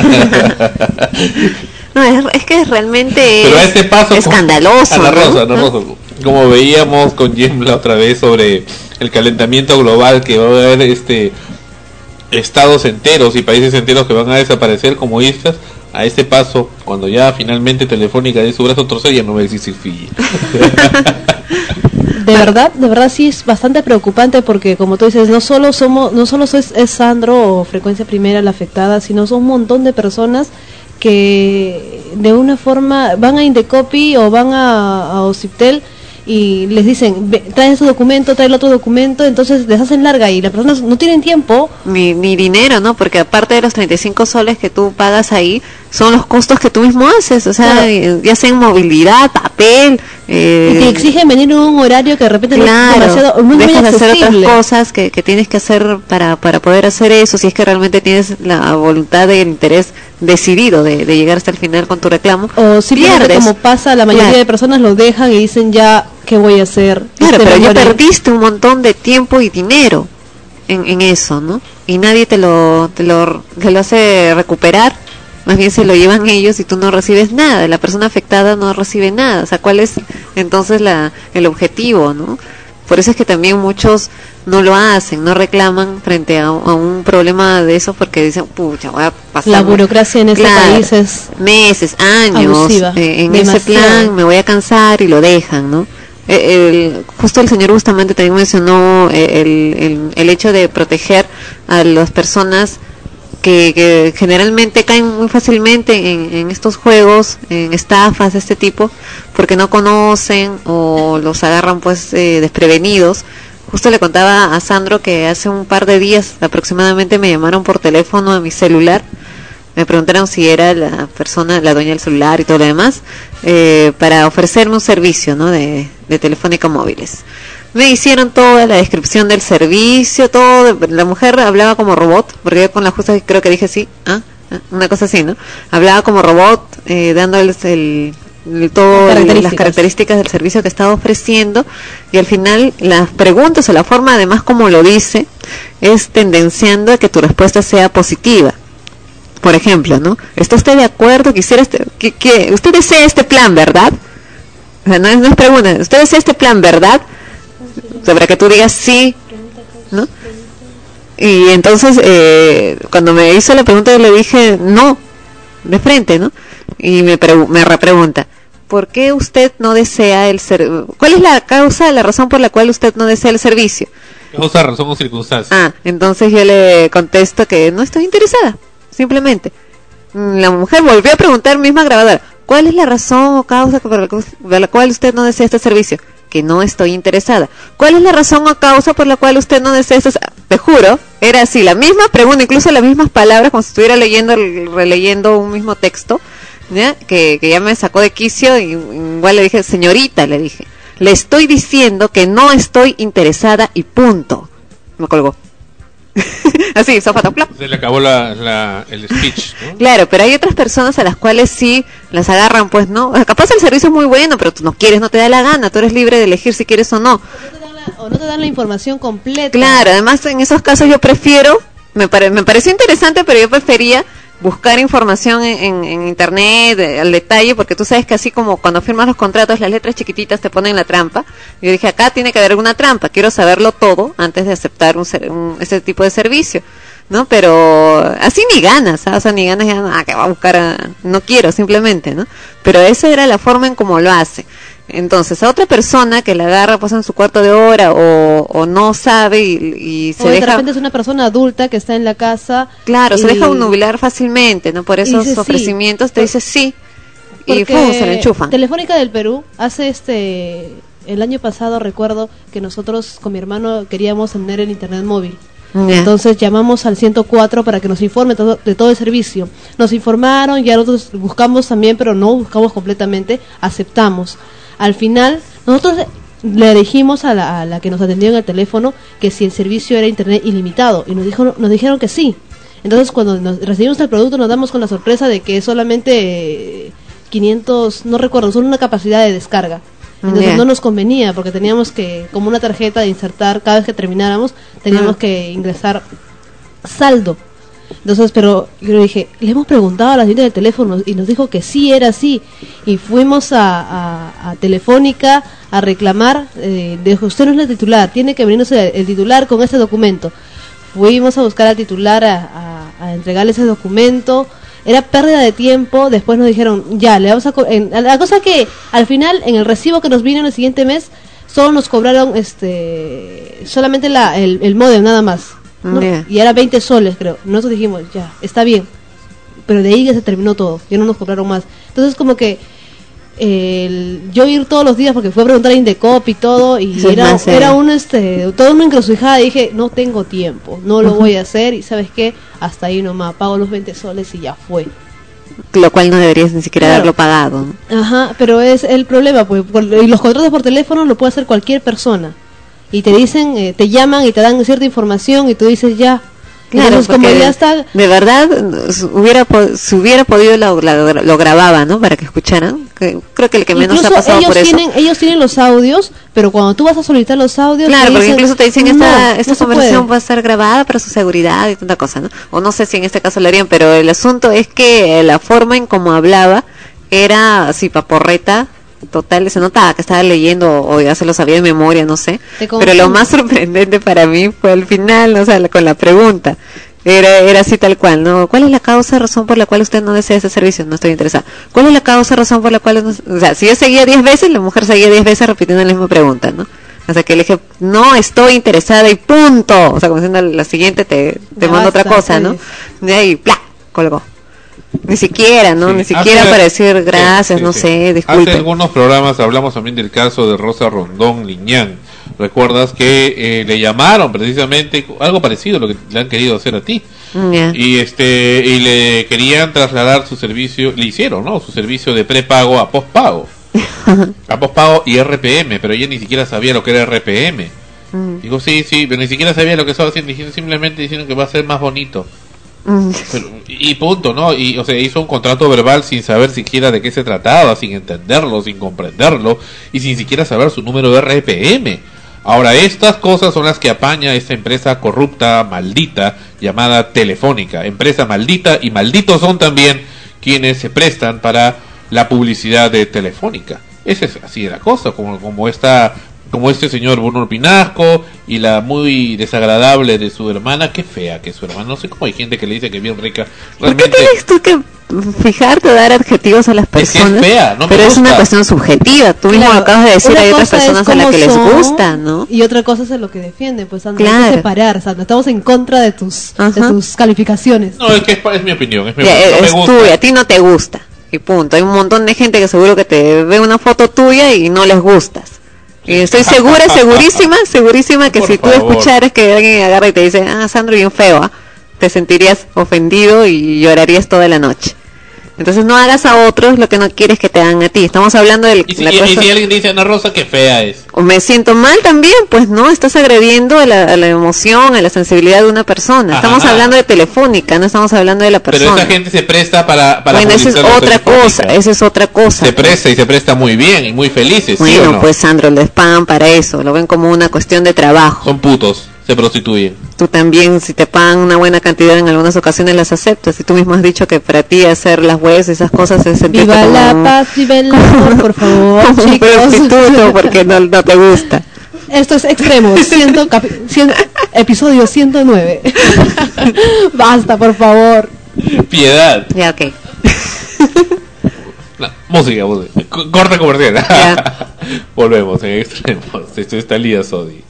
No, es, es que realmente Pero a este paso, escandaloso. Ana Rosa, ¿no? Ana Rosa, como veíamos con Jem la otra vez sobre el calentamiento global, que va a haber este estados enteros y países enteros que van a desaparecer como islas. A este paso, cuando ya finalmente Telefónica dé su brazo a torcer, ya no va a existir Fiji. De verdad, de verdad sí es bastante preocupante, porque como tú dices, no solo somos, no solo es, es Sandro o Frecuencia Primera la afectada, sino son un montón de personas que de una forma van a Indecopi o van a, a Ociptel y les dicen, trae ese documento, trae el otro documento, entonces les hacen larga y las personas no tienen tiempo. Ni, ni dinero, ¿no? Porque aparte de los treinta y cinco soles que tú pagas ahí, son los costos que tú mismo haces, o sea, claro. Ya sea en movilidad, papel... Eh, y te exigen venir en un horario que de repente claro, no es demasiado, muy dejas de hacer otras accesible. cosas que, que tienes que hacer para, para poder hacer eso, si es que realmente tienes la voluntad y el interés decidido de, de llegar hasta el final con tu reclamo. O simplemente pierdes. Como pasa, la mayoría claro. de personas lo dejan y dicen ya, ¿qué voy a hacer? Claro, este pero ya morir. perdiste un montón de tiempo y dinero en, en eso, ¿no? Y nadie te lo, te lo, te lo hace recuperar. Más bien se lo llevan ellos y tú no recibes nada, la persona afectada no recibe nada. O sea, ¿cuál es entonces la el objetivo, no? Por eso es que también muchos no lo hacen, no reclaman frente a, a un problema de eso, porque dicen, pucha, voy a pasar... La burocracia en este claro, país es... meses, años, abusiva, eh, en demasiado. ese plan me voy a cansar y lo dejan, ¿no? El, justo el señor Bustamante también mencionó el, el, el hecho de proteger a las personas que, que generalmente caen muy fácilmente en, en estos juegos, en estafas de este tipo, porque no conocen o los agarran pues eh, desprevenidos. Justo le contaba a Sandro que hace un par de días aproximadamente me llamaron por teléfono a mi celular, me preguntaron si era la persona, la dueña del celular y todo lo demás, eh, para ofrecerme un servicio, ¿no? de, de Telefónica Móviles. Me hicieron toda la descripción del servicio, todo. La mujer hablaba como robot, porque yo con la justa creo que dije sí, ¿ah? Una cosa así, ¿no? Hablaba como robot, eh, dándoles el, el todo las características. las características del servicio que estaba ofreciendo, y al final las preguntas o la forma, además como lo dice, es tendenciando a que tu respuesta sea positiva. Por ejemplo, ¿no? ¿Está usted de acuerdo? Quisiera este, que, que usted desea este plan, ¿verdad? O sea, no es, no es pregunta. ¿Usted desea este plan, verdad? Sobre que tú digas sí, ¿no? Y entonces eh, cuando me hizo la pregunta yo le dije no, de frente, ¿no? Y me pre- me repregunta, ¿por qué usted no desea el servicio? ¿Cuál es la causa, la razón por la cual usted no desea el servicio? Causa, razón o circunstancia. Ah, entonces yo le contesto que no estoy interesada, simplemente. La mujer volvió a preguntar, misma grabadora, ¿cuál es la razón o causa por la, por la cual usted no desea este servicio? Que no estoy interesada. ¿Cuál es la razón o causa por la cual usted no desea este? Te juro, era así, la misma pregunta, incluso las mismas palabras, como si estuviera leyendo, releyendo un mismo texto, ¿ya? Que, que ya me sacó de quicio, y igual le dije, señorita, le dije, le estoy diciendo que no estoy interesada y punto. Me colgó. Así, sofá, plop. Se le acabó la, la, el speech, ¿no? Claro, pero hay otras personas a las cuales sí las agarran, pues, ¿no? Capaz el servicio es muy bueno, pero tú no quieres, no te da la gana, tú eres libre de elegir si quieres o no. O no te dan la información completa. Claro, además en esos casos yo prefiero, me, pare, me pareció interesante, pero yo prefería buscar información en, en, en internet, de, al detalle, porque tú sabes que así como cuando firmas los contratos, las letras chiquititas te ponen la trampa. Yo dije, acá tiene que haber alguna trampa, quiero saberlo todo antes de aceptar un, un, ese tipo de servicio, ¿no? Pero así ni ganas, ¿sabes? O sea, ni ganas, ya, ah, que va a buscar, a... no quiero, simplemente, ¿no? Pero esa era la forma en cómo lo hace. Entonces, a otra persona que la agarra pues en su cuarto de hora o, o no sabe y, y se o de deja... repente es una persona adulta que está en la casa. Claro, y... se deja nubilar fácilmente, ¿no? Por esos dice ofrecimientos sí. te dice sí y Porque ¡pum! Se le enchufan. Telefónica del Perú hace este... El año pasado recuerdo que nosotros con mi hermano queríamos tener el internet móvil. Yeah. Entonces llamamos al ciento cuatro para que nos informe todo, de todo el servicio. Nos informaron, ya nosotros buscamos también, pero no buscamos completamente, aceptamos. Al final, nosotros le dijimos a la, a la que nos atendió en el teléfono que si el servicio era internet ilimitado, y nos dijo, nos dijeron que sí. Entonces cuando nos recibimos el producto nos damos con la sorpresa de que es solamente eh, quinientos, no recuerdo, son una capacidad de descarga. Entonces Yeah. no nos convenía porque teníamos que, como una tarjeta de insertar, cada vez que termináramos, teníamos Mm. que ingresar saldo. Entonces, pero yo dije, le hemos preguntado a la gente del teléfono y nos dijo que sí era así. Y fuimos a, a, a Telefónica a reclamar, eh, dijo, usted no es la titular, tiene que venirnos el, el titular con este documento. Fuimos a buscar al titular a, a, a entregarle ese documento. Era pérdida de tiempo. Después nos dijeron, ya, le vamos a... co- en, la cosa que al final, en el recibo que nos vino en el siguiente mes, solo nos cobraron este solamente la, el, el módem, nada más. ¿no? Yeah. Y era veinte soles, creo. Nosotros dijimos, ya, está bien. Pero de ahí ya se terminó todo. Ya no nos cobraron más. Entonces, como que el, yo ir todos los días, porque fue a preguntar a Indecop y todo, y Eso es era, más serio. era un, este, toda una encrucijada. Y dije, no tengo tiempo, no lo Ujú. voy a hacer. Y ¿sabes qué? Hasta ahí nomás, pago los veinte soles y ya fue. Lo cual no deberías ni siquiera Claro. haberlo pagado, ¿no? Ajá, pero es el problema, pues, por- y los contratos por teléfono lo puede hacer cualquier persona. Y te dicen, eh, te llaman y te dan cierta información y tú dices ya. Claro, Entonces, como porque ya está, de verdad s- hubiera po- si hubiera podido lo, lo, lo grababa, ¿no? Para que escucharan. Que- creo que el que menos ha incluso pasado ellos por eso. tienen, ellos tienen los audios, pero cuando tú vas a solicitar los audios, Claro, te porque dicen, incluso te dicen "No, esta, no esta se conversación puede". va a ser grabada para su seguridad y tanta cosa, ¿no? O no sé si en este caso lo harían, pero el asunto es que eh, la forma en cómo hablaba era así paporreta total, se notaba que estaba leyendo o ya se lo sabía de memoria, no sé. Te Pero confunde. lo más sorprendente para mí fue al final, ¿no? O sea, la- con la pregunta. Era, era así tal cual, ¿no? ¿Cuál es la causa, razón por la cual usted no desea ese servicio? No estoy interesada. ¿Cuál es la causa, razón por la cual no? O sea, si yo seguía diez veces, la mujer seguía diez veces repitiendo la misma pregunta, ¿no? O sea, que le dije, no estoy interesada y punto. O sea, como diciendo la siguiente te, te Ya mando otra basta, cosa, ¿no? De ahí, ¡plá! Colgó. Ni siquiera, ¿no? Sí. Ni siquiera Hace- para decir gracias, sí, sí, no sí. sé, Hace disculpe. algunos programas hablamos también del caso de Rosa Rondón Liñán. ¿Recuerdas que eh, le llamaron precisamente algo parecido a lo que le han querido hacer a ti? Ya. Y este y le querían trasladar su servicio, le hicieron, ¿no? Su servicio de prepago a postpago. A postpago y R P M, pero ella ni siquiera sabía lo que era R P M. Mm. Digo, sí, sí, pero ni siquiera sabía lo que estaba haciendo, dijeron- simplemente dijeron que va a ser más bonito. Mm. Pero- y punto, ¿no? Y, o sea, hizo un contrato verbal sin saber siquiera de qué se trataba, sin entenderlo, sin comprenderlo, y sin siquiera saber su número de R P M. Ahora, estas cosas son las que apaña esta empresa corrupta, maldita, llamada Telefónica. Empresa maldita, y malditos son también quienes se prestan para la publicidad de Telefónica. Esa es así de la cosa, como, como esta... como este señor Bruno Pinasco y la muy desagradable de su hermana, qué fea que es su hermana, no sé cómo hay gente que le dice que es bien rica, ¿Por qué realmente tienes tú que fijarte o dar adjetivos a las Es que es personas? fea, no me pero es gusta. una cuestión subjetiva. Tú mismo Claro, acabas de decir, una hay otras cosa es personas a las cómo que les son, gusta, ¿no? Y otra cosa es lo que defienden, pues Sandra, hay Claro. que separar, Sandra, estamos en contra de tus, de Ajá. tus calificaciones. no, es que es, pa- es mi opinión, es mi Ya, opinión, no me es gusta. tuya, a ti no te gusta. Y punto. Hay un montón de gente que seguro que te ve una foto tuya y no les gustas. Y estoy segura, segurísima, segurísima que Por si tú favor. escucharas que alguien agarra y te dice, ah, Sandro, bien feo, ¿ah?", te sentirías ofendido y llorarías toda la noche. Entonces no hagas a otros lo que no quieres que te hagan a ti. Estamos hablando de Y si, la y- y cosa... si alguien dice Ana Rosa, qué fea es. O me siento mal también, pues no, estás agrediendo a la, a la emoción, a la sensibilidad de una persona. Ajá. Estamos hablando de Telefónica, no estamos hablando de la Pero persona. esa gente se presta para, para Bueno, esa es publicitar la otra Telefónica. cosa, esa es otra cosa. Se presta y se presta muy bien y muy felices, ¿sí Bueno, o no? pues Sandro, les pagan para eso, lo ven como una cuestión de trabajo. Son putos, se prostituyen. Tú también, si te pagan una buena cantidad en algunas ocasiones las aceptas. Y tú mismo has dicho que para ti hacer las webs y esas cosas es sentirte Viva como la un- paz, viva el amor, por favor, como un chicos. prostituto porque no, no te gusta. Esto es Extremos, ciento capi- cien- episodio ciento nueve. Basta, por favor. Piedad. Ya, ok. No, música, música. C- corta comercial. Volvemos en extremos. Esto está Lía Sodi.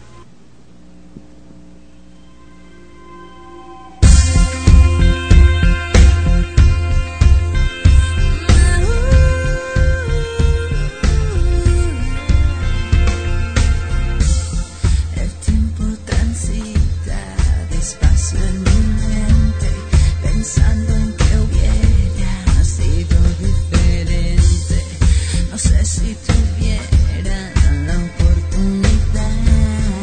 El tiempo transita despacio en mi mente, pensando en que hubiera sido diferente. No sé si tuviera la oportunidad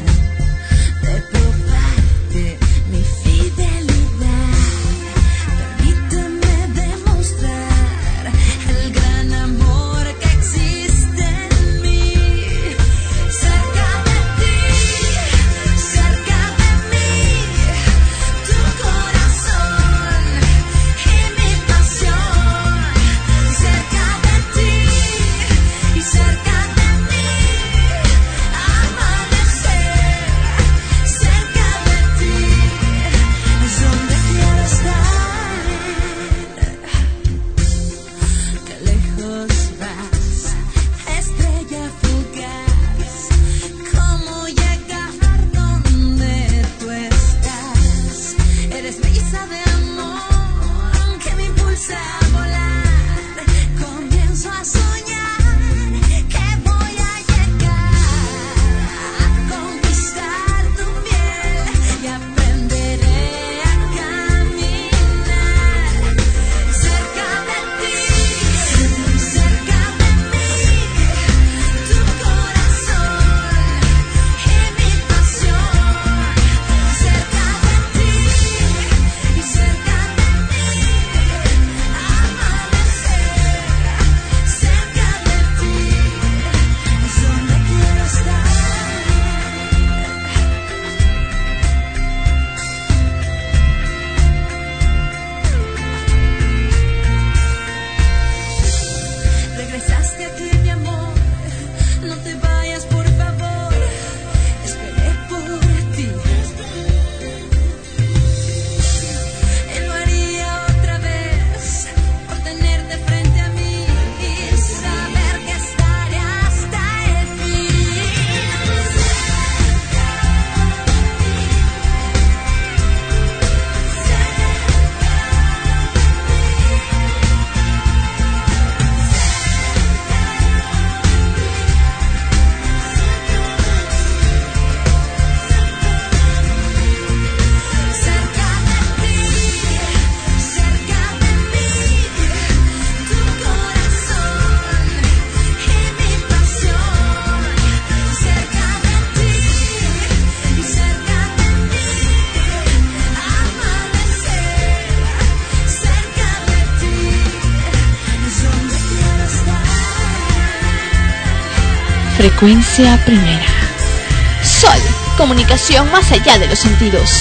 Frecuencia primera. Sol, comunicación más allá de los sentidos.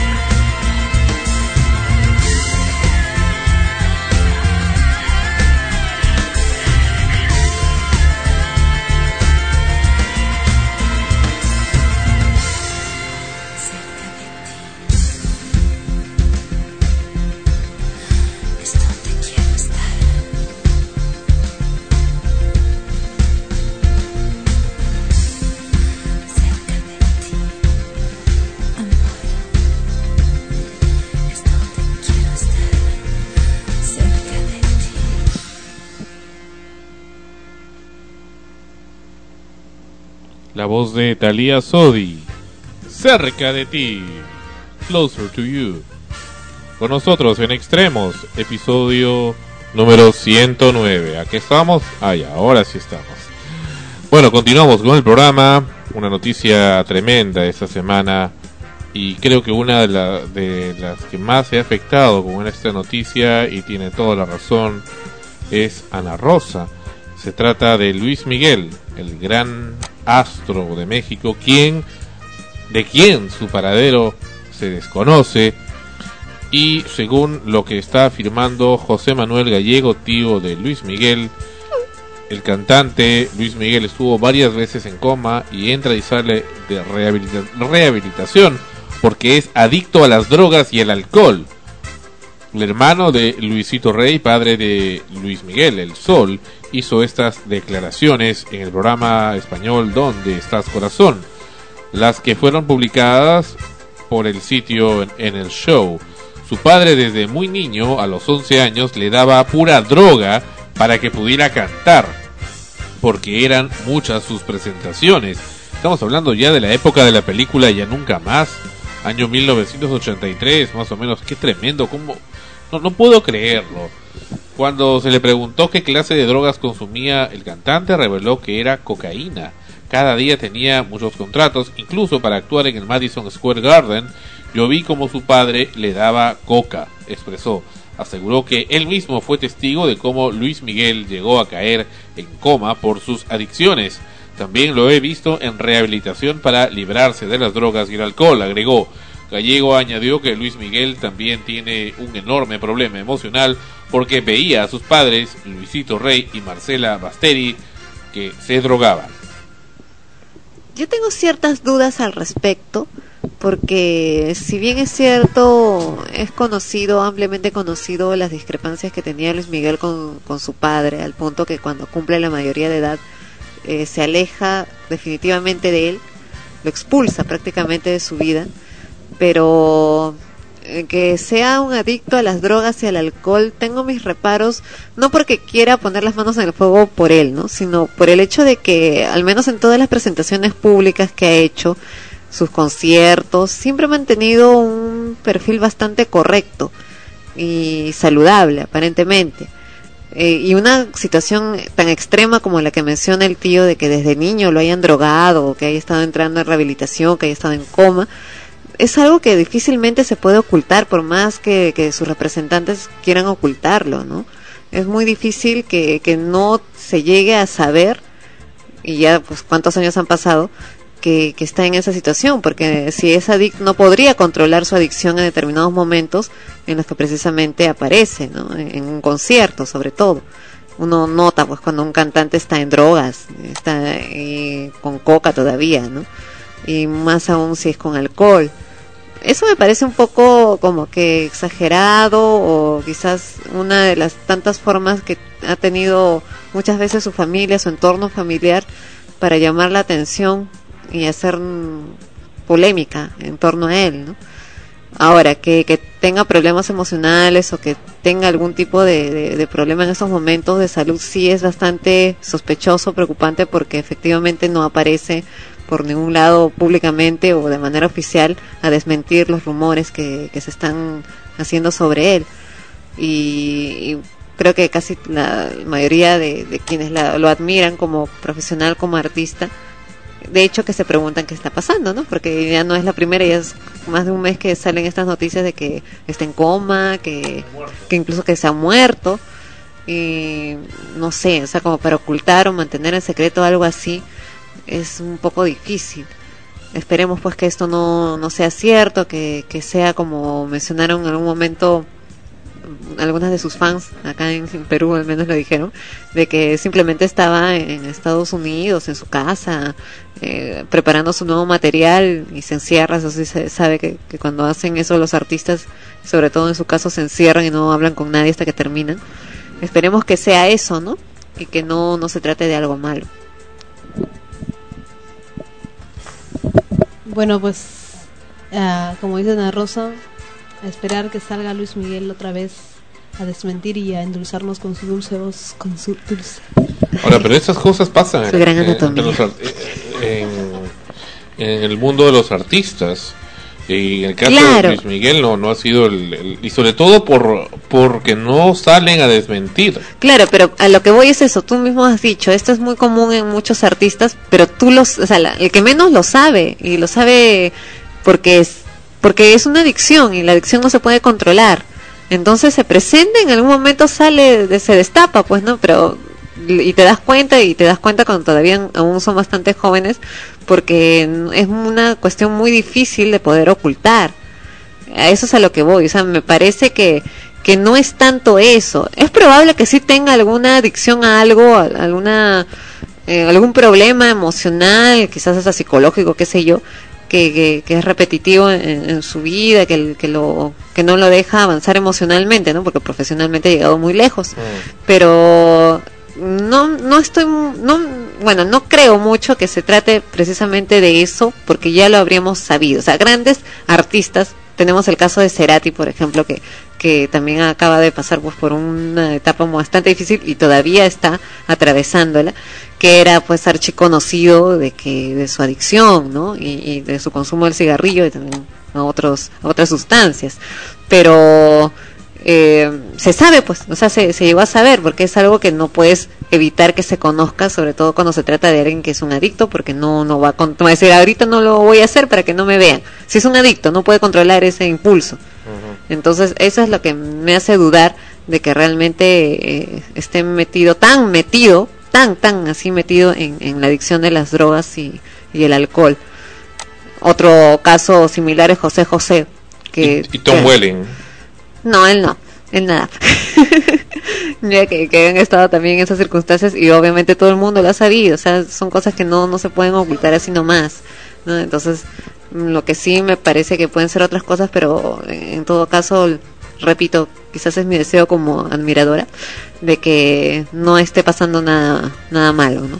La voz de Thalía Sodi, cerca de ti, closer to you. Con nosotros en Extremos, episodio número ciento nueve. ¿A qué estamos? Ah, ya, ahora sí estamos. Bueno, continuamos con el programa. Una noticia tremenda esta semana, y creo que una de, la, de las que más se ha afectado con esta noticia, y tiene toda la razón, es Ana Rosa. Se trata de Luis Miguel, el gran astro de México, quien de quien su paradero se desconoce, y según lo que está afirmando José Manuel Gallego, tío de Luis Miguel, el cantante Luis Miguel estuvo varias veces en coma y entra y sale de rehabilita- rehabilitación porque es adicto a las drogas y el alcohol. El hermano de Luisito Rey, padre de Luis Miguel, el Sol, hizo estas declaraciones en el programa español ¿Dónde estás, corazón?, las que fueron publicadas por el sitio en, en el show. Su padre desde muy niño, a los once años, le daba pura droga para que pudiera cantar, porque eran muchas sus presentaciones. Estamos hablando ya de la época de la película Ya Nunca Más, año mil novecientos ochenta y tres, más o menos. Qué tremendo, cómo... No, no puedo creerlo. Cuando se le preguntó qué clase de drogas consumía el cantante, reveló que era cocaína. Cada día tenía muchos contratos, incluso para actuar en el Madison Square Garden. Yo vi como su padre le daba coca, expresó. Aseguró que él mismo fue testigo de cómo Luis Miguel llegó a caer en coma por sus adicciones. También lo he visto en rehabilitación para librarse de las drogas y el alcohol, agregó. Gallego añadió que Luis Miguel también tiene un enorme problema emocional porque veía a sus padres, Luisito Rey y Marcela Basteri, que se drogaban. Yo tengo ciertas dudas al respecto, porque si bien es cierto, es conocido, ampliamente conocido, las discrepancias que tenía Luis Miguel con, con su padre, al punto que cuando cumple la mayoría de edad eh, se aleja definitivamente de él, lo expulsa prácticamente de su vida. Pero eh, que sea un adicto a las drogas y al alcohol, tengo mis reparos, no porque quiera poner las manos en el fuego por él, ¿no?, sino por el hecho de que, al menos en todas las presentaciones públicas que ha hecho, sus conciertos, siempre ha mantenido un perfil bastante correcto y saludable, aparentemente. Eh, y una situación tan extrema como la que menciona el tío, de que desde niño lo hayan drogado, o que haya estado entrando en rehabilitación, que haya estado en coma, es algo que difícilmente se puede ocultar, por más que, que sus representantes quieran ocultarlo, ¿no? Es muy difícil que, que no se llegue a saber, y ya pues cuántos años han pasado, que, que está en esa situación, porque si es adicto no podría controlar su adicción en determinados momentos en los que precisamente aparece, ¿no?, en, en un concierto sobre todo. Uno nota pues cuando un cantante está en drogas, está eh, con coca todavía, ¿no?, y más aún si es con alcohol. Eso me parece un poco como que exagerado, o quizás una de las tantas formas que ha tenido muchas veces su familia, su entorno familiar, para llamar la atención y hacer polémica en torno a él, ¿no? Ahora, que, que tenga problemas emocionales o que tenga algún tipo de, de, de problema en estos momentos de salud, sí es bastante sospechoso, preocupante, porque efectivamente no aparece por ningún lado públicamente o de manera oficial a desmentir los rumores que, que se están haciendo sobre él. Y, y creo que casi la mayoría de, de quienes la, lo admiran como profesional, como artista, de hecho que se preguntan qué está pasando, ¿no? Porque ya no es la primera, ya es más de un mes que salen estas noticias de que está en coma, que, que incluso que se ha muerto, y no sé, o sea, como para ocultar o mantener en secreto algo así, es un poco difícil. Esperemos pues que esto no, no sea cierto, que, que sea como mencionaron en algún momento algunas de sus fans acá en, en Perú, al menos lo dijeron, de que simplemente estaba en Estados Unidos, en su casa, eh, preparando su nuevo material y se encierra. Eso sí se sabe que, que cuando hacen eso los artistas, sobre todo en su caso, se encierran y no hablan con nadie hasta que terminan. Esperemos que sea eso, ¿no? Y que no, no se trate de algo malo. Bueno, pues uh, como dice Ana Rosa, a esperar que salga Luis Miguel otra vez a desmentir y a endulzarnos con su dulce voz, con su dulce. Ahora, pero esas cosas pasan su en, gran en, anatomía. en, los, en, en el mundo de los artistas. Y en el caso claro. de Luis Miguel no no ha sido el, el y sobre todo por porque no salen a desmentir. Claro, pero a lo que voy es eso. Tú mismo has dicho, esto es muy común en muchos artistas, pero tú los, o sea, la, el que menos lo sabe y lo sabe porque es porque es una adicción y la adicción no se puede controlar. Entonces se presenta, en algún momento sale, se destapa, pues, ¿no? Pero y te das cuenta y te das cuenta cuando todavía aún son bastante jóvenes, porque es una cuestión muy difícil de poder ocultar. A eso es a lo que voy. O sea, me parece que que no es tanto eso. Es probable que sí tenga alguna adicción a algo, alguna eh, algún problema emocional, quizás hasta psicológico, qué sé yo, que, que, que es repetitivo en, en su vida, que, que lo que no lo deja avanzar emocionalmente, ¿no? Porque profesionalmente ha llegado muy lejos. Mm. Pero no no estoy no bueno no creo mucho que se trate precisamente de eso, porque ya lo habríamos sabido. O sea, grandes artistas, tenemos el caso de Cerati, por ejemplo, que que también acaba de pasar pues por una etapa bastante difícil y todavía está atravesándola, que era pues archiconocido de que de su adicción, ¿no? Y, y de su consumo del cigarrillo y también a otros a otras sustancias, pero Eh, se sabe, pues, o sea, se, se llegó a saber, porque es algo que no puedes evitar que se conozca, sobre todo cuando se trata de alguien que es un adicto, porque no no va a, con- va a decir, ahorita no lo voy a hacer para que no me vean. Si es un adicto, no puede controlar ese impulso. Uh-huh. Entonces, eso es lo que me hace dudar de que realmente eh, esté metido, tan metido, tan, tan así metido en, en la adicción de las drogas y, y el alcohol. Otro caso similar es José José. Que, y, y Tom que, Welling. No, él no, él nada. Ya que, que han estado también en esas circunstancias y obviamente todo el mundo lo ha sabido. O sea, son cosas que no, no se pueden ocultar así nomás, ¿no? Entonces, lo que sí me parece que pueden ser otras cosas, pero en todo caso, repito, quizás es mi deseo como admiradora de que no esté pasando nada, nada malo, ¿no?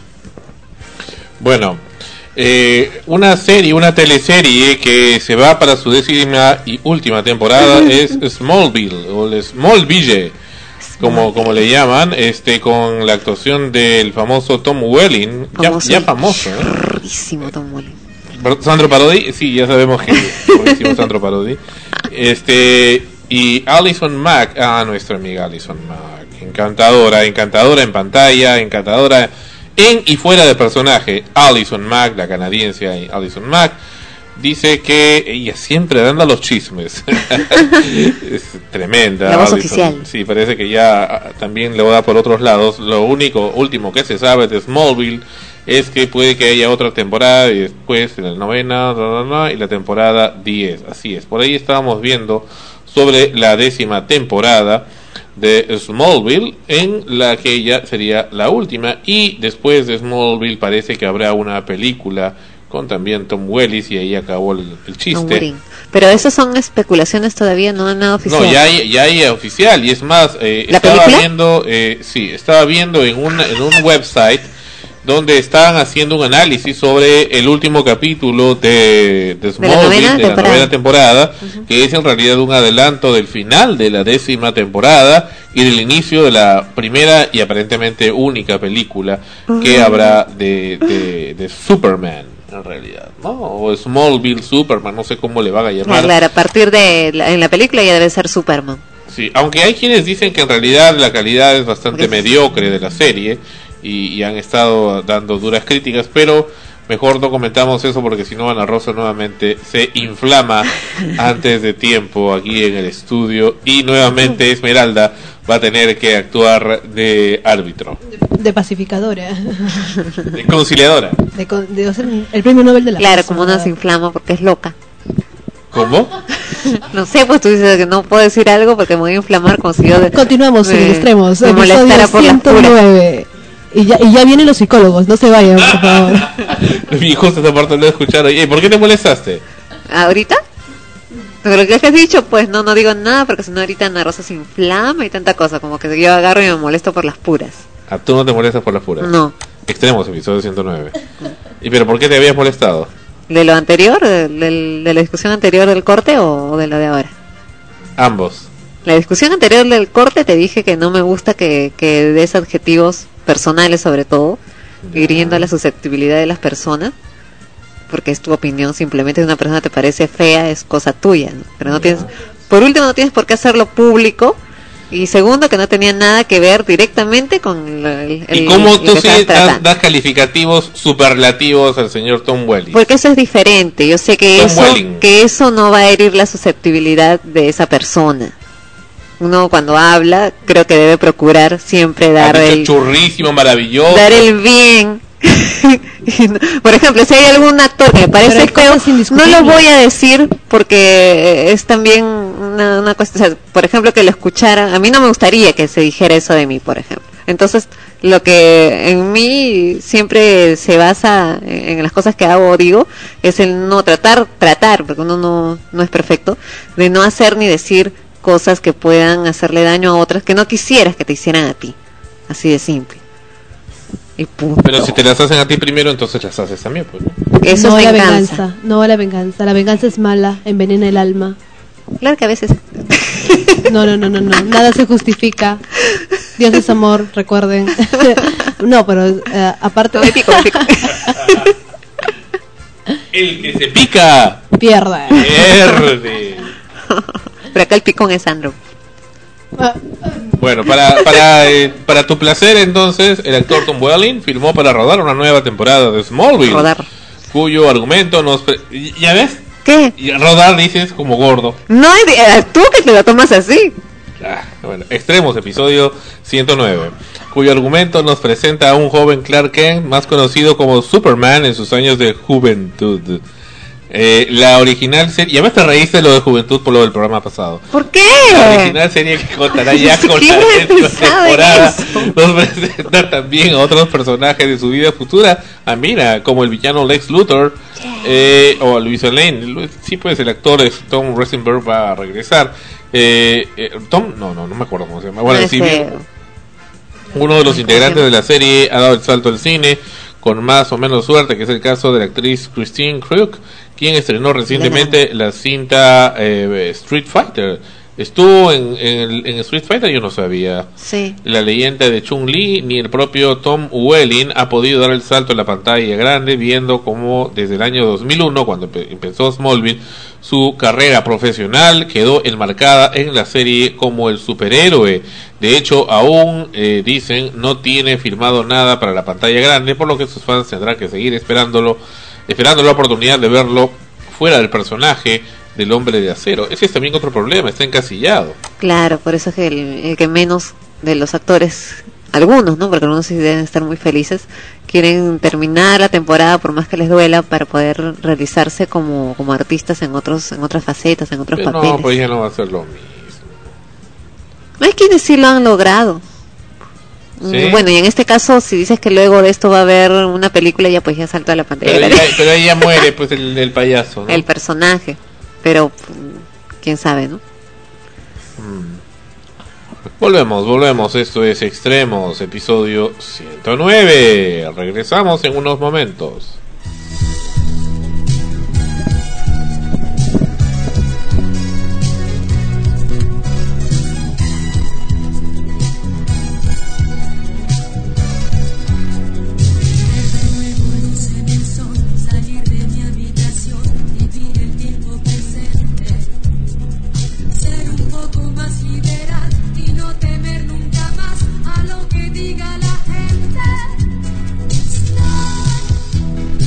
Bueno, eh, una serie, una teleserie que se va para su décima y última temporada es Smallville, o el Smallville, como como le llaman, este con la actuación del famoso Tom Welling, famoso, ya, ya famoso, ¿eh? Tom Welling. Sandro Parodi, sí, ya sabemos que buenísimo Sandro Parodi. Este y Alison Mack, ah, nuestra amiga Alison Mack, encantadora, encantadora en pantalla, encantadora en y fuera de personaje. Alison Mack, la canadiense Alison Mack, dice que ella siempre anda los chismes. Es tremenda. La voz Alison. Oficial. Sí, parece que ya también le va por otros lados. Lo único, último que se sabe de Smallville es que puede que haya otra temporada y después en la novena bla, bla, bla, y la temporada diez. Así es. Por ahí estábamos viendo sobre la décima temporada de Smallville, en la que ya sería la última, y después de Smallville parece que habrá una película con también Tom Welling y ahí acabó el, el chiste. Pero esas son especulaciones todavía, no nada oficial. No, ya hay, ya hay oficial, y es más, eh, ¿La estaba película? viendo, eh, sí, estaba viendo en un en un website donde estaban haciendo un análisis sobre el último capítulo de, de Smallville, de la novena, de la novena temporada, uh-huh. que es en realidad un adelanto del final de la décima temporada y del inicio de la primera y aparentemente única película uh-huh. que habrá de, de, de Superman, en realidad, ¿no? O Smallville Superman, no sé cómo le van a llamar. Claro, a partir de la, en la película ya debe ser Superman. Sí, aunque hay quienes dicen que en realidad la calidad es bastante mediocre de la serie y, y han estado dando duras críticas, pero Mejor no comentamos eso porque si no Ana Rosa nuevamente se inflama antes de tiempo aquí en el estudio y nuevamente Esmeralda va a tener que actuar de árbitro. De, de pacificadora. De conciliadora. De, con- de hacer el premio Nobel de la Claro, Paz. como no se inflama porque es loca. ¿Cómo? No sé, pues tú dices que no puedo decir algo porque me voy a inflamar como si yo... De, Continuamos en me- extremos. me molestara por las ciento nueve. Y ya, y ya vienen los psicólogos, no se vayan, por favor. Mi hijo se está apartando de escuchar. Oye, ¿por qué te molestaste? ¿Ahorita? Pero lo que has dicho, pues no, no digo nada porque si no ahorita Ana Rosa se inflama y tanta cosa, como que yo agarro y me molesto por las puras. ¿A tú no te molestas por las puras? No. Extremos, episodio ciento nueve. ¿Y pero por qué te habías molestado? ¿De lo anterior, de, de- de la discusión anterior del corte o de lo de ahora? Ambos. La discusión anterior del corte te dije que no me gusta que, que des adjetivos personales sobre todo, hiriendo a la susceptibilidad de las personas, porque es tu opinión, simplemente si una persona te parece fea es cosa tuya, ¿no? Pero no tienes, por último no tienes por qué hacerlo público, y segundo que no tenía nada que ver directamente con el, el ¿Y cómo el tú que sí estabas das, tratando. das calificativos superlativos al señor Tom Welling? Porque eso es diferente, yo sé que Tom eso, Welling. que eso no va a herir la susceptibilidad de esa persona. Uno cuando habla creo que debe procurar siempre dar Has dicho el, churrísimo, maravilloso. dar el bien. Por ejemplo, si hay algún actor que me parece Pero hay feo, cosas no lo indiscutibles. voy a decir porque es también una, una cuestión, o sea, por ejemplo, que lo escuchara, a mí no me gustaría que se dijera eso de mí, por ejemplo. Entonces, lo que en mí siempre se basa en, en las cosas que hago o digo, es el no tratar, tratar, porque uno no, no es perfecto, de no hacer ni decir cosas que puedan hacerle daño a otras que no quisieras que te hicieran a ti. Así de simple. Y punto. Pero si te las hacen a ti primero, entonces las haces también, pues. ¿no? Eso no es a la venganza. venganza, no a la venganza. La venganza es mala, envenena el alma. Claro que a veces. No, no, no, no, no. Nada se justifica. Dios es amor, recuerden. No, pero eh, aparte. Me pico, me pico. El que se pica Pierde. pierde. Pero acá el picón es Sandro. Bueno, para para eh, para tu placer entonces, el actor Tom Welling filmó para rodar una nueva temporada de Smallville, Rodar. cuyo argumento nos pre- ¿ya ves? ¿Qué? Y rodar dices como gordo. No, eh, tú que te lo tomas así. Ah, bueno, Extremos, episodio ciento nueve, cuyo argumento nos presenta a un joven Clark Kent, más conocido como Superman en sus años de juventud. Eh, la original serie, ya me te reíste de lo de juventud por lo del programa pasado. ¿Por qué? La original serie que contará ya Ni con siquiera la he sexta pensado en temporada eso. nos presenta también a otros personajes de su vida futura. Ah, mira, como el villano Lex Luthor, eh, o Luis Lane. Lu- Sí, pues el actor es Tom Rosenberg va a regresar. Eh, eh, Tom, no, no, no me acuerdo cómo se llama. Bueno, No, sí, ese- uno de los integrantes de la serie ha dado el salto al cine con más o menos suerte, que es el caso de la actriz Christine Crook, quien estrenó recientemente la cinta eh, Street Fighter. Estuvo en, en, el- en Street Fighter, yo no sabía. Sí. La leyenda de Chun-Li, ni el propio Tom Welling ha podido dar el salto en la pantalla grande, viendo cómo desde el año dos mil uno, cuando empe- empezó Smallville, su carrera profesional quedó enmarcada en la serie como el superhéroe. De hecho, aún eh, dicen no tiene firmado nada para la pantalla grande, por lo que sus fans tendrán que seguir esperándolo, esperando la oportunidad de verlo fuera del personaje del Hombre de Acero. Ese es también otro problema, está encasillado. Claro, por eso es que el, el que menos de los actores, algunos, ¿no? Porque algunos sí deben estar muy felices, quieren terminar la temporada por más que les duela para poder realizarse como, como artistas en otros en otras facetas, en otros Pero papeles. no, pues ya no va a ser lo mismo. Hay quienes sí lo han logrado. ¿Sí? Mm, Bueno, y en este caso, si dices que luego de esto va a haber una película, ya pues ya salta a la pantalla. Pero, grande. ya, pero ahí ya muere pues el, el payaso, ¿no? El personaje. Pero, mm, quién sabe, ¿no? Volvemos, volvemos, esto es Extremos, episodio ciento nueve. Regresamos en unos momentos. En el sol, salir de mi habitación, vivir el tiempo presente, ser un poco más liberal y no temer nunca más a lo que diga la gente. Stop.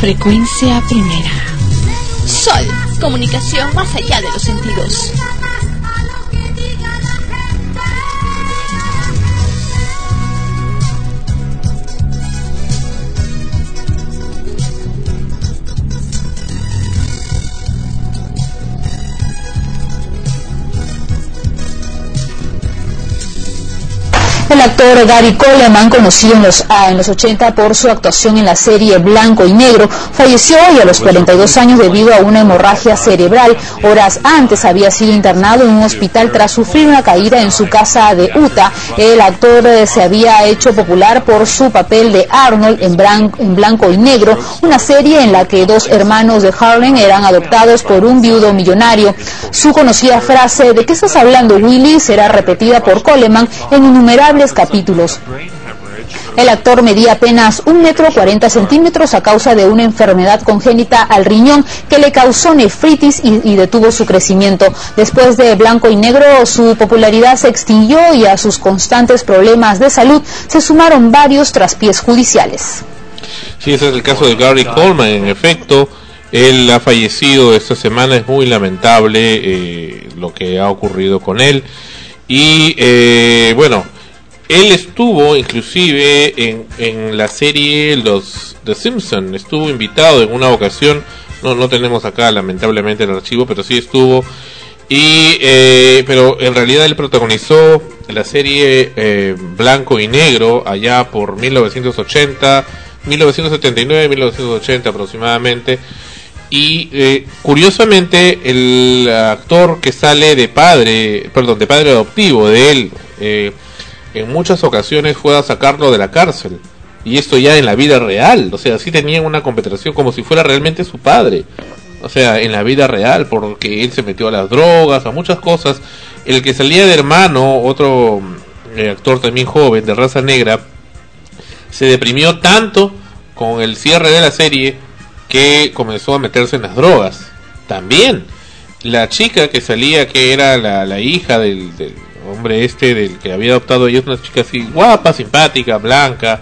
Frecuencia primera. Sol, comunicación más allá de los sentidos. El actor Gary Coleman, conocido en los, ah, en los ochenta por su actuación en la serie Blanco y Negro, falleció hoy a los cuarenta y dos años debido a una hemorragia cerebral. Horas antes había sido internado en un hospital tras sufrir una caída en su casa de Utah. El actor eh, se había hecho popular por su papel de Arnold en, Bran en Blanco y Negro, una serie en la que dos hermanos de Harlem eran adoptados por un viudo millonario. Su conocida frase "¿de qué estás hablando, Willy?" será repetida por Coleman en innumerables capítulos. El actor medía apenas un metro cuarenta centímetros a causa de una enfermedad congénita al riñón que le causó nefritis y, y detuvo su crecimiento. Después de Blanco y Negro, su popularidad se extinguió y a sus constantes problemas de salud se sumaron varios traspiés judiciales. Sí, ese es el caso de Gary Coleman. En efecto, él ha fallecido esta semana. Es muy lamentable eh, lo que ha ocurrido con él. Y eh, bueno, él estuvo inclusive en, en la serie Los The Simpsons, estuvo invitado en una ocasión, no no tenemos acá lamentablemente el archivo, pero sí estuvo, y eh, pero en realidad él protagonizó la serie eh, Blanco y Negro allá por mil novecientos ochenta, mil novecientos setenta y nueve, mil novecientos ochenta aproximadamente, y eh, curiosamente el actor que sale de padre, perdón, de padre adoptivo de él, eh, en muchas ocasiones fue a sacarlo de la cárcel, y esto ya en la vida real, o sea, sí tenían una competencia como si fuera realmente su padre, o sea, en la vida real, porque él se metió a las drogas, a muchas cosas. El que salía de hermano, otro eh, actor también joven, de raza negra, se deprimió tanto con el cierre de la serie que comenzó a meterse en las drogas. También la chica que salía, que era la, la hija del, del hombre este del que había adoptado, ella es una chica así guapa, simpática, blanca,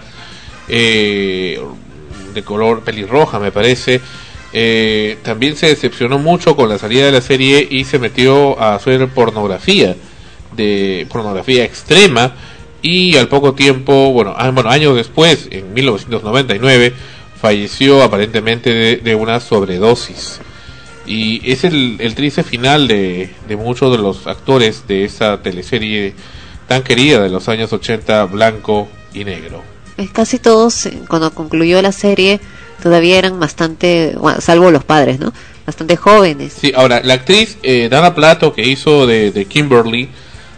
eh, de color pelirroja me parece, eh, también se decepcionó mucho con la salida de la serie y se metió a hacer pornografía, de pornografía extrema, y al poco tiempo, bueno, ah, bueno años después, en mil novecientos noventa y nueve, falleció aparentemente de, de una sobredosis. Y es el, el triste final de, de muchos de los actores de esa teleserie tan querida de los años ochenta, Blanco y Negro. Casi todos, cuando concluyó la serie, todavía eran bastante, bueno, salvo los padres, ¿no? Bastante jóvenes. Sí, ahora, la actriz eh, Dana Plato, que hizo de, de Kimberly,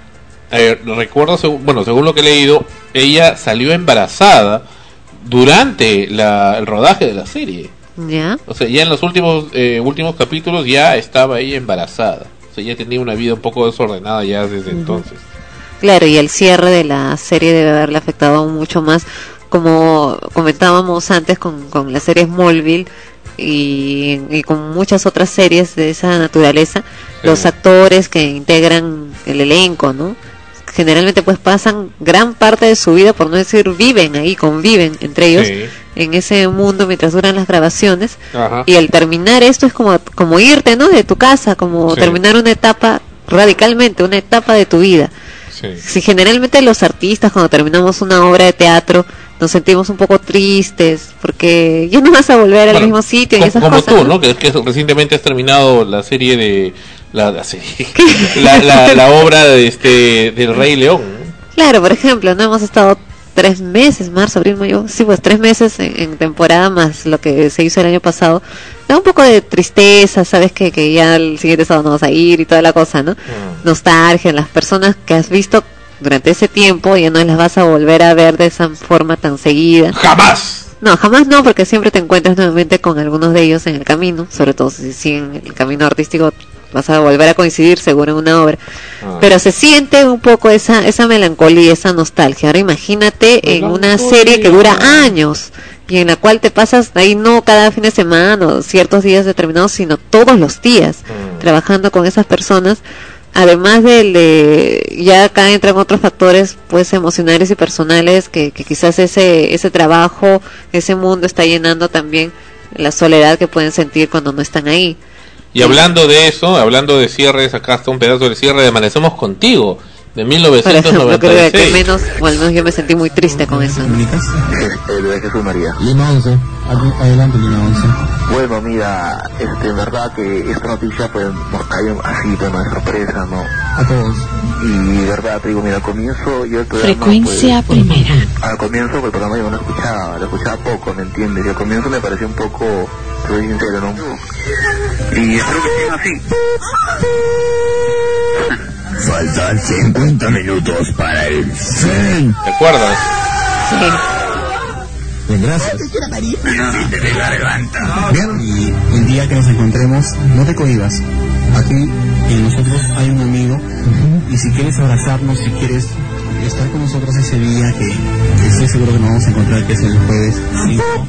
eh, recuerdo, según, bueno, según lo que he leído, ella salió embarazada durante la, el rodaje de la serie. ¿Ya? O sea, ya en los últimos eh, últimos capítulos ya estaba ella embarazada. O sea, ya tenía una vida un poco desordenada ya desde uh-huh. entonces. Claro, y el cierre de la serie debe haberle afectado aún mucho más, como comentábamos antes con, con la serie Smallville y, y con muchas otras series de esa naturaleza, sí. Los actores que integran el elenco, ¿no? Generalmente pues pasan gran parte de su vida, por no decir viven ahí, conviven entre ellos, sí. En ese mundo mientras duran las grabaciones. Ajá. Y al terminar esto es como como irte, ¿no? De tu casa, como sí. Terminar una etapa radicalmente, una etapa de tu vida. Sí. Si generalmente los artistas cuando terminamos una obra de teatro nos sentimos un poco tristes porque ya no vas a volver bueno, al mismo sitio y esas como cosas. Como tú, ¿no? Que, que recientemente has terminado la serie de la, la serie la, la, la obra de este del Rey León. Claro, por ejemplo, no hemos estado tres meses, marzo, abril, mayo, sí, pues tres meses en, en temporada más lo que se hizo el año pasado. Da un poco de tristeza, sabes que, que ya el siguiente sábado no vas a ir y toda la cosa, ¿no? Mm. Nostalgia, las personas que has visto durante ese tiempo ya no las vas a volver a ver de esa forma tan seguida. ¡Jamás! No, jamás no, porque siempre te encuentras nuevamente con algunos de ellos en el camino, sobre todo si, si en el camino artístico vas a volver a coincidir seguro en una obra. Ah. Pero se siente un poco esa esa melancolía, esa nostalgia. Ahora imagínate en una serie que dura años y en la cual te pasas ahí no cada fin de semana o ciertos días determinados, sino todos los días mm. trabajando con esas personas. Además de, de ya acá entran otros factores pues emocionales y personales que, que quizás ese ese trabajo, ese mundo está llenando también la soledad que pueden sentir cuando no están ahí. Y hablando de eso, hablando de cierres, acá está un pedazo del cierre de Amanecemos Contigo, de mil novecientos noventa y seis. Por ejemplo, creo que al menos, o al menos yo me sentí muy triste con eso. Este, de Jesús María. Lima once, adelante Lima once. Bueno, mira, este, en verdad que esta noticia pues nos cayó así de una sorpresa, ¿no? A todos. Y verdad, te digo, mira, al comienzo yo el programa, Frecuencia pues, primera. al comienzo el programa yo no lo escuchaba, lo escuchaba poco, ¿me entiendes? Y al comienzo me pareció un poco, soy sincero, ¿no? Y espero que sigan así. Faltan cincuenta minutos para el fin. ¿Te acuerdas? Sí. Bien, gracias. Fin de la garganta. Bien, y el día que nos encontremos, no te cohibas. Aquí en nosotros hay un amigo, uh-huh. Y si quieres abrazarnos, si quieres estar con nosotros ese día que, que estoy seguro que nos vamos a encontrar, que es el jueves cinco.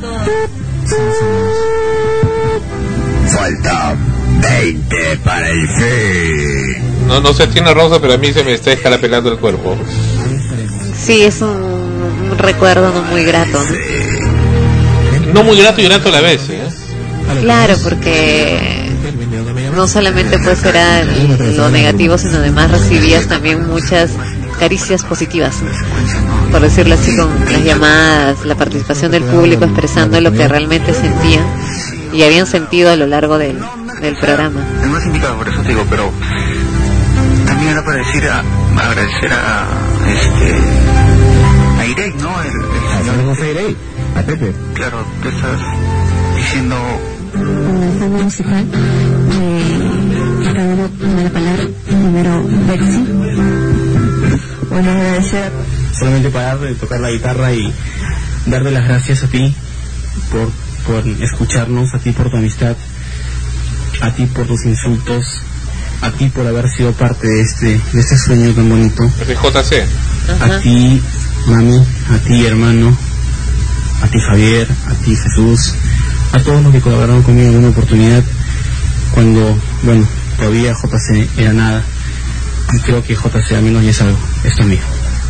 Falta veinte para el fin. No, no sé, tiene Rosa, pero a mí se me está escarapelando el cuerpo. Sí, es un, un recuerdo no muy grato, ¿no? No muy grato y grato a la vez, ¿eh? Claro, porque no solamente pues era lo negativo, sino además recibías también muchas caricias positivas, por decirlo así, con las llamadas, la participación del público expresando lo que realmente sentían y habían sentido a lo largo del, del programa. No me has invitado, por eso te digo, pero también era para decir, a, agradecer a este a Irey, ¿no? El, el señor José Irey, a Pepe. Claro, tú estás diciendo una banda musical de cada uno de la palabra número Bexi. Bueno, agradecer solamente parar de tocar la guitarra y darte las gracias a ti por por escucharnos, a ti por tu amistad, a ti por tus insultos, a ti por haber sido parte de este de este sueño tan bonito. ¿Es J C? A ti, mami, a ti, hermano, a ti, Javier, a ti, Jesús, a todos los que colaboraron conmigo en una oportunidad cuando, bueno, todavía J C era nada, y creo que J C al menos ya es algo. Esto es mío.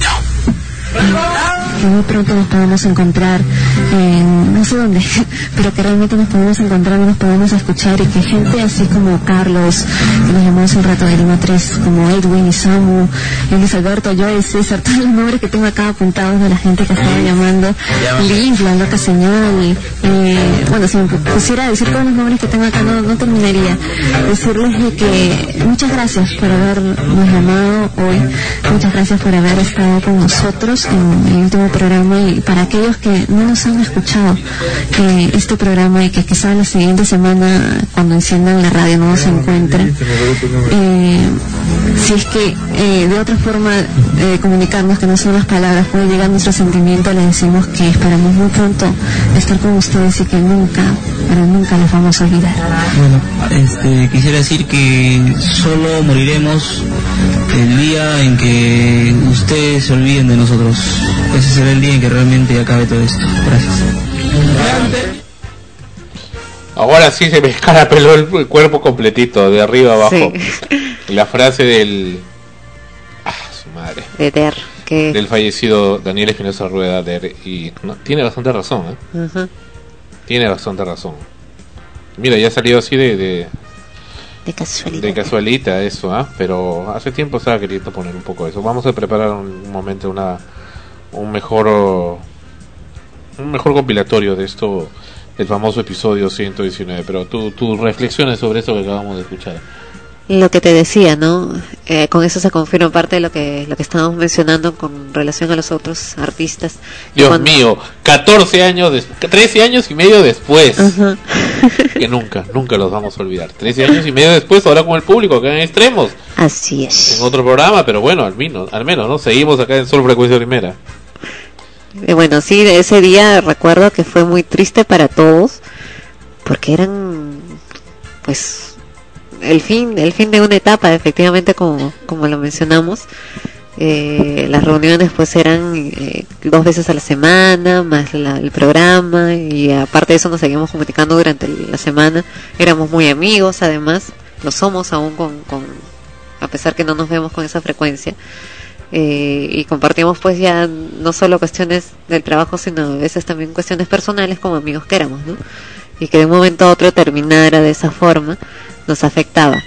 Que muy pronto nos podamos encontrar en no sé dónde, pero que realmente nos podamos encontrar y nos podamos escuchar, y que gente así como Carlos, que nos llamó hace un rato de Lima tres, como Edwin y Samu, y Luis Alberto, Joy, César, todos los nombres que tengo acá apuntados de la gente que estaba llamando, Liz, la loca señal, y, eh, bueno, si me pusiera a decir todos los nombres que tengo acá no, no terminaría. Decirles de que muchas gracias por habernos llamado hoy, muchas gracias por haber estado con nosotros en el último programa, y para aquellos que no nos han escuchado eh, este programa y que quizás la siguiente semana cuando enciendan la radio no nos encuentren, eh, si es que eh, de otra forma de eh, comunicarnos que no son las palabras puede llegar nuestro sentimiento, les decimos que esperamos muy pronto estar con ustedes y que nunca, pero nunca les vamos a olvidar. Bueno, este, quisiera decir que solo moriremos el día en que ustedes se olviden de nosotros. Ese será el día en que realmente acabe todo esto. Gracias. Ahora sí se me escarapeló el cuerpo completito, de arriba abajo. Sí. La frase del... Ah, su madre. De Der, que... Del fallecido Daniel Espinosa Rueda. Der, y no, tiene bastante razón, ¿eh? Uh-huh. Tiene bastante razón. Mira, ya ha salido así de... de De casualidad. De casualita eso, ¿ah? ¿eh? Pero hace tiempo estaba queriendo poner un poco eso. Vamos a preparar un, un momento una un mejor un mejor compilatorio de esto, el famoso episodio ciento diecinueve. Pero tú, tus reflexiones sobre eso que acabamos de escuchar. Lo que te decía, ¿no? Eh, con eso se confirma parte de lo que lo que estábamos mencionando con relación a los otros artistas. Dios Cuando... mío, catorce años, des... trece años y medio después. Uh-huh. Que nunca, nunca los vamos a olvidar. trece años y medio después, ahora con el público acá en Extremos. Así es. En otro programa, pero bueno, al menos, al menos, ¿no? Seguimos acá en Sol Frecuencia Primera. Eh, bueno, sí, ese día recuerdo que fue muy triste para todos, porque eran, pues, el fin, el fin de una etapa, efectivamente, como, como lo mencionamos. Eh, las reuniones pues eran eh, dos veces a la semana, más la, el programa, y aparte de eso nos seguimos comunicando durante la semana. Éramos muy amigos, además, lo somos aún con, con a pesar que no nos vemos con esa frecuencia. Eh, y compartimos pues ya no solo cuestiones del trabajo, sino a veces también cuestiones personales como amigos que éramos, ¿no? y que de un momento a otro terminara de esa forma, nos afectaba.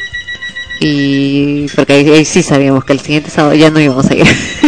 Y porque ahí, ahí sí sabíamos que el siguiente sábado ya no íbamos a ir.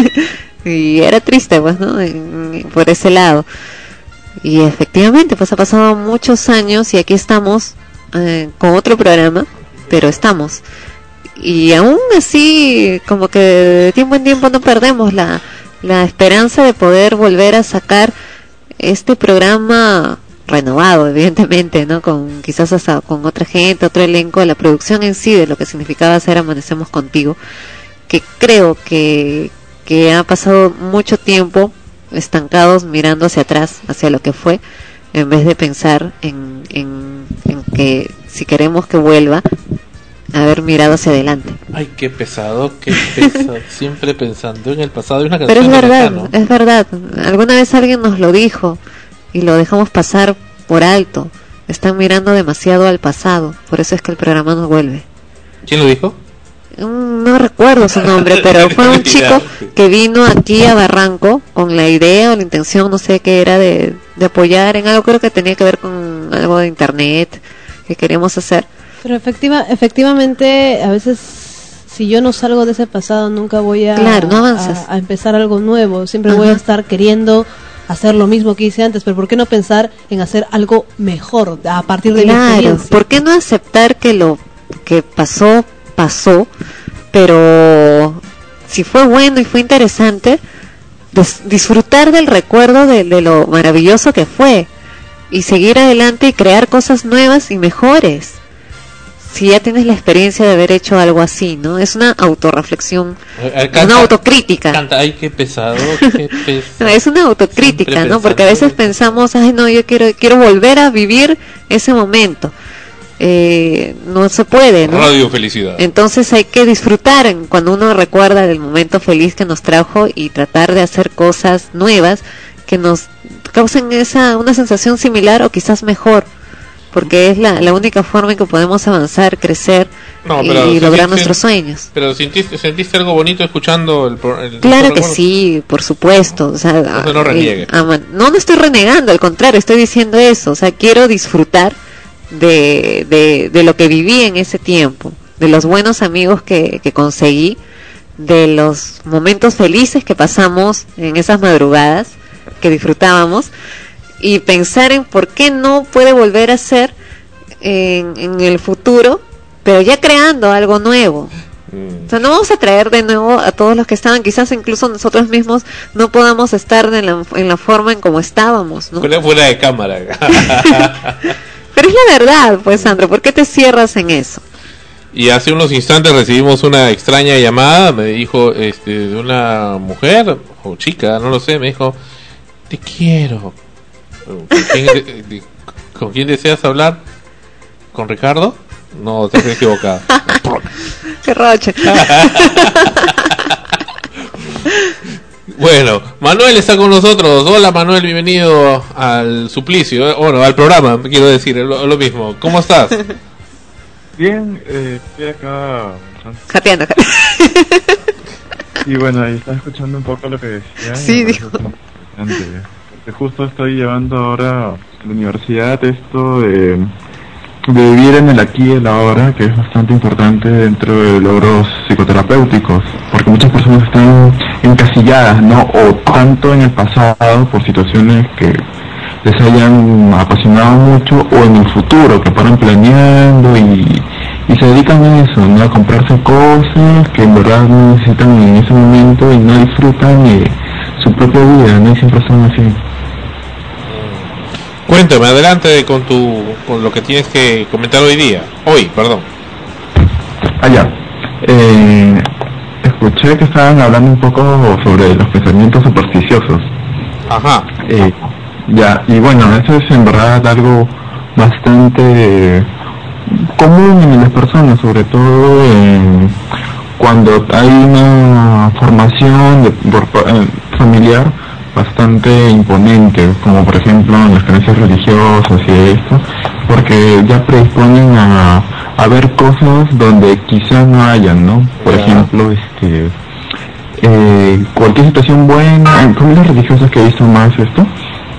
Y era triste, pues, ¿no? En, por ese lado. Y efectivamente, pues ha pasado muchos años y aquí estamos eh, con otro programa, pero estamos. Y aún así, como que de tiempo en tiempo no perdemos la, la esperanza de poder volver a sacar este programa renovado, evidentemente, ¿no? Con quizás hasta con otra gente, otro elenco, de la producción en sí, de lo que significaba hacer Amanecemos Contigo, que creo que, que ha pasado mucho tiempo estancados mirando hacia atrás, hacia lo que fue, en vez de pensar en, en, en que si queremos que vuelva, haber mirado hacia adelante. Ay, qué pesado, qué pesado. Siempre pensando en el pasado. Y una Pero es verdad, ¿no? es verdad. Alguna vez alguien nos lo dijo y lo dejamos pasar por alto. Están mirando demasiado al pasado, por eso es que el programa no vuelve. ¿Quién lo dijo? No recuerdo su nombre, pero fue un chico que vino aquí a Barranco con la idea o la intención, no sé qué era, de, de apoyar en algo, creo que tenía que ver con algo de internet que queríamos hacer. Pero efectiva, efectivamente, a veces si yo no salgo de ese pasado, nunca voy a, claro, no avanzas. a, a empezar algo nuevo. Siempre Ajá. voy a estar queriendo hacer lo mismo que hice antes, pero ¿por qué no pensar en hacer algo mejor a partir de Claro, mi experiencia? ¿por qué no aceptar que lo que pasó, pasó, pero si fue bueno y fue interesante, des- disfrutar del recuerdo de, de lo maravilloso que fue y seguir adelante y crear cosas nuevas y mejores? Si ya tienes la experiencia de haber hecho algo así, ¿no? Es una autorreflexión, Canta, una autocrítica. Canta, ay, qué pesado, qué pesado. No, es una autocrítica, Siempre ¿no? Porque a veces pensamos, ay, no, yo quiero quiero volver a vivir ese momento. Eh, no se puede, ¿no? Radio Felicidad. Entonces hay que disfrutar en- cuando uno recuerda del momento feliz que nos trajo y tratar de hacer cosas nuevas que nos causen esa una sensación similar o quizás mejor, porque es la, la única forma en que podemos avanzar, crecer No, y, pero y lograr sentiste- nuestros sueños. Pero sentiste, sentiste algo bonito escuchando el, pro- el Claro el que programa? sí, por supuesto. O sea, Entonces no eh, reniegue. ama- no, no estoy renegando, al contrario, estoy diciendo eso. O sea, quiero disfrutar de, de, de lo que viví en ese tiempo, de los buenos amigos que, que conseguí, de los momentos felices que pasamos en esas madrugadas que disfrutábamos, y pensar en por qué no puede volver a ser en, en el futuro, pero ya creando algo nuevo. O sea, no vamos a traer de nuevo a todos los que estaban, quizás incluso nosotros mismos no podamos estar en la, en la forma en como estábamos, ¿no? Fuera, fuera de cámara. Pero es la verdad, pues, Sandro, ¿por qué te cierras en eso? Y hace unos instantes recibimos una extraña llamada, me dijo, este, de una mujer o chica, no lo sé, me dijo, te quiero. ¿Con quién, de- de- ¿con quién deseas hablar? ¿Con Ricardo? No, te has equivocado. Qué roche. Bueno, Manuel está con nosotros. Hola Manuel, bienvenido al suplicio, eh, bueno, al programa, quiero decir, lo, lo mismo. ¿Cómo estás? Bien, eh, estoy acá. Jateando. Y bueno, ahí estaba escuchando un poco lo que decía. y Sí, me dijo. pareció interesante. Porque justo estoy llevando ahora a la universidad esto de, de vivir en el aquí y el ahora, que es bastante importante dentro de logros psicoterapéuticos. Porque muchas personas están encasilladas, ¿no? O tanto en el pasado por situaciones que les hayan apasionado mucho, o en el futuro, que paran planeando y, y se dedican a eso, ¿no? A comprarse cosas que en verdad no necesitan en ese momento y no disfrutan de su propia vida, ¿no? Y siempre son así. Cuéntame, adelante con tu con lo que tienes que comentar hoy día. Hoy, perdón. Allá. Eh, escuché que estaban hablando un poco sobre los pensamientos supersticiosos. Ajá. Eh, ya, y bueno, eso es en verdad algo bastante eh, común en las personas, sobre todo en, cuando hay una formación de, por, eh, familiar bastante imponente, como por ejemplo en las creencias religiosas y esto, porque ya predisponen a, a ver cosas donde quizás no hayan, ¿no? Por Ya. ejemplo, este eh, cualquier situación buena, en familias religiosas que he visto más esto,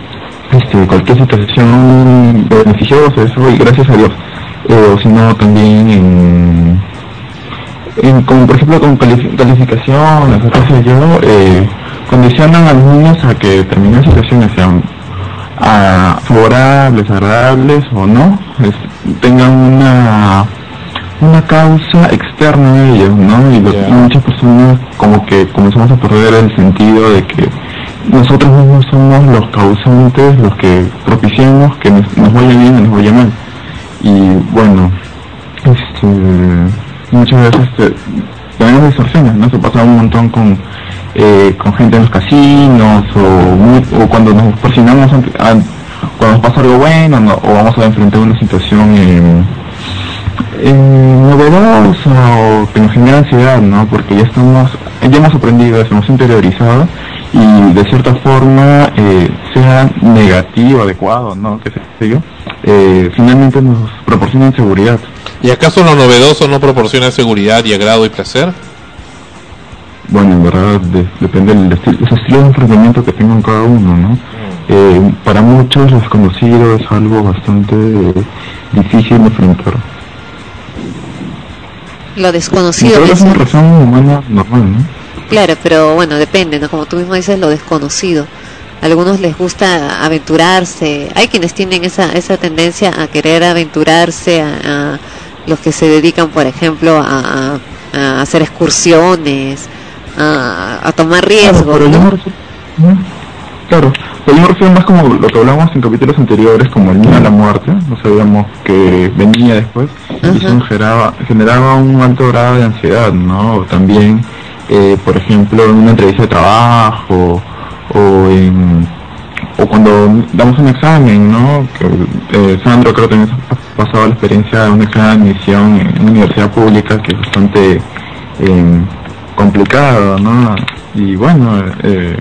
este, cualquier situación beneficiosa, eso, y gracias a Dios. Eh, o si no, también en, en, como por ejemplo con calific calificaciones, o qué sé yo, eh, condicionan a los niños a que determinadas situaciones sean a, favorables, agradables o no, es, tengan una una causa externa a ellos, ¿no? Y, lo, yeah. y muchas personas como que comenzamos a perder el sentido de que nosotros mismos somos los causantes, los que propiciamos que nos, nos vaya bien o nos vaya mal. Y bueno, este, muchas veces eh, tenemos distorsiones, ¿no? Se pasa un montón con eh, con gente en los casinos o, muy, o cuando nos persinamos ante, a, cuando nos pasa algo bueno, ¿no? O vamos a enfrentar una situación eh, eh, novedosa o que nos genera ansiedad, ¿no? Porque ya estamos, ya hemos aprendido, hemos interiorizado y de cierta forma, eh, sea negativo, adecuado, ¿no? Que sé yo, eh, finalmente nos proporcionan seguridad. ¿Y acaso lo novedoso no proporciona seguridad y agrado y placer? Bueno, en verdad de, depende del estilo, los estilos de enfrentamiento que tengan cada uno, ¿no? Mm. Eh, para muchos lo desconocido es algo bastante eh, difícil de enfrentar. Lo desconocido es una razón humana normal, ¿no? Claro, pero bueno, depende, ¿no? Como tú mismo dices, lo desconocido. A algunos les gusta aventurarse. Hay quienes tienen esa esa tendencia a querer aventurarse, a, a los que se dedican, por ejemplo, a, a, a hacer excursiones, a, a tomar riesgos, claro, pero ¿no? Yo me refiero, claro, pero yo me refiero más como lo que hablamos en capítulos anteriores, como el miedo a la muerte. No sabíamos que venía después. Uh-huh. Y eso generaba, generaba un alto grado de ansiedad, ¿no? También Eh, por ejemplo, en una entrevista de trabajo o en o cuando damos un examen, ¿no? Que, eh, Sandro creo que también ha pasado la experiencia de un examen de admisión en una universidad pública que es bastante eh, complicado, ¿no? Y bueno, eh,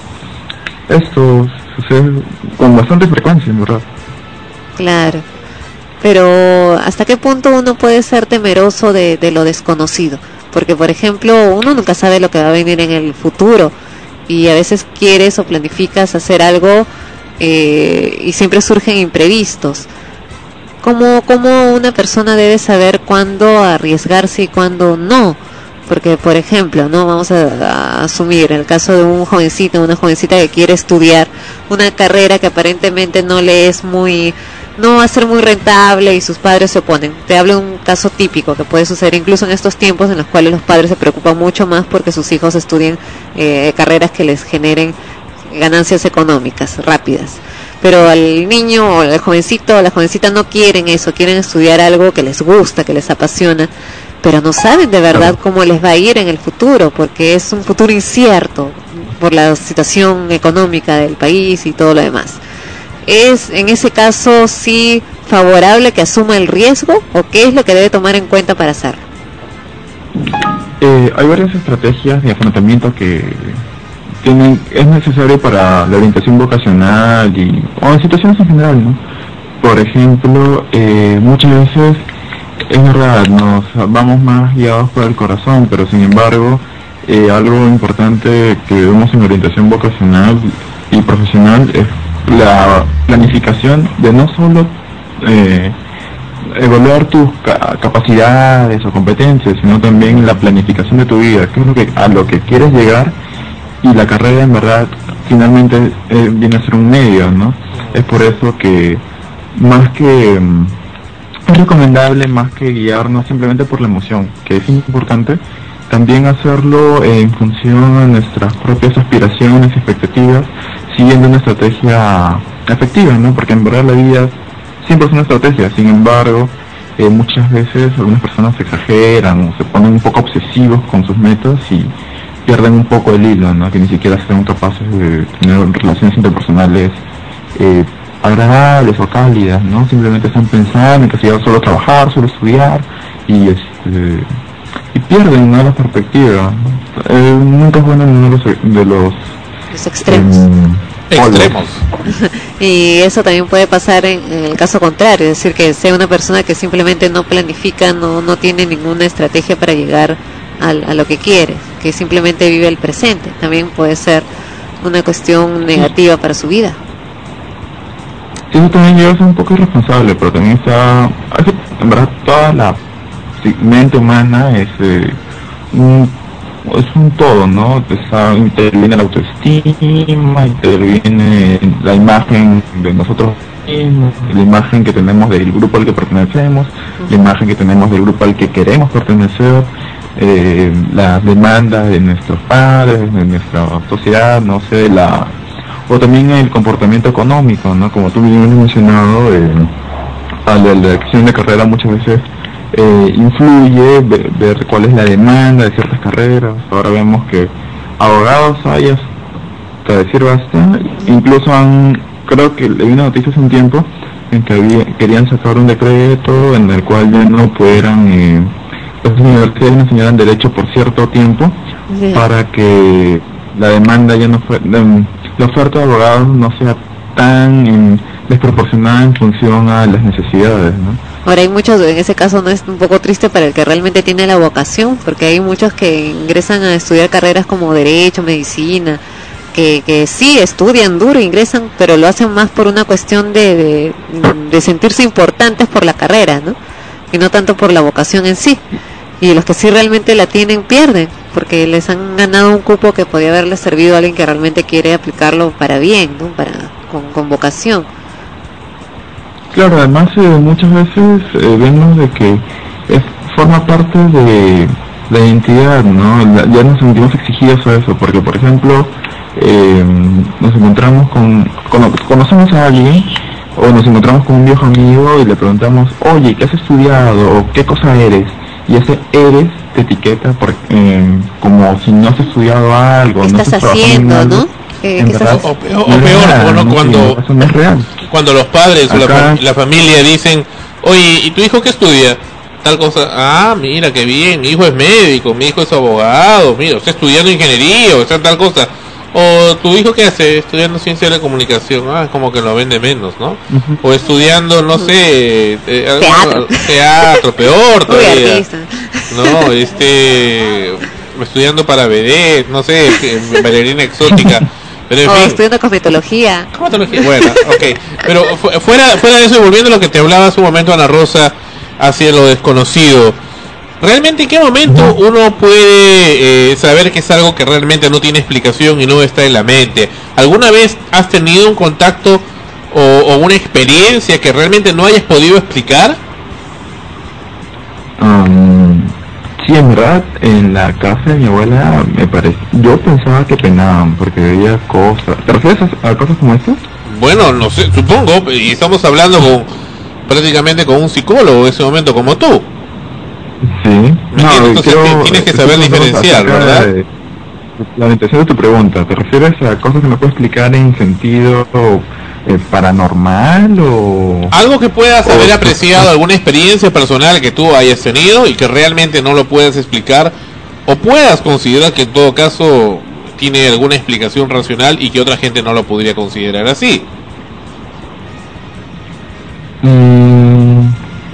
esto sucede con bastante frecuencia, en verdad. Claro, pero ¿hasta qué punto uno puede ser temeroso de, de lo desconocido? Porque, por ejemplo, uno nunca sabe lo que va a venir en el futuro y a veces quieres o planificas hacer algo eh, y siempre surgen imprevistos. ¿Cómo, ¿Cómo una persona debe saber cuándo arriesgarse y cuándo no? Porque, por ejemplo, no vamos a, a asumir el caso de un jovencito, una jovencita que quiere estudiar una carrera que aparentemente no le es muy... no va a ser muy rentable y sus padres se oponen. Te hablo de un caso típico que puede suceder incluso en estos tiempos en los cuales los padres se preocupan mucho más porque sus hijos estudien eh, carreras que les generen ganancias económicas rápidas. Pero al niño o al jovencito o la jovencita no quieren eso, quieren estudiar algo que les gusta, que les apasiona, pero no saben de verdad cómo les va a ir en el futuro, porque es un futuro incierto por la situación económica del país y todo lo demás. ¿Es en ese caso sí favorable que asuma el riesgo o qué es lo que debe tomar en cuenta para hacerlo? Eh, hay varias estrategias de afrontamiento que tienen es necesario para la orientación vocacional y o en situaciones en general, ¿no? Por ejemplo, eh, muchas veces es verdad, nos vamos más guiados por el corazón, pero sin embargo eh, algo importante que vemos en orientación vocacional y profesional es la planificación de no solo eh, evaluar tus ca capacidades o competencias, sino también la planificación de tu vida, que es lo que, a lo que quieres llegar, y la carrera en verdad finalmente eh, viene a ser un medio, ¿no? Es por eso que más que mm, es recomendable más que guiarnos simplemente por la emoción, que es importante, también hacerlo en función de nuestras propias aspiraciones y expectativas, siguiendo una estrategia efectiva, ¿no? Porque en verdad la vida siempre es una estrategia. Sin embargo, eh, muchas veces algunas personas se exageran o se ponen un poco obsesivos con sus metas y pierden un poco el hilo, ¿no? Que ni siquiera son capaces de tener relaciones interpersonales eh, agradables o cálidas, ¿no? Simplemente están pensando en que si solo trabajar, solo estudiar y este y pierden, ¿no?, la perspectiva. Eh, nunca es bueno en uno de los, de los, los extremos. Eh, extremos. Y eso también puede pasar en, en el caso contrario, es decir, que sea una persona que simplemente no planifica, no, no tiene ninguna estrategia para llegar a, a lo que quiere, que simplemente vive el presente. También puede ser una cuestión negativa para su vida. Sí, eso también llega a ser un poco irresponsable, pero también está, en verdad, toda la mente humana es eh, un, es un todo, ¿no? Está, interviene la autoestima, interviene la imagen de nosotros mismos, la imagen que tenemos del grupo al que pertenecemos, la imagen que tenemos del grupo al que queremos pertenecer, eh, las demandas de nuestros padres, de nuestra sociedad, no sé, la o también el comportamiento económico, ¿no? Como tú bien has mencionado, eh, a la elección de carrera muchas veces eh, influye ver, ver cuál es la demanda de ciertas carreras. Ahora vemos que abogados hay hasta decir basta, incluso han, creo que leí una noticia hace un tiempo en que había, querían sacar un decreto en el cual ya no pudieran, eh, las universidades no enseñaran derecho por cierto tiempo, sí, para que la demanda ya no fue, de, la oferta de abogados no sea tan eh, desproporcionada en función a las necesidades, ¿no? Ahora hay muchos, en ese caso no es un poco triste para el que realmente tiene la vocación, porque hay muchos que ingresan a estudiar carreras como derecho, medicina, que, que sí estudian duro, ingresan, pero lo hacen más por una cuestión de, de, de sentirse importantes por la carrera, ¿no? Y no tanto por la vocación en sí. Y los que sí realmente la tienen pierden, porque les han ganado un cupo que podía haberles servido a alguien que realmente quiere aplicarlo para bien, ¿no? Para con, con vocación. Claro, además eh, muchas veces eh, vemos de que es, forma parte de la identidad, ¿no? La, ya nos sentimos exigidos a eso, porque por ejemplo eh, nos encontramos con, con, conocemos a alguien o nos encontramos con un viejo amigo y le preguntamos, oye, ¿qué has estudiado? ¿O qué cosa eres? Y ese eres te etiqueta por, eh, como si no has estudiado algo. ¿Qué no estás haciendo, no? ¿Qué, ¿qué estás... O, o, o peor, real, bueno, ¿no? cuando, eso no es real. Cuando los padres Acá... o la, la familia dicen, oye, ¿y tu hijo qué estudia? Tal cosa, ah, mira, qué bien, mi hijo es médico, mi hijo es abogado, mira, está estudiando ingeniería, o sea, tal cosa. O tu hijo qué hace, estudiando ciencia de la comunicación, ah, como que lo vende menos, ¿no? Uh-huh. O estudiando, no sé, eh, teatro, teatro peor todavía. No, este, estudiando para vedette, no sé, bailarina exótica. Pero en o fin, estudiando cosmetología. Cosmetología, bueno, ok. Pero fuera, fuera de eso, y volviendo a lo que te hablaba hace un momento, Ana Rosa, hacia lo desconocido. ¿Realmente en qué momento uno puede eh, saber que es algo que realmente no tiene explicación y no está en la mente? ¿Alguna vez has tenido un contacto o, o una experiencia que realmente no hayas podido explicar? Um, sí, en verdad, en la casa de mi abuela me parece, yo pensaba que penaban porque veía cosas. ¿Te refieres a, a cosas como estas? Bueno, no sé, supongo, y estamos hablando con prácticamente con un psicólogo en ese momento como tú. Sí, no, entonces creo, tienes que saber diferenciar, ¿verdad? De, la intención de tu pregunta, ¿te refieres a cosas que no puedo explicar en sentido eh, paranormal o...? Algo que puedas o, haber apreciado, alguna experiencia personal que tú hayas tenido y que realmente no lo puedas explicar, o puedas considerar que en todo caso tiene alguna explicación racional y que otra gente no lo podría considerar así. Mm.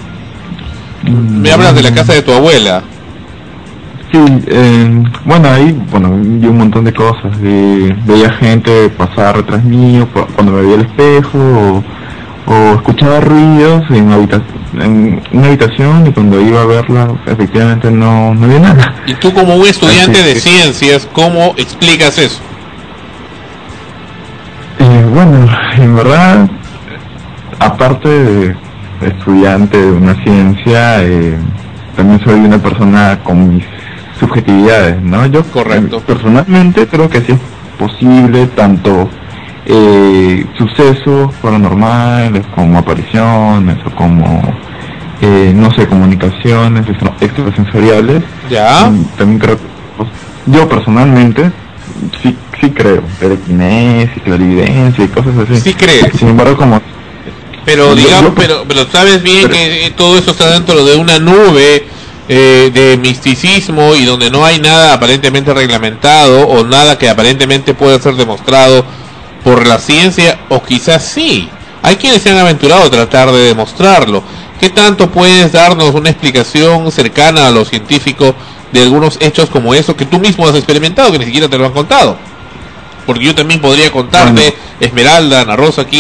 Me hablas de la casa de tu abuela. Sí, eh, bueno, ahí, bueno, vi un montón de cosas. Eh, veía gente pasar detrás mío cuando me veía al espejo, o, o escuchaba ruidos en, habita en una habitación y cuando iba a verla, efectivamente no, no había nada. Y tú como un estudiante Así de que, ciencias, ¿cómo explicas eso? Eh, bueno, en verdad, aparte de estudiante de una ciencia, eh, también soy una persona con mis subjetividades, ¿no? Yo Correcto. personalmente creo que sí es posible tanto eh, sucesos paranormales como apariciones o como eh, no sé, comunicaciones extra extrasensoriales. Ya. También creo que pues, yo personalmente sí sí creo telequinesis, clarividencia y cosas así. Sí crees. Sin embargo, como Pero digamos, pero pero sabes bien que todo eso está dentro de una nube eh, de misticismo y donde no hay nada aparentemente reglamentado o nada que aparentemente pueda ser demostrado por la ciencia, o quizás sí. Hay quienes se han aventurado a tratar de demostrarlo. ¿Qué tanto puedes darnos una explicación cercana a lo científico de algunos hechos como eso que tú mismo has experimentado, que ni siquiera te lo han contado? Porque yo también podría contarte, Esmeralda, Ana Rosa aquí,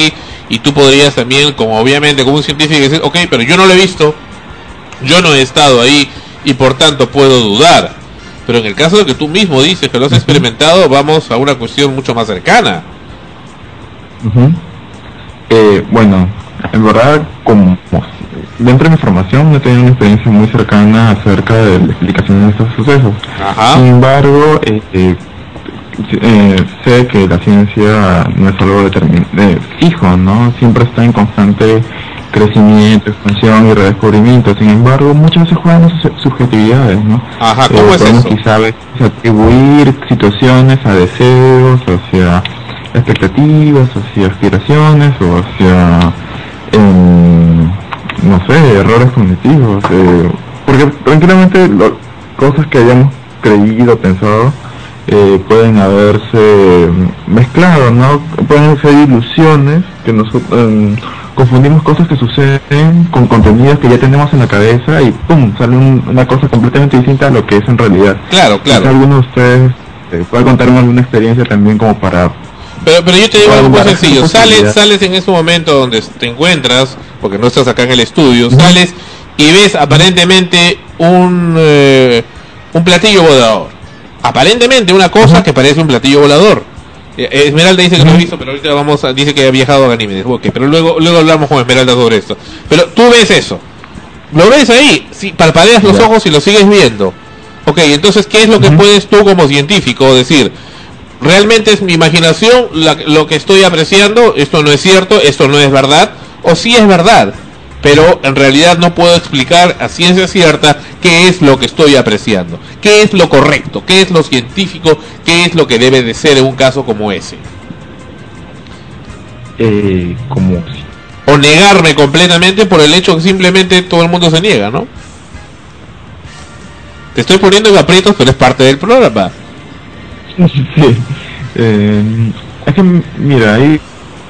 y tú podrías también, como obviamente como un científico, decir, ok, pero yo no lo he visto, yo no he estado ahí y por tanto puedo dudar. Pero en el caso de que tú mismo dices que lo has experimentado, vamos a una cuestión mucho más cercana. Uh-huh. eh, bueno, en verdad, como dentro de mi formación no he tenido una experiencia muy cercana acerca de la explicación de estos sucesos. Ajá. Sin embargo, eh, eh, eh, sé que la ciencia no es algo determin- eh, fijo, ¿no? Siempre está en constante crecimiento, expansión y redescubrimiento. Sin embargo, muchas veces juegan sus subjetividades, ¿no? Ajá, ¿cómo eh, es podemos eso? quizá a veces atribuir situaciones a deseos, hacia expectativas, hacia aspiraciones o hacia, eh, no sé, errores cognitivos. Eh, porque tranquilamente lo, cosas que hayamos creído, pensado, eh, pueden haberse mezclado, ¿no? Pueden ser ilusiones que nosotros eh, confundimos cosas que suceden con contenidos que ya tenemos en la cabeza y pum, sale un, una cosa completamente distinta a lo que es en realidad. Claro, claro. Quizá alguno de ustedes eh, puede contarme alguna experiencia también como para... Pero, pero yo te digo algo muy Para sencillo, dar sales, posibilidad. sales en ese momento donde te encuentras, porque no estás acá en el estudio, sales y ves aparentemente un, eh, un platillo volador. Aparentemente una cosa que parece un platillo volador. Eh, Esmeralda dice que lo ha visto, pero ahorita vamos a, dice que ha viajado a Ganímedes. Ok, pero luego, luego hablamos con Esmeralda sobre esto. Pero tú ves eso, lo ves ahí, si parpadeas los Ya. ojos y lo sigues viendo. Ok, entonces, ¿qué es lo que puedes tú como científico decir? ¿Realmente es mi imaginación la- lo que estoy apreciando? ¿Esto no es cierto? ¿Esto no es verdad? ¿O sí es verdad? Pero en realidad no puedo explicar a ciencia cierta qué es lo que estoy apreciando. ¿Qué es lo correcto? ¿Qué es lo científico? ¿Qué es lo que debe de ser en un caso como ese? Eh, como... O negarme completamente por el hecho que simplemente todo el mundo se niega, ¿no? Te estoy poniendo en aprietos, pero es parte del programa. Sí, eh, es que mira, ahí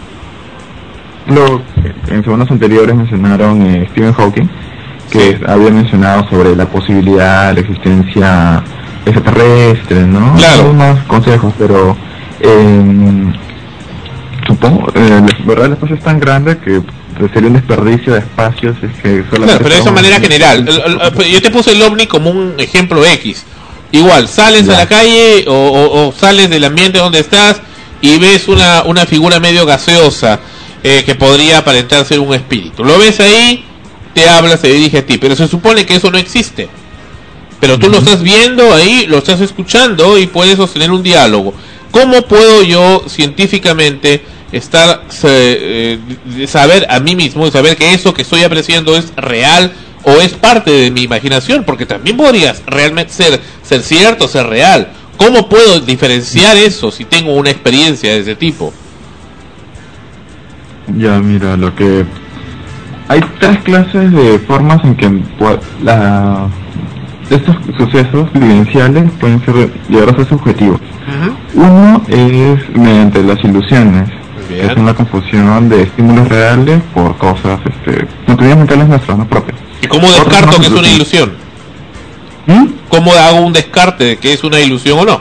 lo en semanas anteriores mencionaron eh, Stephen Hawking, que había mencionado sobre la posibilidad de la existencia extraterrestre, ¿no? Claro. Algunos consejos, pero eh, supongo, eh, la verdad el espacio es tan grande que sería un desperdicio de espacios, es que solamente... Claro, pero de esa estamos- manera general. El- el- Yo te puse el ovni como un ejemplo X. Igual, sales Ya. a la calle o, o- o sales del ambiente donde estás y ves una, una figura medio gaseosa eh, que podría aparentar ser un espíritu. Lo ves ahí, te habla, se dirige a ti, pero se supone que eso no existe. Pero tú lo estás viendo ahí, lo estás escuchando y puedes sostener un diálogo. ¿Cómo puedo yo científicamente estar se- eh, de saber a mí mismo, saber que eso que estoy apreciando es real o es parte de mi imaginación? Porque también podrías realmente ser ser cierto, ser real. ¿Cómo puedo diferenciar eso si tengo una experiencia de ese tipo? Ya, mira, lo que... Hay tres clases de formas en que pu- la... estos sucesos vivenciales pueden ser llegar a ser subjetivos. Uno es mediante las ilusiones, que es una confusión de estímulos reales por cosas, este, contenidos mentales nuestros, no propios. ¿Y cómo Otras descarto más que es una ilusiones. ilusión? ¿Cómo hago un descarte de que es una ilusión o no?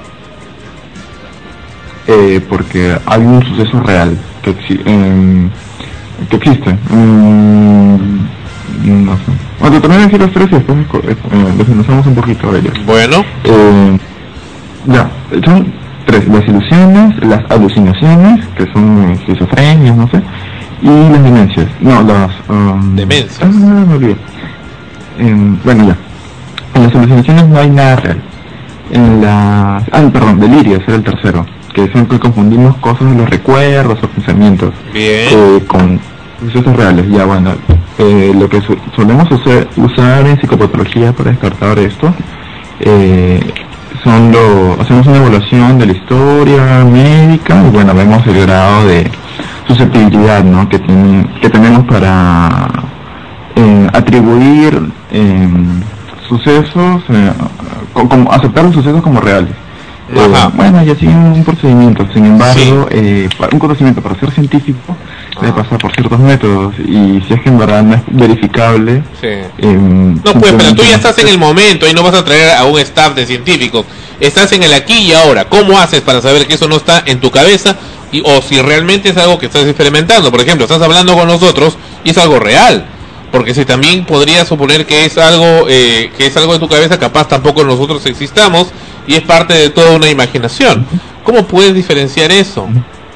Eh, porque hay un suceso real que, exi- em, que existe. Mm, no sé. Bueno, también decir los tres y después eh, eh, desmenuzamos un poquito de ellos. Bueno. Eh, ya, son tres: las ilusiones, las alucinaciones, que son eh, esquizofrenias, no sé, y las demencias. No, las... Um, demencias. Ah, me olvidé. Em, bueno, ya. En las alucinaciones no hay nada real. En las... Ah, perdón, delirios era el tercero, que son que confundimos cosas de los recuerdos o pensamientos eh, con sucesos reales. Ya, bueno, eh, lo que su- solemos usar, usar en psicopatología para descartar esto eh, son lo... hacemos una evaluación de la historia médica y bueno, vemos el grado de susceptibilidad, ¿no?, que, tiene, que tenemos para eh, atribuir eh, sucesos, eh, co- como aceptar los sucesos como reales. Eh, bueno, y así un procedimiento. Sin embargo, eh, para un conocimiento para ser científico debe pasar por ciertos métodos, y si es que en verdad no es verificable, sí. eh, no pues, pero tú ya estás en el momento y no vas a traer a un staff de científicos, estás en el aquí y ahora. ¿Cómo haces para saber que eso no está en tu cabeza y o si realmente es algo que estás experimentando? Por ejemplo, estás hablando con nosotros y es algo real, porque si también podrías suponer que es algo eh, que es algo de tu cabeza, capaz tampoco nosotros existamos y es parte de toda una imaginación. ¿Cómo puedes diferenciar eso?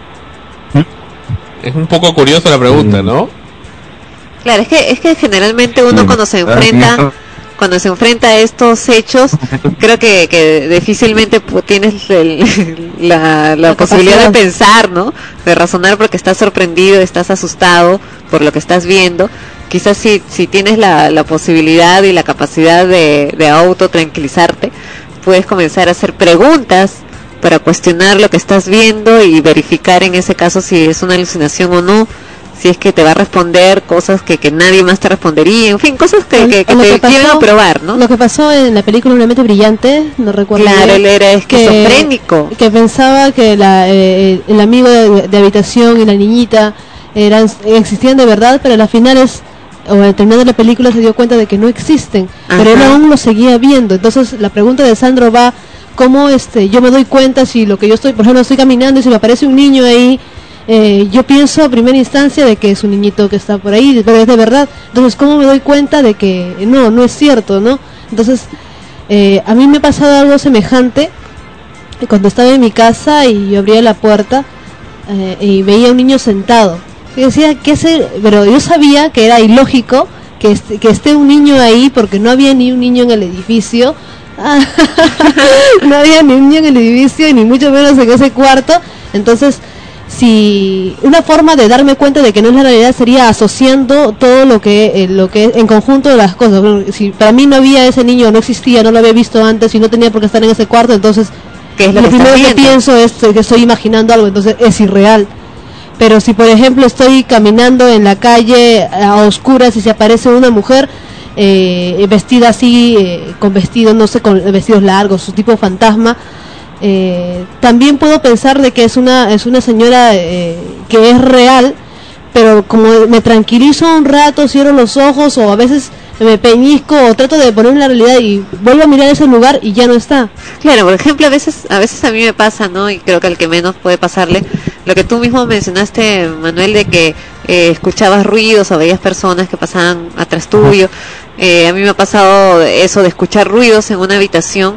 Es un poco curiosa la pregunta, ¿no? Claro, es que es que generalmente uno cuando se enfrenta cuando se enfrenta a estos hechos, creo que, que difícilmente tienes el, la, la, la posibilidad de pensar, ¿no? De razonar, porque estás sorprendido, estás asustado por lo que estás viendo. Quizás si, si tienes la, la posibilidad y la capacidad de, de autotranquilizarte, puedes comenzar a hacer preguntas para cuestionar lo que estás viendo y verificar en ese caso si es una alucinación o no, si es que te va a responder cosas que, que nadie más te respondería, en fin, cosas que, que, que te llevan a probar, ¿no? Lo que pasó en la película Una mente brillante, no recuerdo. Claro, bien, él era esquizofrénico. Que, que pensaba que la, eh, el amigo de, de habitación y la niñita eran existían de verdad, pero a las finales, o al terminar de la película, se dio cuenta de que no existen. Ajá. Pero él aún lo seguía viendo. Entonces la pregunta de Sandro va, ¿cómo este, yo me doy cuenta si lo que yo estoy, por ejemplo, estoy caminando y si me aparece un niño ahí, eh, yo pienso a primera instancia de que es un niñito que está por ahí, pero es de verdad. Entonces, ¿cómo me doy cuenta de que no, no es cierto, no? Entonces, eh, a mí me ha pasado algo semejante cuando estaba en mi casa y yo abría la puerta eh, y veía a un niño sentado. Y decía, ¿qué hace? Pero yo sabía que era ilógico que, est que esté un niño ahí porque no había ni un niño en el edificio. No había ni un niño en el edificio y ni mucho menos en ese cuarto. Entonces, si una forma de darme cuenta de que no es la realidad sería asociando todo lo que eh, lo que en conjunto de las cosas. Bueno, si para mí no había ese niño, no existía, no lo había visto antes y no tenía por qué estar en ese cuarto, entonces ¿qué es lo, lo que primero que pienso es que estoy imaginando algo, entonces es irreal. Pero si por ejemplo estoy caminando en la calle a oscuras y se aparece una mujer eh, vestida así, eh, con vestidos, no sé, con vestidos largos, su tipo fantasma, eh, también puedo pensar de que es una es una señora eh, que es real, pero como me tranquilizo un rato, cierro los ojos o a veces me peñisco o trato de ponerme en la realidad y vuelvo a mirar ese lugar y ya no está. Claro, por ejemplo, a veces a veces a mí me pasa, ¿no? Y creo que al que menos puede pasarle, lo que tú mismo mencionaste, Manuel, de que eh, escuchabas ruidos o veías personas que pasaban atrás tuyo. Eh, a mí me ha pasado eso de escuchar ruidos en una habitación.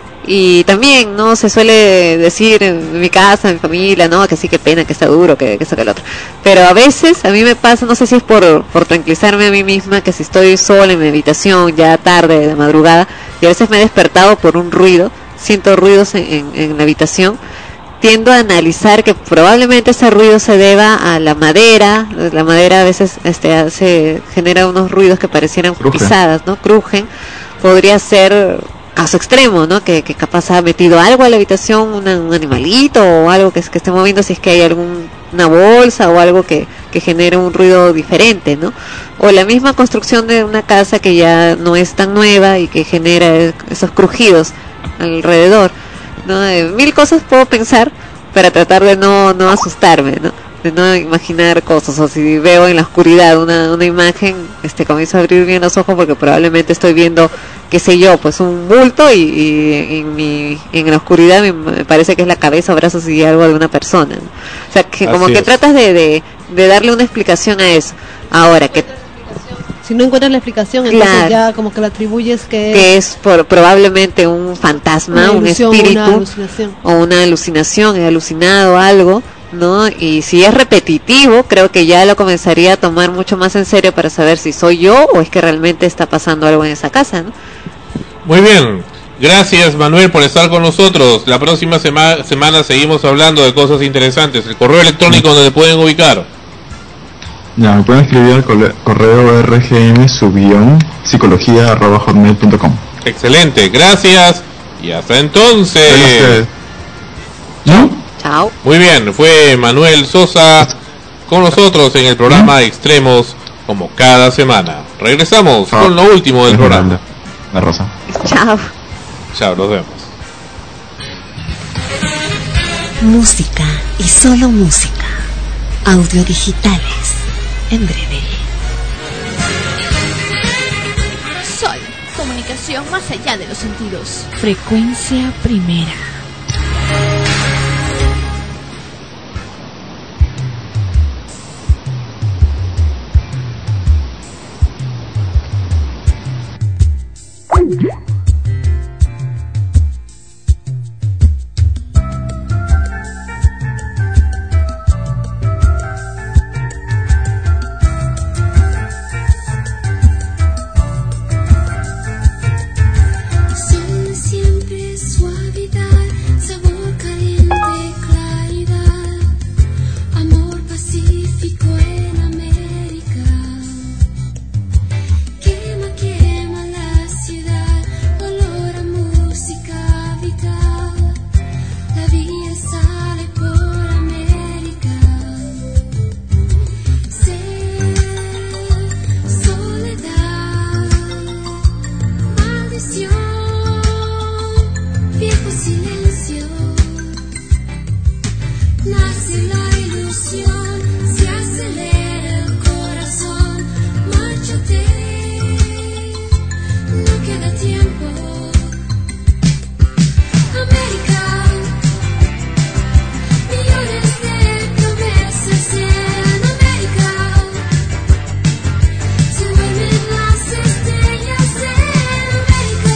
Y también, ¿no? Se suele decir en mi casa, en mi familia, ¿no? Que sí, que pena, que está duro, que, que eso, que el otro. Pero a veces, a mí me pasa, no sé si es por, por tranquilizarme a mí misma, que si estoy sola en mi habitación, ya tarde, de madrugada, y a veces me he despertado por un ruido, siento ruidos en, en, en la habitación, tiendo a analizar que probablemente ese ruido se deba a la madera. La madera a veces este, hace, genera unos ruidos que parecieran Cruje. pisadas, ¿no? Crujen. Podría ser caso extremo, ¿no? Que, que capaz ha metido algo a la habitación, una, un animalito o algo que, que esté moviendo, si es que hay alguna bolsa o algo que, que genere un ruido diferente, ¿no? O la misma construcción de una casa que ya no es tan nueva y que genera esos crujidos alrededor, ¿no? Eh, mil cosas puedo pensar para tratar de no, no asustarme, ¿no? De no imaginar cosas, o si veo en la oscuridad una, una imagen, este comienzo a abrir bien los ojos porque probablemente estoy viendo, qué sé yo, pues un bulto y, y en mi en la oscuridad me, me parece que es la cabeza o brazos y algo de una persona, ¿no? O sea, que como Así que es. tratas de, de, de darle una explicación a eso. Ahora, que si no encuentras la explicación, entonces claro, ya como que le atribuyes que, que es por, probablemente un fantasma, un espíritu, una o una alucinación, he alucinado algo, ¿no? Y si es repetitivo, creo que ya lo comenzaría a tomar mucho más en serio para saber si soy yo o es que realmente está pasando algo en esa casa, ¿no? Muy bien, gracias Manuel por estar con nosotros. La próxima sema semana seguimos hablando de cosas interesantes. El correo electrónico donde te pueden ubicar. Ya, me pueden escribir al correo rgm subión psicología arroba hotmail punto com. Excelente, gracias y hasta entonces. ¿No? Chao. Muy bien, fue Manuel Sosa con nosotros en el programa ¿Mm? Extremos, como cada semana. Regresamos Chao. con lo último del programa. La Rosa. Chao. Chao, nos vemos. Música y solo música. Audiodigitales. En breve. Sol, comunicación más allá de los sentidos. Frecuencia primera. Siempre suavidad, sabor caliente, claridad, amor pacífico en América. Quema, quema la ciudad, olor a música vital. La vida sale por América. Sed, soledad, maldición. Viejo silencio, nace la ilusión, se acelera el corazón, márchate, no queda tiempo. América, millones de promesas en América, se duermen las estrellas en América.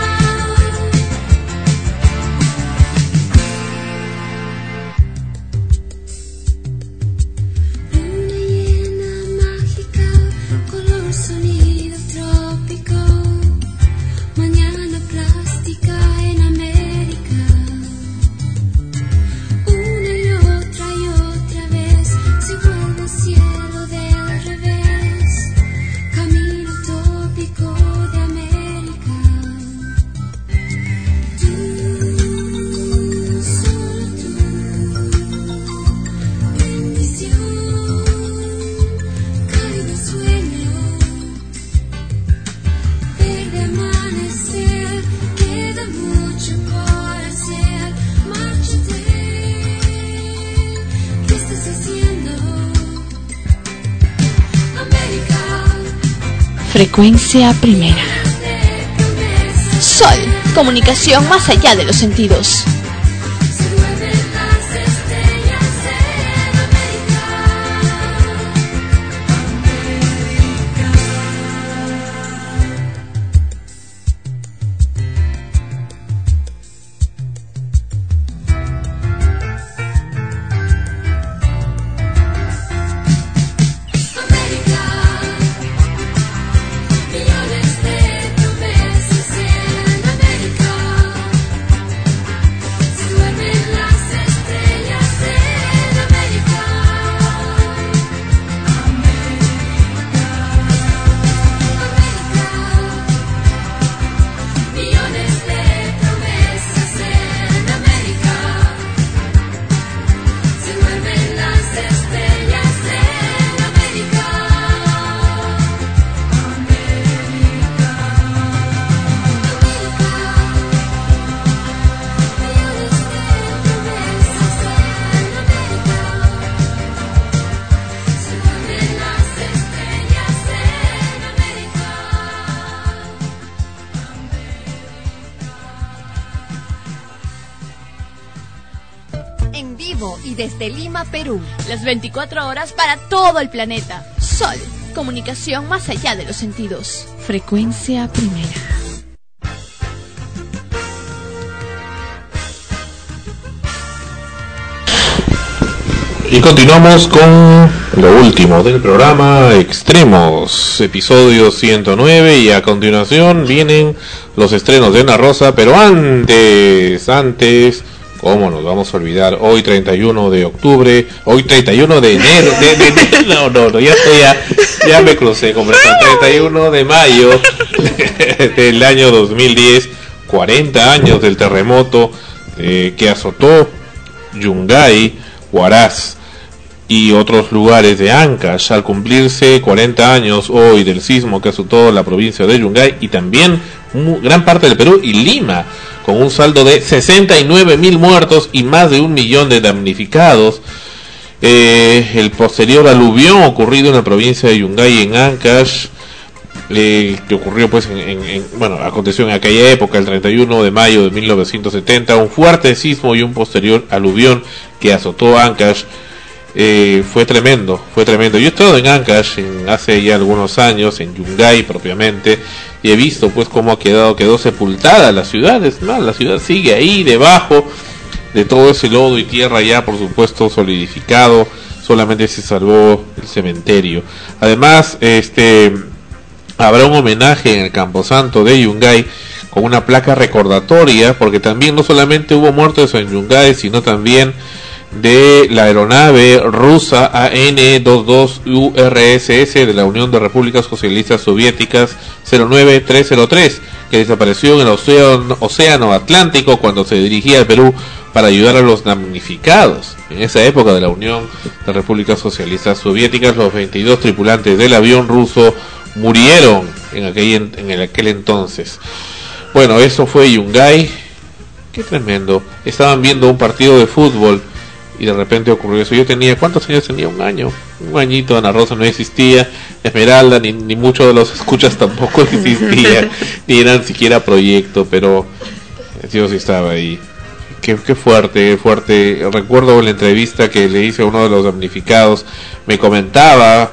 Luna llena mágica, color sonido trópico, mañana plástica en América. Una y otra y otra vez se vuelve cielo del revés, camino tópico de América. Tú, solo tú, bendición, cálido sueño, verde amanecer, queda mucho por hacer, márchate, ¿qué estás haciendo? América, Frecuencia primera. Sol, comunicación más allá de los sentidos. se duermen las estrellas en América. Millones de promesas en América, se duermen las estrellas en América. América, millones de promesas en América, se duermen las estrellas en América. En vivo y desde Lima, Perú. Las veinticuatro horas para todo el planeta. Sol, comunicación más allá de los sentidos. Frecuencia primera. Y continuamos con lo último del programa, Extremos, episodio ciento nueve, y a continuación vienen los estrenos de Ana Rosa, pero antes, antes, ¿cómo nos vamos a olvidar? Hoy treinta y uno de octubre, hoy treinta y uno de enero, de, de, de, no, no, no, ya estoy, ya, ya me crucé, como está, treinta y uno de mayo del año dos mil diez, cuarenta años del terremoto eh, que azotó Yungay, Huaraz y otros lugares de Ancash, al cumplirse cuarenta años hoy del sismo que azotó la provincia de Yungay y también gran parte del Perú y Lima, con un saldo de sesenta y nueve mil muertos y más de un millón de damnificados. Eh, el posterior aluvión ocurrido en la provincia de Yungay, en Ancash, eh, que ocurrió pues en, en, en, bueno, aconteció en aquella época, el treinta y uno de mayo de mil novecientos setenta, un fuerte sismo y un posterior aluvión que azotó Ancash. Eh, fue tremendo, fue tremendo. Yo he estado en Ancash en, hace ya algunos años, en Yungay propiamente, y he visto pues cómo ha quedado, quedó sepultada la ciudad. Es más, la ciudad sigue ahí debajo de todo ese lodo y tierra ya, por supuesto, solidificado. Solamente se salvó el cementerio. Además, este habrá un homenaje en el Camposanto de Yungay con una placa recordatoria, porque también no solamente hubo muertos en Yungay, sino también de la aeronave rusa A N veintidós U R S S de la Unión de Repúblicas Socialistas Soviéticas cero nueve tres cero tres, que desapareció en el océano, océano Atlántico cuando se dirigía al Perú para ayudar a los damnificados. En esa época de la Unión de Repúblicas Socialistas Soviéticas, los veintidós tripulantes del avión ruso murieron en aquel, en aquel entonces. Bueno, eso fue Yungay. Qué tremendo. Estaban viendo un partido de fútbol y de repente ocurrió eso. Yo tenía, ¿cuántos años tenía? Un año, un añito. Ana Rosa no existía, Esmeralda, ni, ni muchos de los escuchas tampoco existía, ni eran siquiera proyecto, pero Dios estaba ahí. Qué, qué fuerte, fuerte. Recuerdo la entrevista que le hice a uno de los damnificados, me comentaba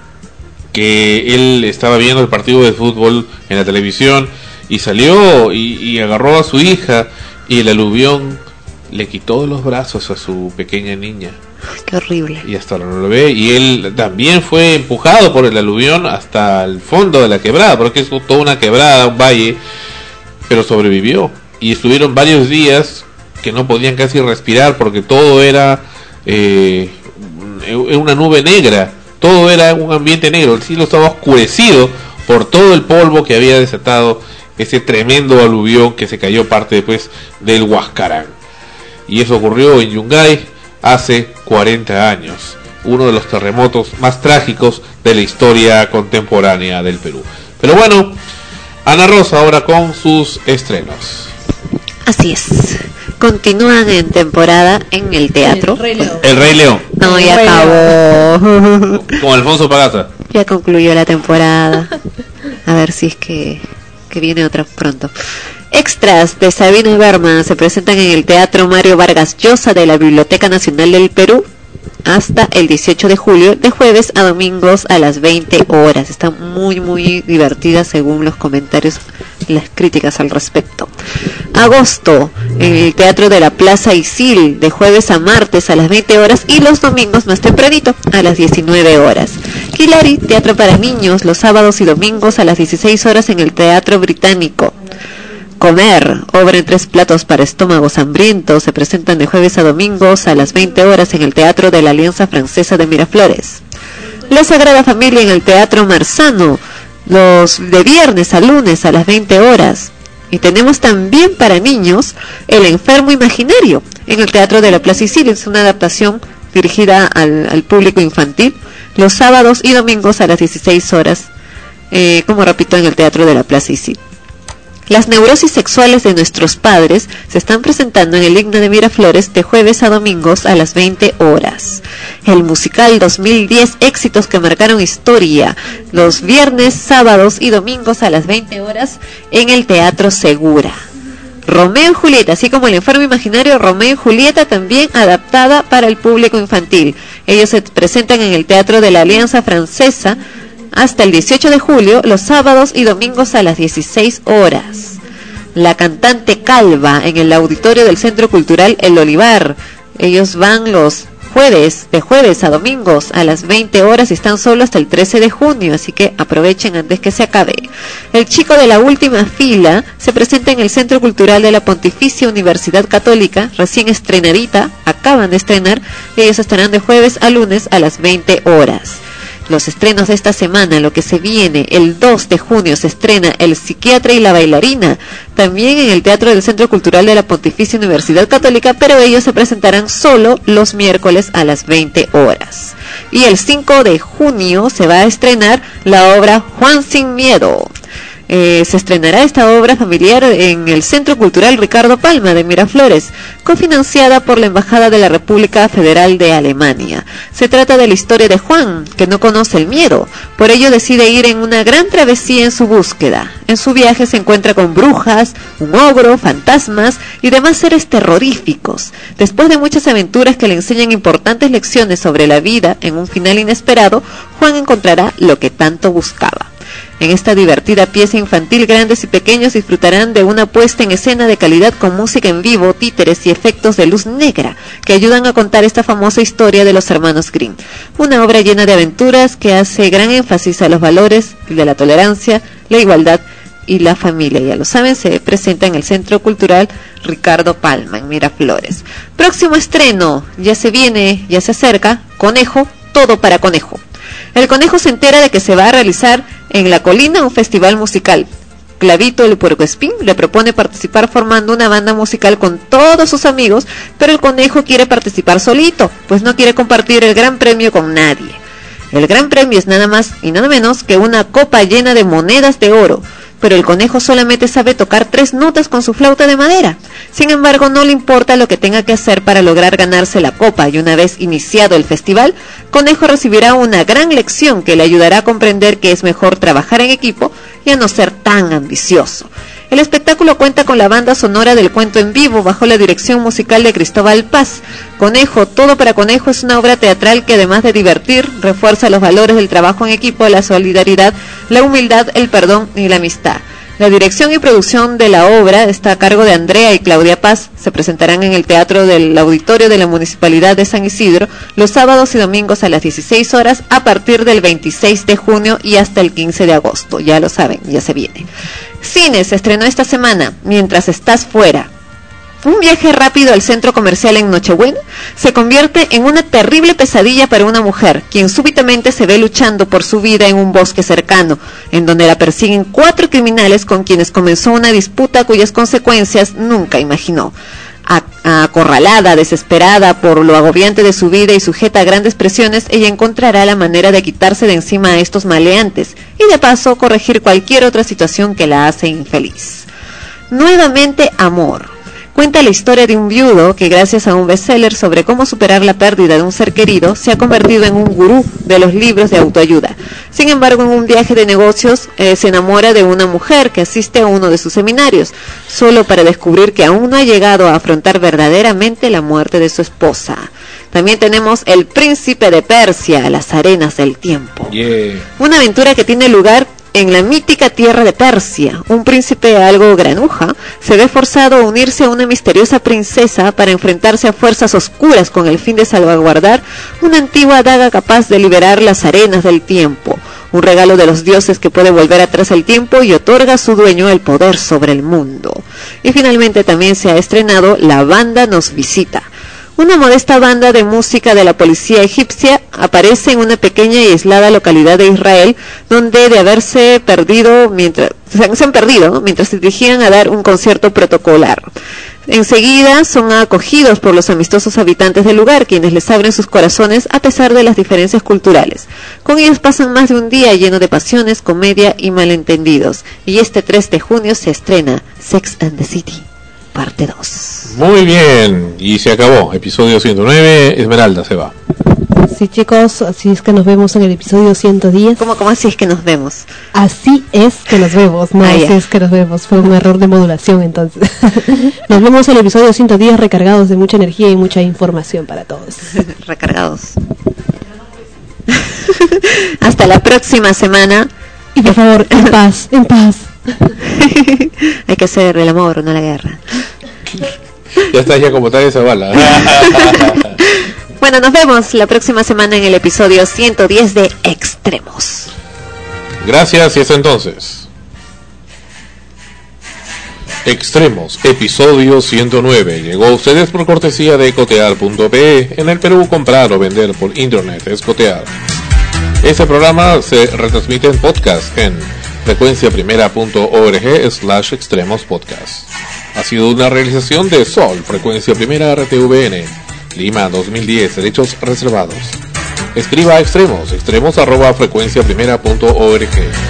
que él estaba viendo el partido de fútbol en la televisión y salió y, y agarró a su hija, y el aluvión le quitó de los brazos a su pequeña niña. Qué horrible. Y hasta ahora no lo ve. Y él también fue empujado por el aluvión hasta el fondo de la quebrada, porque es toda una quebrada, un valle, pero sobrevivió. Y estuvieron varios días que no podían casi respirar porque todo era eh, una nube negra, todo era un ambiente negro. El cielo estaba oscurecido por todo el polvo que había desatado ese tremendo aluvión que se cayó parte después del Huascarán. Y eso ocurrió en Yungay hace cuarenta años, uno de los terremotos más trágicos de la historia contemporánea del Perú. Pero bueno, Ana Rosa ahora con sus estrenos. Así es. Continúan en temporada en el teatro. El Rey León. El Rey León. No, ya acabó. Con Alfonso Pagasa. Ya concluyó la temporada. A ver si es que, que viene otra pronto. Extras de Sabina y Berman se presentan en el Teatro Mario Vargas Llosa de la Biblioteca Nacional del Perú hasta el dieciocho de julio, de jueves a domingos a las veinte horas. Está muy muy divertida según los comentarios y las críticas al respecto. Agosto, en el Teatro de la Plaza Isil, de jueves a martes a las veinte horas y los domingos más tempranito a las diecinueve horas. Hilary, teatro para niños, los sábados y domingos a las dieciséis horas en el Teatro Británico. Comer, obra en tres platos para estómagos hambrientos, se presentan de jueves a domingos a las veinte horas en el Teatro de la Alianza Francesa de Miraflores. La Sagrada Familia en el Teatro Marzano, los de viernes a lunes a las veinte horas. Y tenemos también para niños El Enfermo Imaginario en el Teatro de la Plaza Isil, es una adaptación dirigida al, al público infantil, los sábados y domingos a las dieciséis horas, eh, como repito, en el Teatro de la Plaza Isil. Las neurosis sexuales de nuestros padres se están presentando en el Himno de Miraflores de jueves a domingos a las veinte horas. El musical dos mil diez, éxitos que marcaron historia, los viernes, sábados y domingos a las veinte horas en el Teatro Segura. Romeo y Julieta, así como El Enfermo Imaginario, Romeo y Julieta también adaptada para el público infantil. Ellos se presentan en el Teatro de la Alianza Francesa hasta el dieciocho de julio, los sábados y domingos a las dieciséis horas. La Cantante Calva en el auditorio del Centro Cultural El Olivar. Ellos van los jueves, de jueves a domingos a las veinte horas y están solo hasta el trece de junio, así que aprovechen antes que se acabe. El Chico de la Última Fila se presenta en el Centro Cultural de la Pontificia Universidad Católica, recién estrenadita, acaban de estrenar. Ellos estarán de jueves a lunes a las veinte horas. Los estrenos de esta semana, lo que se viene, el dos de junio se estrena El Psiquiatra y la Bailarina, también en el Teatro del Centro Cultural de la Pontificia Universidad Católica, pero ellos se presentarán solo los miércoles a las veinte horas. Y el cinco de junio se va a estrenar la obra Juan Sin Miedo. eh, se estrenará esta obra familiar en el Centro Cultural Ricardo Palma de Miraflores, cofinanciada por la Embajada de la República Federal de Alemania. Se trata de la historia de Juan, que no conoce el miedo, por ello decide ir en una gran travesía en su búsqueda. En su viaje se encuentra con brujas, un ogro, fantasmas y demás seres terroríficos. Después de muchas aventuras que le enseñan importantes lecciones sobre la vida, en un final inesperado, Juan encontrará lo que tanto buscaba. En esta divertida pieza infantil, grandes y pequeños disfrutarán de una puesta en escena de calidad con música en vivo, títeres y efectos de luz negra que ayudan a contar esta famosa historia de los hermanos Grimm. Una obra llena de aventuras que hace gran énfasis a los valores de la tolerancia, la igualdad y la familia. Ya lo saben, se presenta en el Centro Cultural Ricardo Palma en Miraflores. Próximo estreno, ya se viene, ya se acerca, Conejo, todo para Conejo. El Conejo se entera de que se va a realizar en La Colina un festival musical. Clavito el Puercoespín le propone participar formando una banda musical con todos sus amigos, pero el Conejo quiere participar solito, pues no quiere compartir el gran premio con nadie. El gran premio es nada más y nada menos que una copa llena de monedas de oro, pero el Conejo solamente sabe tocar tres notas con su flauta de madera. Sin embargo, no le importa lo que tenga que hacer para lograr ganarse la copa, y una vez iniciado el festival, Conejo recibirá una gran lección que le ayudará a comprender que es mejor trabajar en equipo y a no ser tan ambicioso. El espectáculo cuenta con la banda sonora del cuento en vivo bajo la dirección musical de Cristóbal Paz. Conejo, todo para Conejo es una obra teatral que, además de divertir, refuerza los valores del trabajo en equipo, la solidaridad, la humildad, el perdón y la amistad. La dirección y producción de la obra está a cargo de Andrea y Claudia Paz. Se presentarán en el Teatro del Auditorio de la Municipalidad de San Isidro los sábados y domingos a las dieciséis horas a partir del veintiséis de junio y hasta el quince de agosto. Ya lo saben, ya se viene. Cine se estrenó esta semana, Mientras estás fuera. Un viaje rápido al centro comercial en Nochebuena se convierte en una terrible pesadilla para una mujer, quien súbitamente se ve luchando por su vida en un bosque cercano, en donde la persiguen cuatro criminales con quienes comenzó una disputa cuyas consecuencias nunca imaginó. Acorralada, desesperada por lo agobiante de su vida y sujeta a grandes presiones, ella encontrará la manera de quitarse de encima a estos maleantes y de paso corregir cualquier otra situación que la hace infeliz. Nuevamente Amor. Cuenta la historia de un viudo que, gracias a un bestseller sobre cómo superar la pérdida de un ser querido, se ha convertido en un gurú de los libros de autoayuda. Sin embargo, en un viaje de negocios eh, se enamora de una mujer que asiste a uno de sus seminarios, solo para descubrir que aún no ha llegado a afrontar verdaderamente la muerte de su esposa. También tenemos El Príncipe de Persia, Las Arenas del Tiempo. Yeah. Una aventura que tiene lugar en la mítica tierra de Persia. Un príncipe algo granuja se ve forzado a unirse a una misteriosa princesa para enfrentarse a fuerzas oscuras con el fin de salvaguardar una antigua daga capaz de liberar las arenas del tiempo, un regalo de los dioses que puede volver atrás el tiempo y otorga a su dueño el poder sobre el mundo. Y finalmente también se ha estrenado La Banda Nos Visita. Una modesta banda de música de la policía egipcia aparece en una pequeña y aislada localidad de Israel, donde de haberse perdido mientras se han perdido ¿no? mientras se dirigían a dar un concierto protocolar. Enseguida son acogidos por los amistosos habitantes del lugar, quienes les abren sus corazones a pesar de las diferencias culturales. Con ellos pasan más de un día lleno de pasiones, comedia y malentendidos. Y este tres de junio se estrena Sex and the City, parte dos. Muy bien, y se acabó, episodio ciento nueve, Esmeralda se va. Sí, chicos, así es que nos vemos en el episodio ciento diez. ¿Cómo, cómo así es que nos vemos? Así es que nos vemos, no ah, así yeah. es que nos vemos, fue un error de modulación entonces. Nos vemos en el episodio ciento diez recargados de mucha energía y mucha información para todos. Recargados. Hasta la próxima semana. Y por favor, en paz, en paz. Hay que hacer el amor, no la guerra. Ya está, ya como tal esa bala. Bueno, nos vemos la próxima semana en el episodio ciento diez de Extremos. Gracias y hasta entonces. Extremos, episodio ciento nueve. Llegó a ustedes por cortesía de cotear punto pe. En el Perú, comprar o vender por internet es cotear. Este programa se retransmite en podcast en frecuencia primera punto org slash extremos podcast. Ha sido una realización de Sol, Frecuencia Primera R T V N, Lima dos mil diez, derechos reservados. Escriba a extremos, extremos arroba frecuencia primera punto org.